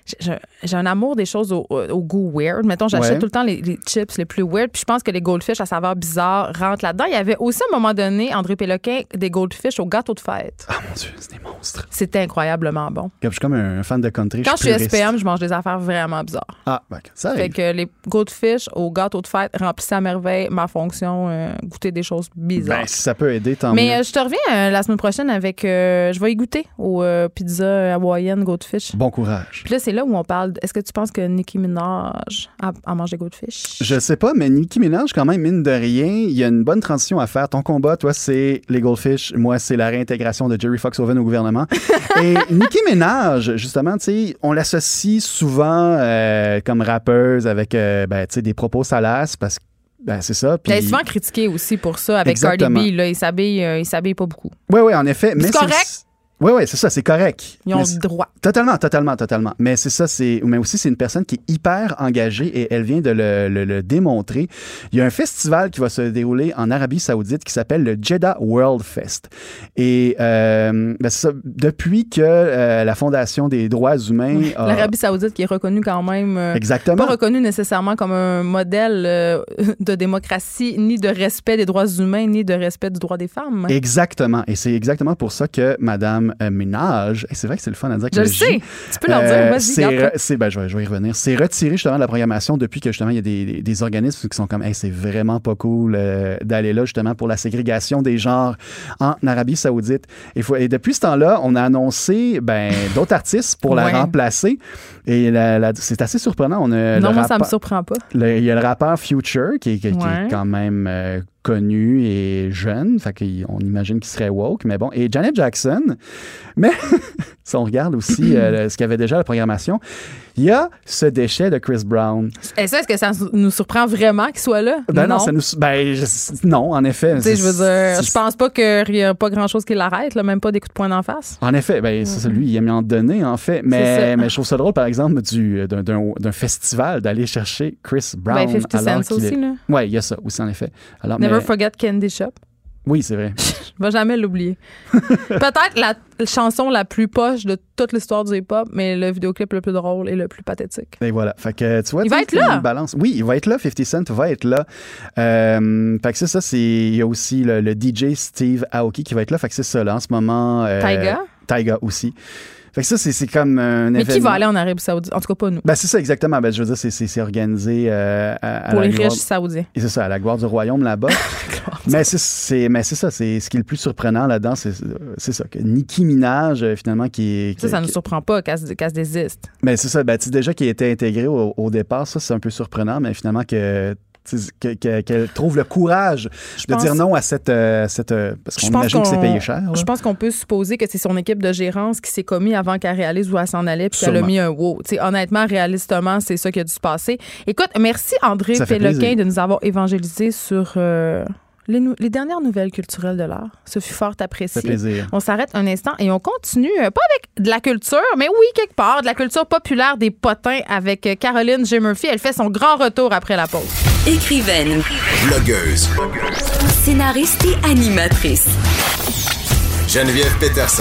[SPEAKER 3] j'ai, j'ai un amour des choses au, au goût weird. Mettons, j'achète
[SPEAKER 12] Ouais.
[SPEAKER 3] tout le temps les, les chips les plus weird. Puis je pense que les goldfish à saveur bizarre rentrent là-dedans. Il y avait aussi, à un moment donné, André Péloquin, des goldfish au gâteau de fête.
[SPEAKER 12] Ah, mon Dieu, c'est des monstres.
[SPEAKER 3] C'était incroyablement bon.
[SPEAKER 12] Je suis comme un fan de country.
[SPEAKER 3] Quand je suis
[SPEAKER 12] puriste.
[SPEAKER 3] S P M, je mange des affaires vraiment bizarres.
[SPEAKER 12] Ah, ben, ça
[SPEAKER 3] Fait
[SPEAKER 12] arrive.
[SPEAKER 3] que les goldfish au gâteau de fête remplissaient à merveille ma fonction, euh, goûter des choses bizarres.
[SPEAKER 12] Ben, si ça peut aider, tant
[SPEAKER 3] Mais
[SPEAKER 12] mieux.
[SPEAKER 3] euh, je te reviens euh, la semaine prochaine avec... euh, je vais y goûter aux euh, pizzas hawaïennes goldfish.
[SPEAKER 12] Bon courage.
[SPEAKER 3] Puis là, c'est là où on parle... de- Est-ce que tu penses que Nicki Minaj a, a mangé goldfish?
[SPEAKER 12] Je sais pas, mais Nicki Minaj, quand même, mine de rien, il y a une bonne transition à faire. Ton combat, toi, c'est les Goldfish. Moi, c'est la réintégration de Jerry Foxhoven au gouvernement. Et Nicki Minaj, justement, tu sais, on l'associe souvent euh, comme rappeuse avec euh, ben, tu sais, des propos salaces parce que ben, c'est ça. Puis...
[SPEAKER 3] Il est souvent critiqué aussi pour ça avec
[SPEAKER 12] Exactement.
[SPEAKER 3] Cardi B. Là, il s'habille, euh, il s'habille pas beaucoup.
[SPEAKER 12] Oui, oui, en effet. Mais
[SPEAKER 3] C'est correct.
[SPEAKER 12] Oui, oui, c'est ça, c'est correct.
[SPEAKER 3] Ils ont
[SPEAKER 12] Mais
[SPEAKER 3] le
[SPEAKER 12] c'est-
[SPEAKER 3] droit.
[SPEAKER 12] Totalement, totalement, totalement. Mais c'est ça, c'est. Mais aussi, c'est une personne qui est hyper engagée et elle vient de le, le- le démontrer. Il y a un festival qui va se dérouler en Arabie Saoudite qui s'appelle le Jeddah World Fest. Et euh, ben, c'est ça, depuis que euh, la Fondation des droits humains. a-
[SPEAKER 3] L'Arabie Saoudite qui est reconnue quand même. euh,
[SPEAKER 12] Exactement.
[SPEAKER 3] Pas reconnue nécessairement comme un modèle euh, de démocratie, ni de respect des droits humains, ni de respect du droit des femmes.
[SPEAKER 12] Exactement. Et c'est exactement pour ça que Madame euh, Minaj, et c'est vrai que c'est le fun à dire que
[SPEAKER 3] Je
[SPEAKER 12] le
[SPEAKER 3] le sais.
[SPEAKER 12] J,
[SPEAKER 3] Tu peux leur dire,
[SPEAKER 12] euh,
[SPEAKER 3] vas-y,
[SPEAKER 12] c'est,
[SPEAKER 3] garde-toi.
[SPEAKER 12] re- c'est, ben, je, vais, je vais y revenir. C'est retiré justement de la programmation depuis que justement il y a des, des, des organismes qui sont comme, hey, c'est vraiment pas cool euh, d'aller là justement pour la ségrégation des genres en Arabie Saoudite. Et, faut, et depuis ce temps-là, on a annoncé ben, d'autres artistes pour la
[SPEAKER 3] Ouais.
[SPEAKER 12] remplacer. Et la- la- c'est assez surprenant. On a
[SPEAKER 3] Non,
[SPEAKER 12] le
[SPEAKER 3] moi, ça me
[SPEAKER 12] rappeur-
[SPEAKER 3] surprend pas.
[SPEAKER 12] le- Il y a le rappeur Future qui est, qui- qui
[SPEAKER 3] Ouais.
[SPEAKER 12] est quand même euh, connu et jeune. Fait qu'on imagine qu'il serait woke, mais bon. Et Janet Jackson. Mais si on regarde aussi euh, ce qu'il y avait déjà à la programmation, il y a ce déchet de Chris Brown.
[SPEAKER 3] Et ça, est-ce que ça nous surprend vraiment qu'il soit là?
[SPEAKER 12] Ben non, ça nous. Ben, je- non, en effet.
[SPEAKER 3] Tu sais, je veux dire,
[SPEAKER 12] C'est-
[SPEAKER 3] je pense pas qu'il y a pas grand-chose qui l'arrête, là, même pas des coups de poing d'en face.
[SPEAKER 12] En effet, ben, c'est ça, lui, il aime en donner, en fait.
[SPEAKER 3] C'est
[SPEAKER 12] Mais,
[SPEAKER 3] ça.
[SPEAKER 12] mais je trouve ça drôle, par exemple, du, d'un, d'un, d'un festival d'aller chercher Chris Brown.
[SPEAKER 3] Ben, fifty
[SPEAKER 12] alors
[SPEAKER 3] Cent
[SPEAKER 12] qu'il
[SPEAKER 3] aussi,
[SPEAKER 12] est-
[SPEAKER 3] là.
[SPEAKER 12] Ouais, il y a ça aussi, en effet. Alors,
[SPEAKER 3] Never
[SPEAKER 12] mais-
[SPEAKER 3] forget Candy Shop.
[SPEAKER 12] Oui, c'est vrai.
[SPEAKER 3] Je vais jamais l'oublier. Peut-être la chanson la plus poche de toute l'histoire du hip-hop, mais le vidéoclip le plus drôle et le plus pathétique.
[SPEAKER 12] Et voilà. Fait que, tu vois,
[SPEAKER 3] Il
[SPEAKER 12] tu
[SPEAKER 3] va
[SPEAKER 12] sais,
[SPEAKER 3] être
[SPEAKER 12] c'est
[SPEAKER 3] là.
[SPEAKER 12] une balance. Oui, il va être là. fifty Cent va être là. Euh, fait que c'est ça. C'est, il y a aussi le, le D J Steve Aoki qui va être là. Fait que c'est ça, là, en ce moment. euh,
[SPEAKER 3] Tyga?
[SPEAKER 12] Tyga aussi. Fait que ça, c'est, c'est comme un
[SPEAKER 3] Mais
[SPEAKER 12] événement.
[SPEAKER 3] qui va aller en Arabie Saoudite? En tout cas, pas nous.
[SPEAKER 12] Ben, c'est ça, exactement. Ben, je veux dire, c'est, c'est, c'est organisé euh, à, à
[SPEAKER 3] Pour
[SPEAKER 12] la
[SPEAKER 3] les
[SPEAKER 12] gloire-
[SPEAKER 3] riches saoudiens.
[SPEAKER 12] Et c'est ça, à la gloire du royaume là-bas. mais, c'est, c'est, mais c'est ça, c'est ce qui est le plus surprenant là-dedans, c'est, c'est ça, que Nicki Minaj, euh, finalement, qui est.
[SPEAKER 3] Ça, ça
[SPEAKER 12] qui-
[SPEAKER 3] nous surprend pas qu'elle se qu'elle se désiste.
[SPEAKER 12] Ben, c'est ça. Ben, tu sais, déjà qui a été intégré au, au départ, ça, c'est un peu surprenant, mais finalement, que, tu sais, que- que- qu'elle trouve le courage de
[SPEAKER 3] pense-
[SPEAKER 12] dire non à cette. euh, cette euh, parce qu'on
[SPEAKER 3] Je pense
[SPEAKER 12] imagine que c'est
[SPEAKER 3] qu'on-
[SPEAKER 12] payé cher. là.
[SPEAKER 3] Je pense qu'on peut supposer que c'est son équipe de gérance qui s'est commis avant qu'elle réalise où elle s'en allait puis qu'elle a
[SPEAKER 12] Sûrement.
[SPEAKER 3] mis un wow. Tu sais, honnêtement, réalistement, c'est ça qui a dû se passer. Écoute, merci André
[SPEAKER 12] Ça fait
[SPEAKER 3] Péloquin
[SPEAKER 12] plaisir.
[SPEAKER 3] de nous avoir évangélisé sur euh, les, nou- les dernières nouvelles culturelles de l'heure. Ce fut fort apprécié.
[SPEAKER 12] Ça fait plaisir.
[SPEAKER 3] On s'arrête un instant et on continue, euh, pas avec de la culture, mais oui, quelque part, de la culture populaire des potins avec euh, Caroline J. Murphy. Elle fait son grand retour après la pause.
[SPEAKER 1] Écrivaine,
[SPEAKER 2] Blogueuse.
[SPEAKER 1] scénariste et animatrice.
[SPEAKER 2] Geneviève Peterson.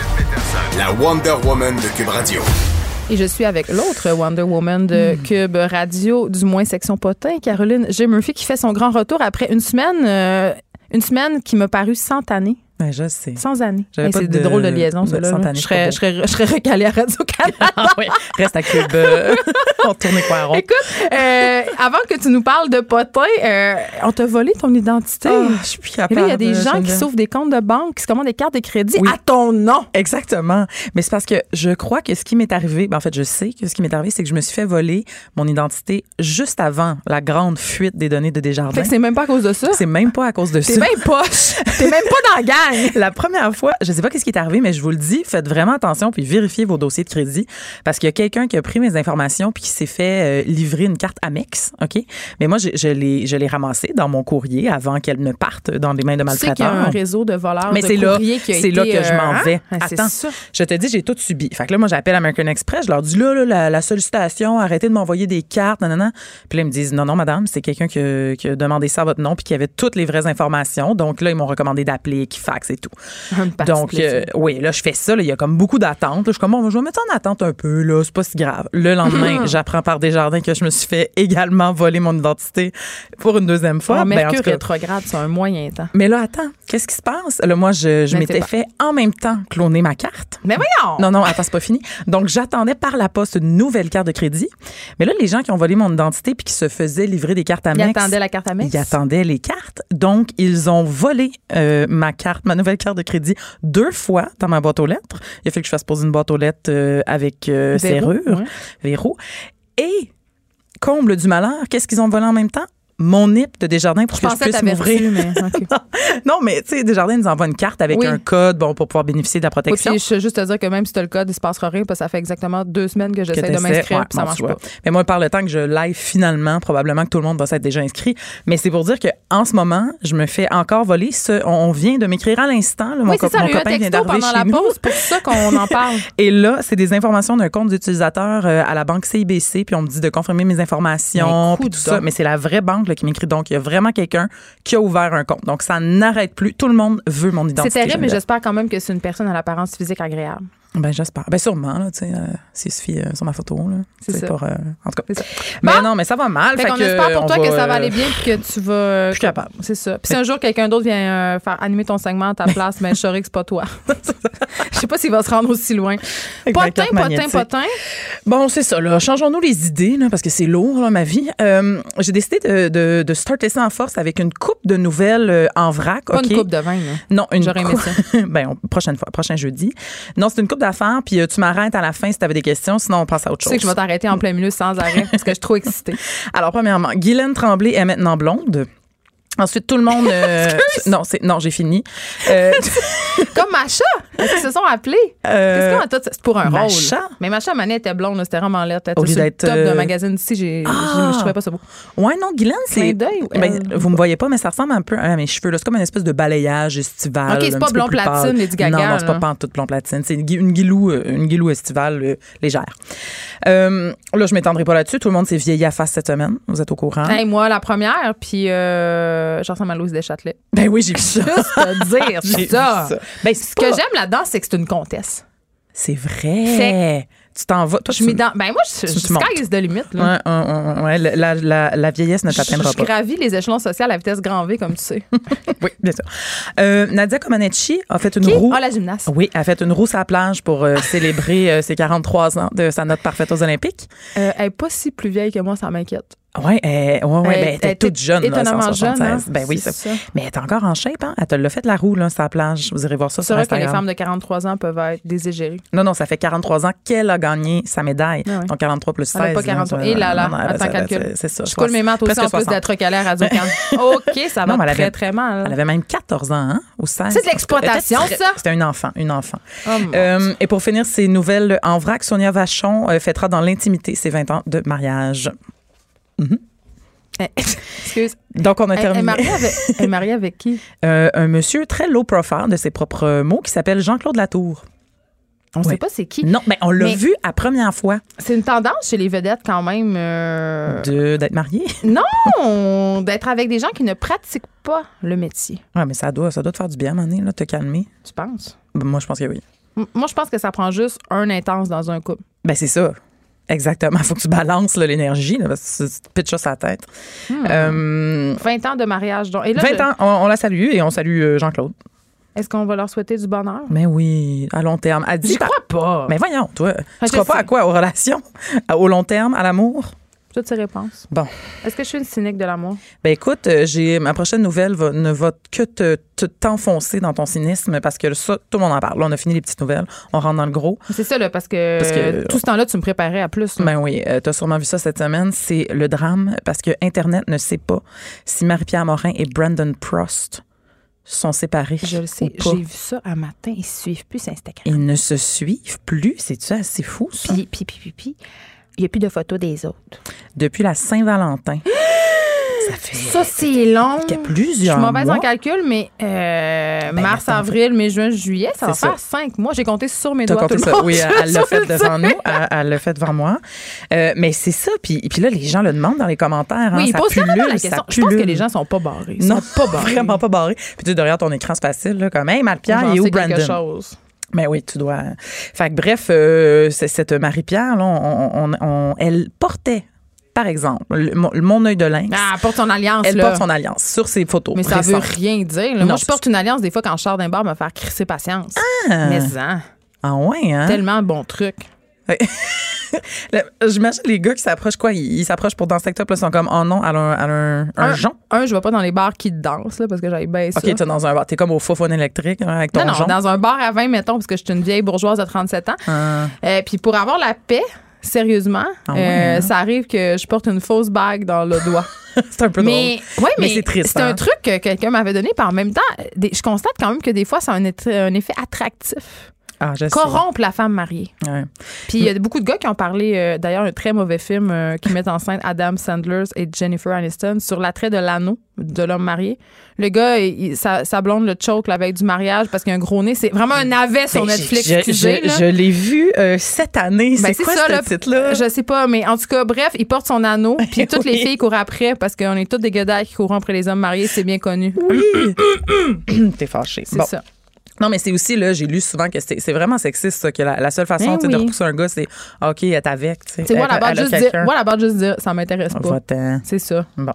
[SPEAKER 2] La Wonder Woman de Cube Radio.
[SPEAKER 3] Et je suis avec l'autre Wonder Woman de Cube Radio, du moins section potin, Caroline J. Murphy, qui fait son grand retour après une semaine, euh, une semaine qui m'a paru cent années.
[SPEAKER 13] Ben, je sais.
[SPEAKER 3] Sans années.
[SPEAKER 13] J'avais
[SPEAKER 3] Hey,
[SPEAKER 13] pas
[SPEAKER 3] c'est
[SPEAKER 13] de-
[SPEAKER 3] des drôles de liaisons,
[SPEAKER 13] de
[SPEAKER 3] ça. Là,
[SPEAKER 13] cent
[SPEAKER 3] là.
[SPEAKER 13] années,
[SPEAKER 3] Je serais,
[SPEAKER 13] c'est pas
[SPEAKER 3] je serais, je serais recalée à Radio-Canada.
[SPEAKER 13] Ah oui, reste à Cube. Euh, on tourne quoi rond.
[SPEAKER 3] Écoute, euh, avant que tu nous parles de potin, euh, on t'a volé ton identité.
[SPEAKER 13] Ah, je suis plus
[SPEAKER 3] Et
[SPEAKER 13] capable.
[SPEAKER 3] là, il y a des gens qui
[SPEAKER 13] Geneviève.
[SPEAKER 3] s'ouvrent des comptes de banque, qui se commandent des cartes de crédit
[SPEAKER 13] Oui.
[SPEAKER 3] à ton nom.
[SPEAKER 13] Exactement. Mais c'est parce que je crois que ce qui m'est arrivé, ben en fait, je sais que ce qui m'est arrivé, c'est que je me suis fait voler mon identité juste avant la grande fuite des données de Desjardins.
[SPEAKER 3] Fait que c'est même pas à cause de ça.
[SPEAKER 13] C'est même pas à cause de
[SPEAKER 3] T'es
[SPEAKER 13] ça.
[SPEAKER 3] bien poche. T'es même pas dans la gang.
[SPEAKER 13] La première fois, je sais pas qu'est-ce qui est arrivé, mais je vous le dis, faites vraiment attention puis vérifiez vos dossiers de crédit parce qu'il y a quelqu'un qui a pris mes informations puis qui s'est fait euh, livrer une carte Amex, OK? Mais moi, je, je l'ai, je l'ai ramassée dans mon courrier avant qu'elle ne parte dans les mains de
[SPEAKER 3] Tu sais qu'il y a
[SPEAKER 13] malfaiteurs.
[SPEAKER 3] un réseau de voleurs
[SPEAKER 13] Mais
[SPEAKER 3] de
[SPEAKER 13] c'est là,
[SPEAKER 3] courriers qui a
[SPEAKER 13] c'est
[SPEAKER 3] été,
[SPEAKER 13] là que je m'en
[SPEAKER 3] euh,
[SPEAKER 13] vais.
[SPEAKER 3] hein? C'est
[SPEAKER 13] Attends,
[SPEAKER 3] ça.
[SPEAKER 13] je te dis, j'ai tout subi. Fait que là, moi, j'appelle American Express, je leur dis là, là la, la sollicitation, arrêtez de m'envoyer des cartes, non, non, non. Puis là, ils me disent non, non, madame, c'est quelqu'un qui a, qui a demandé ça à votre nom puis qui avait toutes les vraies informations. Donc là, ils m'ont recommandé d'appeler Equifax, relax et tout. Donc, euh, oui, là, je fais ça. Là, il y a comme beaucoup d'attentes. Je suis comme, bon, je vais mettre ça en attente un peu. Là, c'est pas si grave. Le lendemain, j'apprends par Desjardins que je me suis fait également voler mon identité pour une deuxième fois.
[SPEAKER 3] Oh, Mercure
[SPEAKER 13] ben, en tout cas,
[SPEAKER 3] rétrograde, c'est un moyen temps.
[SPEAKER 13] Mais là, attends, qu'est-ce qui se passe? Là, moi, je, je m'étais fait en même temps cloner ma carte.
[SPEAKER 3] Mais voyons!
[SPEAKER 13] Non, non, attends, c'est pas fini. Donc, j'attendais par la poste une nouvelle carte de crédit. Mais là, les gens qui ont volé mon identité puis qui se faisaient livrer des cartes Amex.
[SPEAKER 3] Ils attendaient la carte Amex?
[SPEAKER 13] Ils attendaient les cartes. Donc, ils ont volé euh, ma carte, ma nouvelle carte de crédit deux fois dans ma boîte aux lettres. Il a fallu que je fasse poser une boîte aux lettres euh, avec euh, serrure,
[SPEAKER 3] ouais.
[SPEAKER 13] verrou. Et, comble du malheur, qu'est-ce qu'ils ont volé en même temps? Mon N I P de Desjardins pour
[SPEAKER 3] je
[SPEAKER 13] que je puisse m'ouvrir.
[SPEAKER 3] Reçu, mais okay.
[SPEAKER 13] Non, mais tu sais, Desjardins nous envoie une carte avec oui. un code bon, pour pouvoir bénéficier de la protection.
[SPEAKER 3] Oui, puis je veux juste te dire que même si tu as le code, il se passera rien parce que ça fait exactement deux semaines que j'essaie que de m'inscrire
[SPEAKER 13] ouais,
[SPEAKER 3] puis ça marche pas.
[SPEAKER 13] Mais moi, par le temps que je live finalement, probablement que tout le monde va s'être déjà inscrit. Mais c'est pour dire qu'en ce moment, je me fais encore voler. Ce, on vient de m'écrire à l'instant. Là,
[SPEAKER 3] oui,
[SPEAKER 13] mon,
[SPEAKER 3] c'est ça,
[SPEAKER 13] mon
[SPEAKER 3] il y a eu
[SPEAKER 13] copain
[SPEAKER 3] un
[SPEAKER 13] vient
[SPEAKER 3] texto
[SPEAKER 13] d'arriver
[SPEAKER 3] pendant
[SPEAKER 13] chez
[SPEAKER 3] la
[SPEAKER 13] nous.
[SPEAKER 3] pause, c'est pour ça qu'on en parle.
[SPEAKER 13] Et là, c'est des informations d'un compte d'utilisateur euh, à la banque C I B C, puis on me dit de confirmer mes informations, puis tout ça. Mais c'est la vraie banque là, qui m'écrit. Donc, il y a vraiment quelqu'un qui a ouvert un compte. Donc, ça n'arrête plus. Tout le monde veut mon identité.
[SPEAKER 3] C'est terrible, mais j'espère quand même que c'est une personne à l'apparence physique agréable.
[SPEAKER 13] Ben, j'espère. Ben, sûrement, là, tu sais, euh, s'il suffit euh, sur ma photo, là.
[SPEAKER 3] C'est ça.
[SPEAKER 13] Pour, euh, en tout cas.
[SPEAKER 3] C'est ça.
[SPEAKER 13] Mais
[SPEAKER 3] bon.
[SPEAKER 13] non, mais ça va mal.
[SPEAKER 3] Fait,
[SPEAKER 13] fait
[SPEAKER 3] qu'on
[SPEAKER 13] que,
[SPEAKER 3] espère pour
[SPEAKER 13] on
[SPEAKER 3] toi
[SPEAKER 13] va,
[SPEAKER 3] que ça va aller bien et que tu vas. Euh,
[SPEAKER 13] plus capable.
[SPEAKER 3] C'est ça. Puis si un jour quelqu'un d'autre vient euh, faire animer ton segment à ta place, ben, je saurais que c'est pas toi. Je sais pas s'il va se rendre aussi loin. Potin, potin, potin.
[SPEAKER 13] Bon, c'est ça, là. Changeons-nous les idées, là, parce que c'est lourd, là, ma vie. Euh, j'ai décidé de, de, de starter ça en force avec une coupe de nouvelles euh, en vrac.
[SPEAKER 3] Pas
[SPEAKER 13] okay?
[SPEAKER 3] une coupe de vin, là.
[SPEAKER 13] Non, une
[SPEAKER 3] J'aurais aimé
[SPEAKER 13] coupe.
[SPEAKER 3] ça.
[SPEAKER 13] ben, on, prochaine fois, prochain jeudi. Non, c'est une coupe d'affaires, puis euh, tu m'arrêtes à la fin si tu avais des questions, sinon on passe à autre chose.
[SPEAKER 3] Tu sais que je vais t'arrêter en plein milieu sans arrêt parce que je suis trop excitée.
[SPEAKER 13] Alors, premièrement, Guylaine Tremblay est maintenant blonde. Ensuite, tout le monde... Euh, non, c'est, non, j'ai fini. Euh,
[SPEAKER 3] Comme Macha. Est-ce qu'ils se sont appelés?
[SPEAKER 13] Euh,
[SPEAKER 3] Qu'est-ce que c'est pour un
[SPEAKER 13] Macha?
[SPEAKER 3] rôle? Mais Macha Manet était blonde, là, c'était vraiment l'air.
[SPEAKER 13] Au lieu
[SPEAKER 3] sur
[SPEAKER 13] d'être
[SPEAKER 3] le top
[SPEAKER 13] euh...
[SPEAKER 3] d'un magazine d'ici, j'ai,
[SPEAKER 13] ah!
[SPEAKER 3] je trouvais pas ça beau.
[SPEAKER 13] Ouais, non, Guylaine, c'est...
[SPEAKER 3] d'œil,
[SPEAKER 13] ben, vous me voyez pas, mais ça ressemble un peu à mes cheveux. Là. C'est comme une espèce de balayage estival.
[SPEAKER 3] OK, c'est
[SPEAKER 13] un
[SPEAKER 3] pas blond platine, Lady Gaga.
[SPEAKER 13] Non, non, c'est pas pantoute blond platine. C'est une, une guilou, une guilou estivale euh, légère. Euh, là, je m'étendrai pas là-dessus. Tout le monde s'est vieilli à face cette semaine. Vous êtes au courant?
[SPEAKER 3] Hey, moi, la première, puis euh, je ressemble à Louise Deschâtelet.
[SPEAKER 13] Ben oui, j'ai vu ça.
[SPEAKER 3] Juste te dire
[SPEAKER 13] j'ai
[SPEAKER 3] ça.
[SPEAKER 13] Vu ça. Ben,
[SPEAKER 3] ce
[SPEAKER 13] pas...
[SPEAKER 3] que j'aime là-dedans, c'est que c'est une comtesse.
[SPEAKER 13] C'est vrai. Tu t'en vas. Toi,
[SPEAKER 3] je
[SPEAKER 13] tu...
[SPEAKER 3] m'y dans... Ben moi, je, je sky is the limit. Là.
[SPEAKER 13] Ouais, ouais, ouais, ouais. La, la, la vieillesse ne t'atteindra
[SPEAKER 3] je,
[SPEAKER 13] pas.
[SPEAKER 3] Je gravis les échelons sociaux à la vitesse grand V, comme tu sais.
[SPEAKER 13] Oui, bien sûr. Euh, Nadia Comaneci a fait une
[SPEAKER 3] Qui?
[SPEAKER 13] roue.
[SPEAKER 3] Ah, la gymnaste.
[SPEAKER 13] Oui, elle a fait une roue sur la plage pour euh, célébrer euh, ses quarante-trois ans de sa note parfaite aux Olympiques.
[SPEAKER 3] Euh, elle n'est pas si plus vieille que moi, ça m'inquiète.
[SPEAKER 13] Oui, ouais, ouais, ben, elle était toute jeune.
[SPEAKER 3] Étonnamment
[SPEAKER 13] là,
[SPEAKER 3] jeune. Hein?
[SPEAKER 13] Ben oui,
[SPEAKER 3] c'est
[SPEAKER 13] ça.
[SPEAKER 3] ça.
[SPEAKER 13] Mais elle est encore en shape, hein? Elle te l'a fait la roue, là, sur la plage. Vous irez voir ça
[SPEAKER 3] c'est
[SPEAKER 13] sur
[SPEAKER 3] vrai
[SPEAKER 13] Instagram.
[SPEAKER 3] que les femmes de quarante-trois ans peuvent être déségérées.
[SPEAKER 13] Non, non, ça fait quarante-trois ans qu'elle a gagné sa médaille.
[SPEAKER 3] Ah ouais.
[SPEAKER 13] Donc quarante-trois plus seize.
[SPEAKER 3] Elle n'a pas quarante-trois. Et là, là, attends, calcul.
[SPEAKER 13] C'est ça.
[SPEAKER 3] Je coule mes maths aussi en plus d'être calée à Radio-Can. OK, ça va non, très, avait, très mal.
[SPEAKER 13] Elle avait même quatorze ans, hein? Ou seize.
[SPEAKER 3] C'est de l'exploitation, ça?
[SPEAKER 13] C'était un enfant, une enfant.
[SPEAKER 3] Oh,
[SPEAKER 13] euh, et pour finir ces nouvelles en vrac, Sonia Vachon euh, fêtera dans l'intimité ses vingt ans de mariage. Mm-hmm.
[SPEAKER 3] Excuse.
[SPEAKER 13] Donc, on a
[SPEAKER 3] elle,
[SPEAKER 13] terminé.
[SPEAKER 3] Elle est mariée avec, elle est mariée avec qui?
[SPEAKER 13] Euh, un monsieur très low profile de ses propres mots qui s'appelle Jean-Claude Latour.
[SPEAKER 3] On ne
[SPEAKER 13] ouais.
[SPEAKER 3] sait pas c'est qui.
[SPEAKER 13] Non, mais on l'a
[SPEAKER 3] mais
[SPEAKER 13] vu à première fois.
[SPEAKER 3] C'est une tendance chez les vedettes quand même. Euh...
[SPEAKER 13] De, d'être mariée?
[SPEAKER 3] Non, d'être avec des gens qui ne pratiquent pas le métier.
[SPEAKER 13] Oui, mais ça doit, ça doit te faire du bien à un moment donné, là, te calmer.
[SPEAKER 3] Tu penses?
[SPEAKER 13] Ben, moi, je pense que oui.
[SPEAKER 3] M- moi, je pense que ça prend juste un intense dans un couple.
[SPEAKER 13] Ben c'est ça. Exactement. Il faut que tu balances là, l'énergie, là, parce que tu te pitches ça sur la tête.
[SPEAKER 3] Hmm.
[SPEAKER 13] Euh,
[SPEAKER 3] vingt ans de mariage. Donc. Et là,
[SPEAKER 13] vingt
[SPEAKER 3] je...
[SPEAKER 13] ans, on, on la salue et on salue euh, Jean-Claude.
[SPEAKER 3] Est-ce qu'on va leur souhaiter du bonheur?
[SPEAKER 13] Mais oui, à long terme. Elle dit,
[SPEAKER 3] J'y crois pas.
[SPEAKER 13] Mais voyons, toi.
[SPEAKER 3] Ah,
[SPEAKER 13] tu crois pas
[SPEAKER 3] sais.
[SPEAKER 13] à quoi? Aux relations? Au long terme? À l'amour?
[SPEAKER 3] Toutes ces réponses.
[SPEAKER 13] Bon.
[SPEAKER 3] Est-ce que je suis une cynique de l'amour?
[SPEAKER 13] Ben écoute, euh, j'ai ma prochaine nouvelle va, ne va que te, te t'enfoncer dans ton cynisme parce que ça, tout le monde en parle. Là, on a fini les petites nouvelles. On rentre dans le gros.
[SPEAKER 3] C'est ça, là, parce que,
[SPEAKER 13] parce que
[SPEAKER 3] tout ce temps-là, tu me préparais à plus. Là.
[SPEAKER 13] Ben oui, euh, tu as sûrement vu ça cette semaine. C'est le drame parce que Internet ne sait pas si Marie-Pierre Morin et Brandon Prost sont séparés.
[SPEAKER 3] Je le sais. J'ai vu ça un matin. Ils se suivent plus sur Instagram.
[SPEAKER 13] Ils ne se suivent plus. C'est-tu assez fou, ça?
[SPEAKER 3] Puis, puis, puis, puis, puis. Il n'y a plus de photos des autres.
[SPEAKER 13] Depuis la Saint-Valentin. Ça fait.
[SPEAKER 3] Ça, c'est long.
[SPEAKER 13] Il y a plusieurs
[SPEAKER 3] Je suis mauvaise
[SPEAKER 13] mois.
[SPEAKER 3] en calcul, mais euh,
[SPEAKER 13] Ben,
[SPEAKER 3] mars,
[SPEAKER 13] attends,
[SPEAKER 3] avril, mai, juin, juillet, ça va
[SPEAKER 13] C'est ça.
[SPEAKER 3] faire cinq mois. J'ai compté sur mes
[SPEAKER 13] T'as
[SPEAKER 3] doigts tout
[SPEAKER 13] compté
[SPEAKER 3] le
[SPEAKER 13] ça.
[SPEAKER 3] monde.
[SPEAKER 13] Oui, elle l'a
[SPEAKER 3] Je
[SPEAKER 13] fait
[SPEAKER 3] veux
[SPEAKER 13] devant
[SPEAKER 3] dire.
[SPEAKER 13] nous. Elle, elle l'a fait devant moi. Euh, mais c'est ça. Puis, puis là, les gens le demandent dans les commentaires.
[SPEAKER 3] Oui,
[SPEAKER 13] hein,
[SPEAKER 3] ils
[SPEAKER 13] ça
[SPEAKER 3] posent
[SPEAKER 13] pullule,
[SPEAKER 3] carrément la
[SPEAKER 13] ça
[SPEAKER 3] question. Je pense que
[SPEAKER 13] pullule.
[SPEAKER 3] les gens sont pas barrés. Ils
[SPEAKER 13] Non,
[SPEAKER 3] sont pas barrés.
[SPEAKER 13] vraiment pas barrés. Puis tu sais, derrière ton écran, c'est facile. Là, comme, hey, Marie-Pierre,
[SPEAKER 3] J'en
[SPEAKER 13] il est où
[SPEAKER 3] sais quelque
[SPEAKER 13] Brandon?
[SPEAKER 3] chose.
[SPEAKER 13] Mais oui, tu dois. Fait que bref, euh, c'est- cette Marie-Pierre, là, on, on- on- elle portait, par exemple, le- mon, mon œil de lynx.
[SPEAKER 3] Ah, elle porte son alliance.
[SPEAKER 13] Elle
[SPEAKER 3] là.
[SPEAKER 13] porte son alliance sur ses photos.
[SPEAKER 3] Mais ça veut
[SPEAKER 13] récentes.
[SPEAKER 3] rien dire. là.
[SPEAKER 13] Non,
[SPEAKER 3] Moi, je porte une alliance des fois quand je sors d'un bar, me faire crisser patience.
[SPEAKER 13] Ah.
[SPEAKER 3] Mais ça,
[SPEAKER 13] Ah ouais, hein?
[SPEAKER 3] tellement bon truc.
[SPEAKER 13] Là, j'imagine les gars qui s'approchent, quoi? Ils ils s'approchent pour danser avec toi, puis là, ils sont comme, oh non, elle a un, elle a un, un
[SPEAKER 3] Un,
[SPEAKER 13] jonc.
[SPEAKER 3] un, je vais pas dans les bars qui dansent, là, parce que j'aille bien ça.
[SPEAKER 13] OK, t'es dans un bar. T'es comme au faux-phone électrique hein, avec ton
[SPEAKER 3] Non, non,
[SPEAKER 13] jonc.
[SPEAKER 3] dans un bar à vin, mettons, parce que je suis une vieille bourgeoise de trente-sept ans.
[SPEAKER 13] Ah.
[SPEAKER 3] Euh, Puis pour avoir la paix, sérieusement,
[SPEAKER 13] Ah ouais,
[SPEAKER 3] euh,
[SPEAKER 13] hein?
[SPEAKER 3] ça arrive que je porte une fausse bague dans le doigt.
[SPEAKER 13] C'est un peu
[SPEAKER 3] mais,
[SPEAKER 13] drôle.
[SPEAKER 3] ouais, mais,
[SPEAKER 13] Mais c'est triste,
[SPEAKER 3] C'est
[SPEAKER 13] hein?
[SPEAKER 3] un truc que quelqu'un m'avait donné, par en même temps, des- je constate quand même que des fois, ça a un, être- un effet attractif.
[SPEAKER 13] Ah, je sais.
[SPEAKER 3] Corrompre la femme mariée.
[SPEAKER 13] Ouais.
[SPEAKER 3] Puis il y a beaucoup de gars qui ont parlé, euh, d'ailleurs, un très mauvais film euh, qui met en scène Adam Sandler et Jennifer Aniston sur l'attrait de l'anneau de l'homme marié. Le gars, il- sa, sa blonde le choke la veille du mariage parce qu'il a un gros nez. C'est vraiment un navet sur
[SPEAKER 13] Ben,
[SPEAKER 3] Netflix.
[SPEAKER 13] Je, je,
[SPEAKER 3] excusez,
[SPEAKER 13] je,
[SPEAKER 3] là.
[SPEAKER 13] je l'ai vu euh, cette année.
[SPEAKER 3] Ben,
[SPEAKER 13] c'est quoi
[SPEAKER 3] ça,
[SPEAKER 13] ce
[SPEAKER 3] là.
[SPEAKER 13] titre-là?
[SPEAKER 3] Je sais pas, mais en tout cas, bref, il porte son anneau, puis toutes
[SPEAKER 13] Oui.
[SPEAKER 3] les filles courent après parce qu'on est toutes des gueudards qui courent après les hommes mariés, c'est bien connu.
[SPEAKER 13] Oui. T'es fâché.
[SPEAKER 3] C'est
[SPEAKER 13] Bon.
[SPEAKER 3] ça.
[SPEAKER 13] Non, mais c'est aussi, là, j'ai lu souvent que c'est c'est vraiment sexiste, ça, que la, la seule façon
[SPEAKER 3] Ben
[SPEAKER 13] tu sais, de
[SPEAKER 3] oui.
[SPEAKER 13] repousser un gars, c'est OK, elle est avec. Tu sais.
[SPEAKER 3] C'est moi
[SPEAKER 13] Elle-
[SPEAKER 3] là-bas
[SPEAKER 13] elle a
[SPEAKER 3] juste dire,
[SPEAKER 13] quelqu'un.
[SPEAKER 3] moi là-bas juste dire, ça m'intéresse pas.
[SPEAKER 13] Va-t'en.
[SPEAKER 3] C'est ça.
[SPEAKER 13] Bon.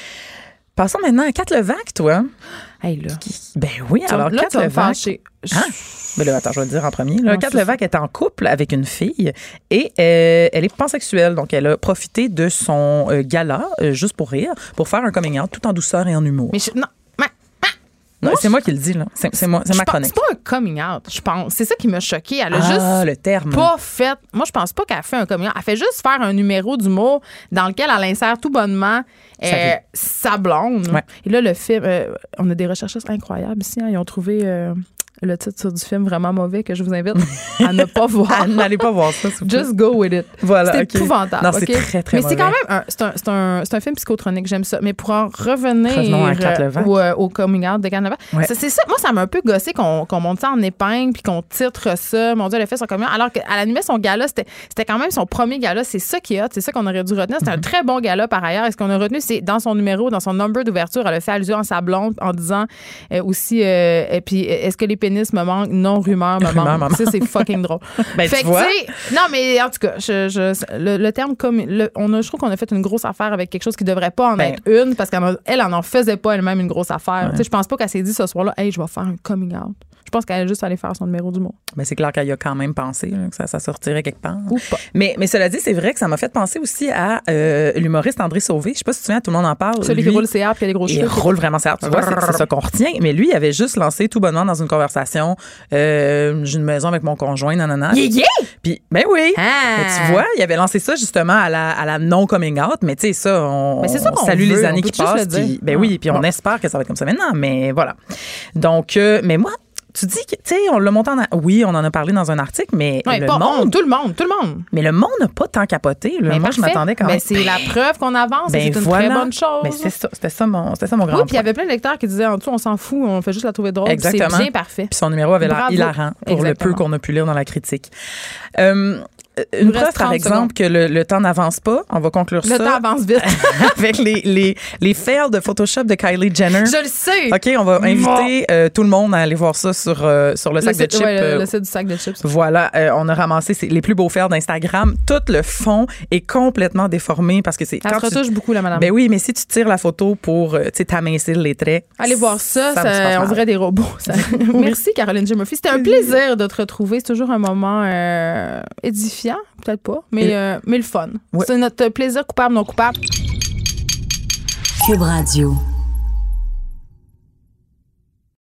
[SPEAKER 13] Passons maintenant à Kat Levac, toi.
[SPEAKER 3] Hey là.
[SPEAKER 13] Ben oui,
[SPEAKER 3] Tu vas-
[SPEAKER 13] alors
[SPEAKER 3] là,
[SPEAKER 13] Kat
[SPEAKER 3] tu vas me
[SPEAKER 13] Levac.
[SPEAKER 3] fâcher.
[SPEAKER 13] Hein? Ben là, attends, je vais le dire en premier. Là,
[SPEAKER 3] Non,
[SPEAKER 13] Kat
[SPEAKER 3] c'est
[SPEAKER 13] Levac est en couple avec une fille et euh, elle est pansexuelle. Donc, elle a profité de son euh, gala, euh, juste pour rire, pour faire un coming out tout en douceur et en humour.
[SPEAKER 3] Mais je- non, mais
[SPEAKER 13] Non,
[SPEAKER 3] moi,
[SPEAKER 13] c'est moi qui le dis, là. C'est c'est moi, c'est
[SPEAKER 3] je
[SPEAKER 13] ma
[SPEAKER 3] pense-
[SPEAKER 13] chronique.
[SPEAKER 3] C'est pas un coming out, je pense. C'est ça qui m'a choqué. Elle a
[SPEAKER 13] Ah,
[SPEAKER 3] juste
[SPEAKER 13] le terme.
[SPEAKER 3] pas fait. Moi, je pense pas qu'elle a fait un coming out. Elle fait juste faire un numéro d'humour dans lequel elle insère tout bonnement
[SPEAKER 13] Sa
[SPEAKER 3] euh,
[SPEAKER 13] vie.
[SPEAKER 3] sa blonde.
[SPEAKER 13] Ouais.
[SPEAKER 3] Et là, le film, euh, on a des recherchistes incroyables ici. Hein. Ils ont trouvé euh, le titre du film vraiment mauvais que je vous invite à ne pas voir.
[SPEAKER 13] Ah, n'allez pas voir ça, s'il vous plaît.
[SPEAKER 3] Just go with it.
[SPEAKER 13] Voilà,
[SPEAKER 3] C'est
[SPEAKER 13] ok.
[SPEAKER 3] épouvantable.
[SPEAKER 13] Non, c'est
[SPEAKER 3] ok?
[SPEAKER 13] très, très
[SPEAKER 3] Mais c'est quand
[SPEAKER 13] mauvais.
[SPEAKER 3] même un, c'est un, c'est un, c'est un film psychotronique. J'aime ça. Mais pour en revenir
[SPEAKER 13] Revenons à Kat
[SPEAKER 3] euh,
[SPEAKER 13] Levac.
[SPEAKER 3] au, euh, au coming out de Kat Levac,
[SPEAKER 13] Ouais.
[SPEAKER 3] ça, c'est ça. Moi, ça m'a un peu gossé qu'on qu'on monte ça en épingle puis qu'on titre ça. Mon Dieu, elle a fait son coming out. Alors qu'elle animait son gala, c'était c'était quand même son premier gala. C'est ça qui est hot. C'est ça qu'on aurait dû retenir. C'était un très bon gala par ailleurs. Et ce qu'on a retenu, c'est dans son numéro, dans son number d'ouverture, elle a fait allusion à sa blonde en disant euh, aussi, euh, et puis, est-ce que les pénis me manquent? Non, rumeur me
[SPEAKER 13] Rumeur me
[SPEAKER 3] manque.
[SPEAKER 13] manque.
[SPEAKER 3] Ça, c'est fucking drôle.
[SPEAKER 13] Ben,
[SPEAKER 3] fait
[SPEAKER 13] tu
[SPEAKER 3] que,
[SPEAKER 13] vois.
[SPEAKER 3] tu sais, non, mais en tout cas, je, je- le, le terme comme. le- on a, je trouve qu'on a fait une grosse affaire avec quelque chose qui devrait pas en
[SPEAKER 13] Ben.
[SPEAKER 3] être une parce qu'elle en- elle en en faisait pas elle-même une grosse affaire. Tu sais, je pense pas qu'elle s'est dit ce soir-là, hey, je vais faire un coming out. Je pense qu'elle a juste allé faire son numéro d'humour.
[SPEAKER 13] Mais c'est clair qu'elle y a quand même pensé là, que ça, ça sortirait quelque part.
[SPEAKER 3] Ou pas.
[SPEAKER 13] Mais, mais cela dit, c'est vrai que ça m'a fait penser aussi à euh, l'humoriste André Sauvé. Je sais pas si tu te souviens, tout le monde en parle.
[SPEAKER 3] Celui
[SPEAKER 13] Lui,
[SPEAKER 3] qui roule ses arbres et qui a des gros
[SPEAKER 13] il
[SPEAKER 3] cheveux.
[SPEAKER 13] roule vraiment ses arbres. Tu vois, c'est c'est ça qu'on retient. Mais lui, il avait juste lancé tout bonnement dans une conversation euh, j'ai une maison avec mon conjoint, nanana.
[SPEAKER 3] Il est gay?
[SPEAKER 13] Puis, ben oui.
[SPEAKER 3] Ah.
[SPEAKER 13] Mais tu vois, il avait lancé ça justement à la, à la non-coming out. Mais tu sais, ça, on,
[SPEAKER 3] Mais c'est ça
[SPEAKER 13] on
[SPEAKER 3] qu'on
[SPEAKER 13] salue
[SPEAKER 3] veut,
[SPEAKER 13] les
[SPEAKER 3] on
[SPEAKER 13] années
[SPEAKER 3] peut
[SPEAKER 13] qui
[SPEAKER 3] juste
[SPEAKER 13] passent.
[SPEAKER 3] le dire.
[SPEAKER 13] Puis, ben oui, puis on
[SPEAKER 3] Bon.
[SPEAKER 13] espère que ça va être comme ça maintenant. Mais voilà. Donc, euh, mais moi, tu dis que, tu sais, on l'a monté en. a- Oui, on en a parlé dans un article, mais
[SPEAKER 3] Ouais,
[SPEAKER 13] le
[SPEAKER 3] pas
[SPEAKER 13] monde.
[SPEAKER 3] on, tout le monde, tout le monde.
[SPEAKER 13] Mais le monde n'a pas tant capoté. Là.
[SPEAKER 3] Ben,
[SPEAKER 13] Moi, je
[SPEAKER 3] parfait.
[SPEAKER 13] m'attendais quand
[SPEAKER 3] Ben,
[SPEAKER 13] même.
[SPEAKER 3] c'est la preuve qu'on avance.
[SPEAKER 13] Ben,
[SPEAKER 3] et c'est une
[SPEAKER 13] voilà.
[SPEAKER 3] très bonne chose.
[SPEAKER 13] Ben, c'est ça, c'était ça mon, c'était ça mon grand
[SPEAKER 3] Oui, puis il y
[SPEAKER 13] point.
[SPEAKER 3] avait plein de lecteurs qui disaient en dessous, on s'en fout, on fait juste la trouver drôle. Puis
[SPEAKER 13] Exactement.
[SPEAKER 3] C'est bien parfait.
[SPEAKER 13] Puis son numéro avait l'air
[SPEAKER 3] Bravo.
[SPEAKER 13] hilarant pour
[SPEAKER 3] Exactement.
[SPEAKER 13] le peu qu'on a pu lire dans la critique. Euh, une
[SPEAKER 3] nous reste
[SPEAKER 13] preuve, par
[SPEAKER 3] trente
[SPEAKER 13] exemple, que le, le temps n'avance pas. On va conclure
[SPEAKER 3] Le
[SPEAKER 13] ça
[SPEAKER 3] temps avance vite.
[SPEAKER 13] avec les, les, les fails de Photoshop de Kylie Jenner.
[SPEAKER 3] Je le sais.
[SPEAKER 13] OK, on va inviter euh, tout le monde à aller voir ça sur, euh, sur le sac
[SPEAKER 3] site,
[SPEAKER 13] de chips.
[SPEAKER 3] ouais, le-
[SPEAKER 13] euh,
[SPEAKER 3] le site du sac de chips.
[SPEAKER 13] Voilà, euh, on a ramassé c'est les plus beaux fails d'Instagram. Tout le fond est complètement déformé parce que c'est
[SPEAKER 3] Elle se
[SPEAKER 13] quand tu-
[SPEAKER 3] retouche beaucoup, la madame.
[SPEAKER 13] Ben oui, mais si tu tires la photo pour euh, tu sais, t'amincir les traits.
[SPEAKER 3] Allez voir ça,
[SPEAKER 13] ça me
[SPEAKER 3] ça-
[SPEAKER 13] se passe
[SPEAKER 3] on
[SPEAKER 13] mal.
[SPEAKER 3] dirait des robots. ça. Merci Caroline J. Murphy. C'était un plaisir de te retrouver. C'est toujours un moment euh, édifiant, peut-être pas, mais,
[SPEAKER 13] Et-
[SPEAKER 3] euh, mais le fun.
[SPEAKER 13] Ouais.
[SPEAKER 3] C'est notre plaisir coupable, non coupable.
[SPEAKER 1] Cube Radio.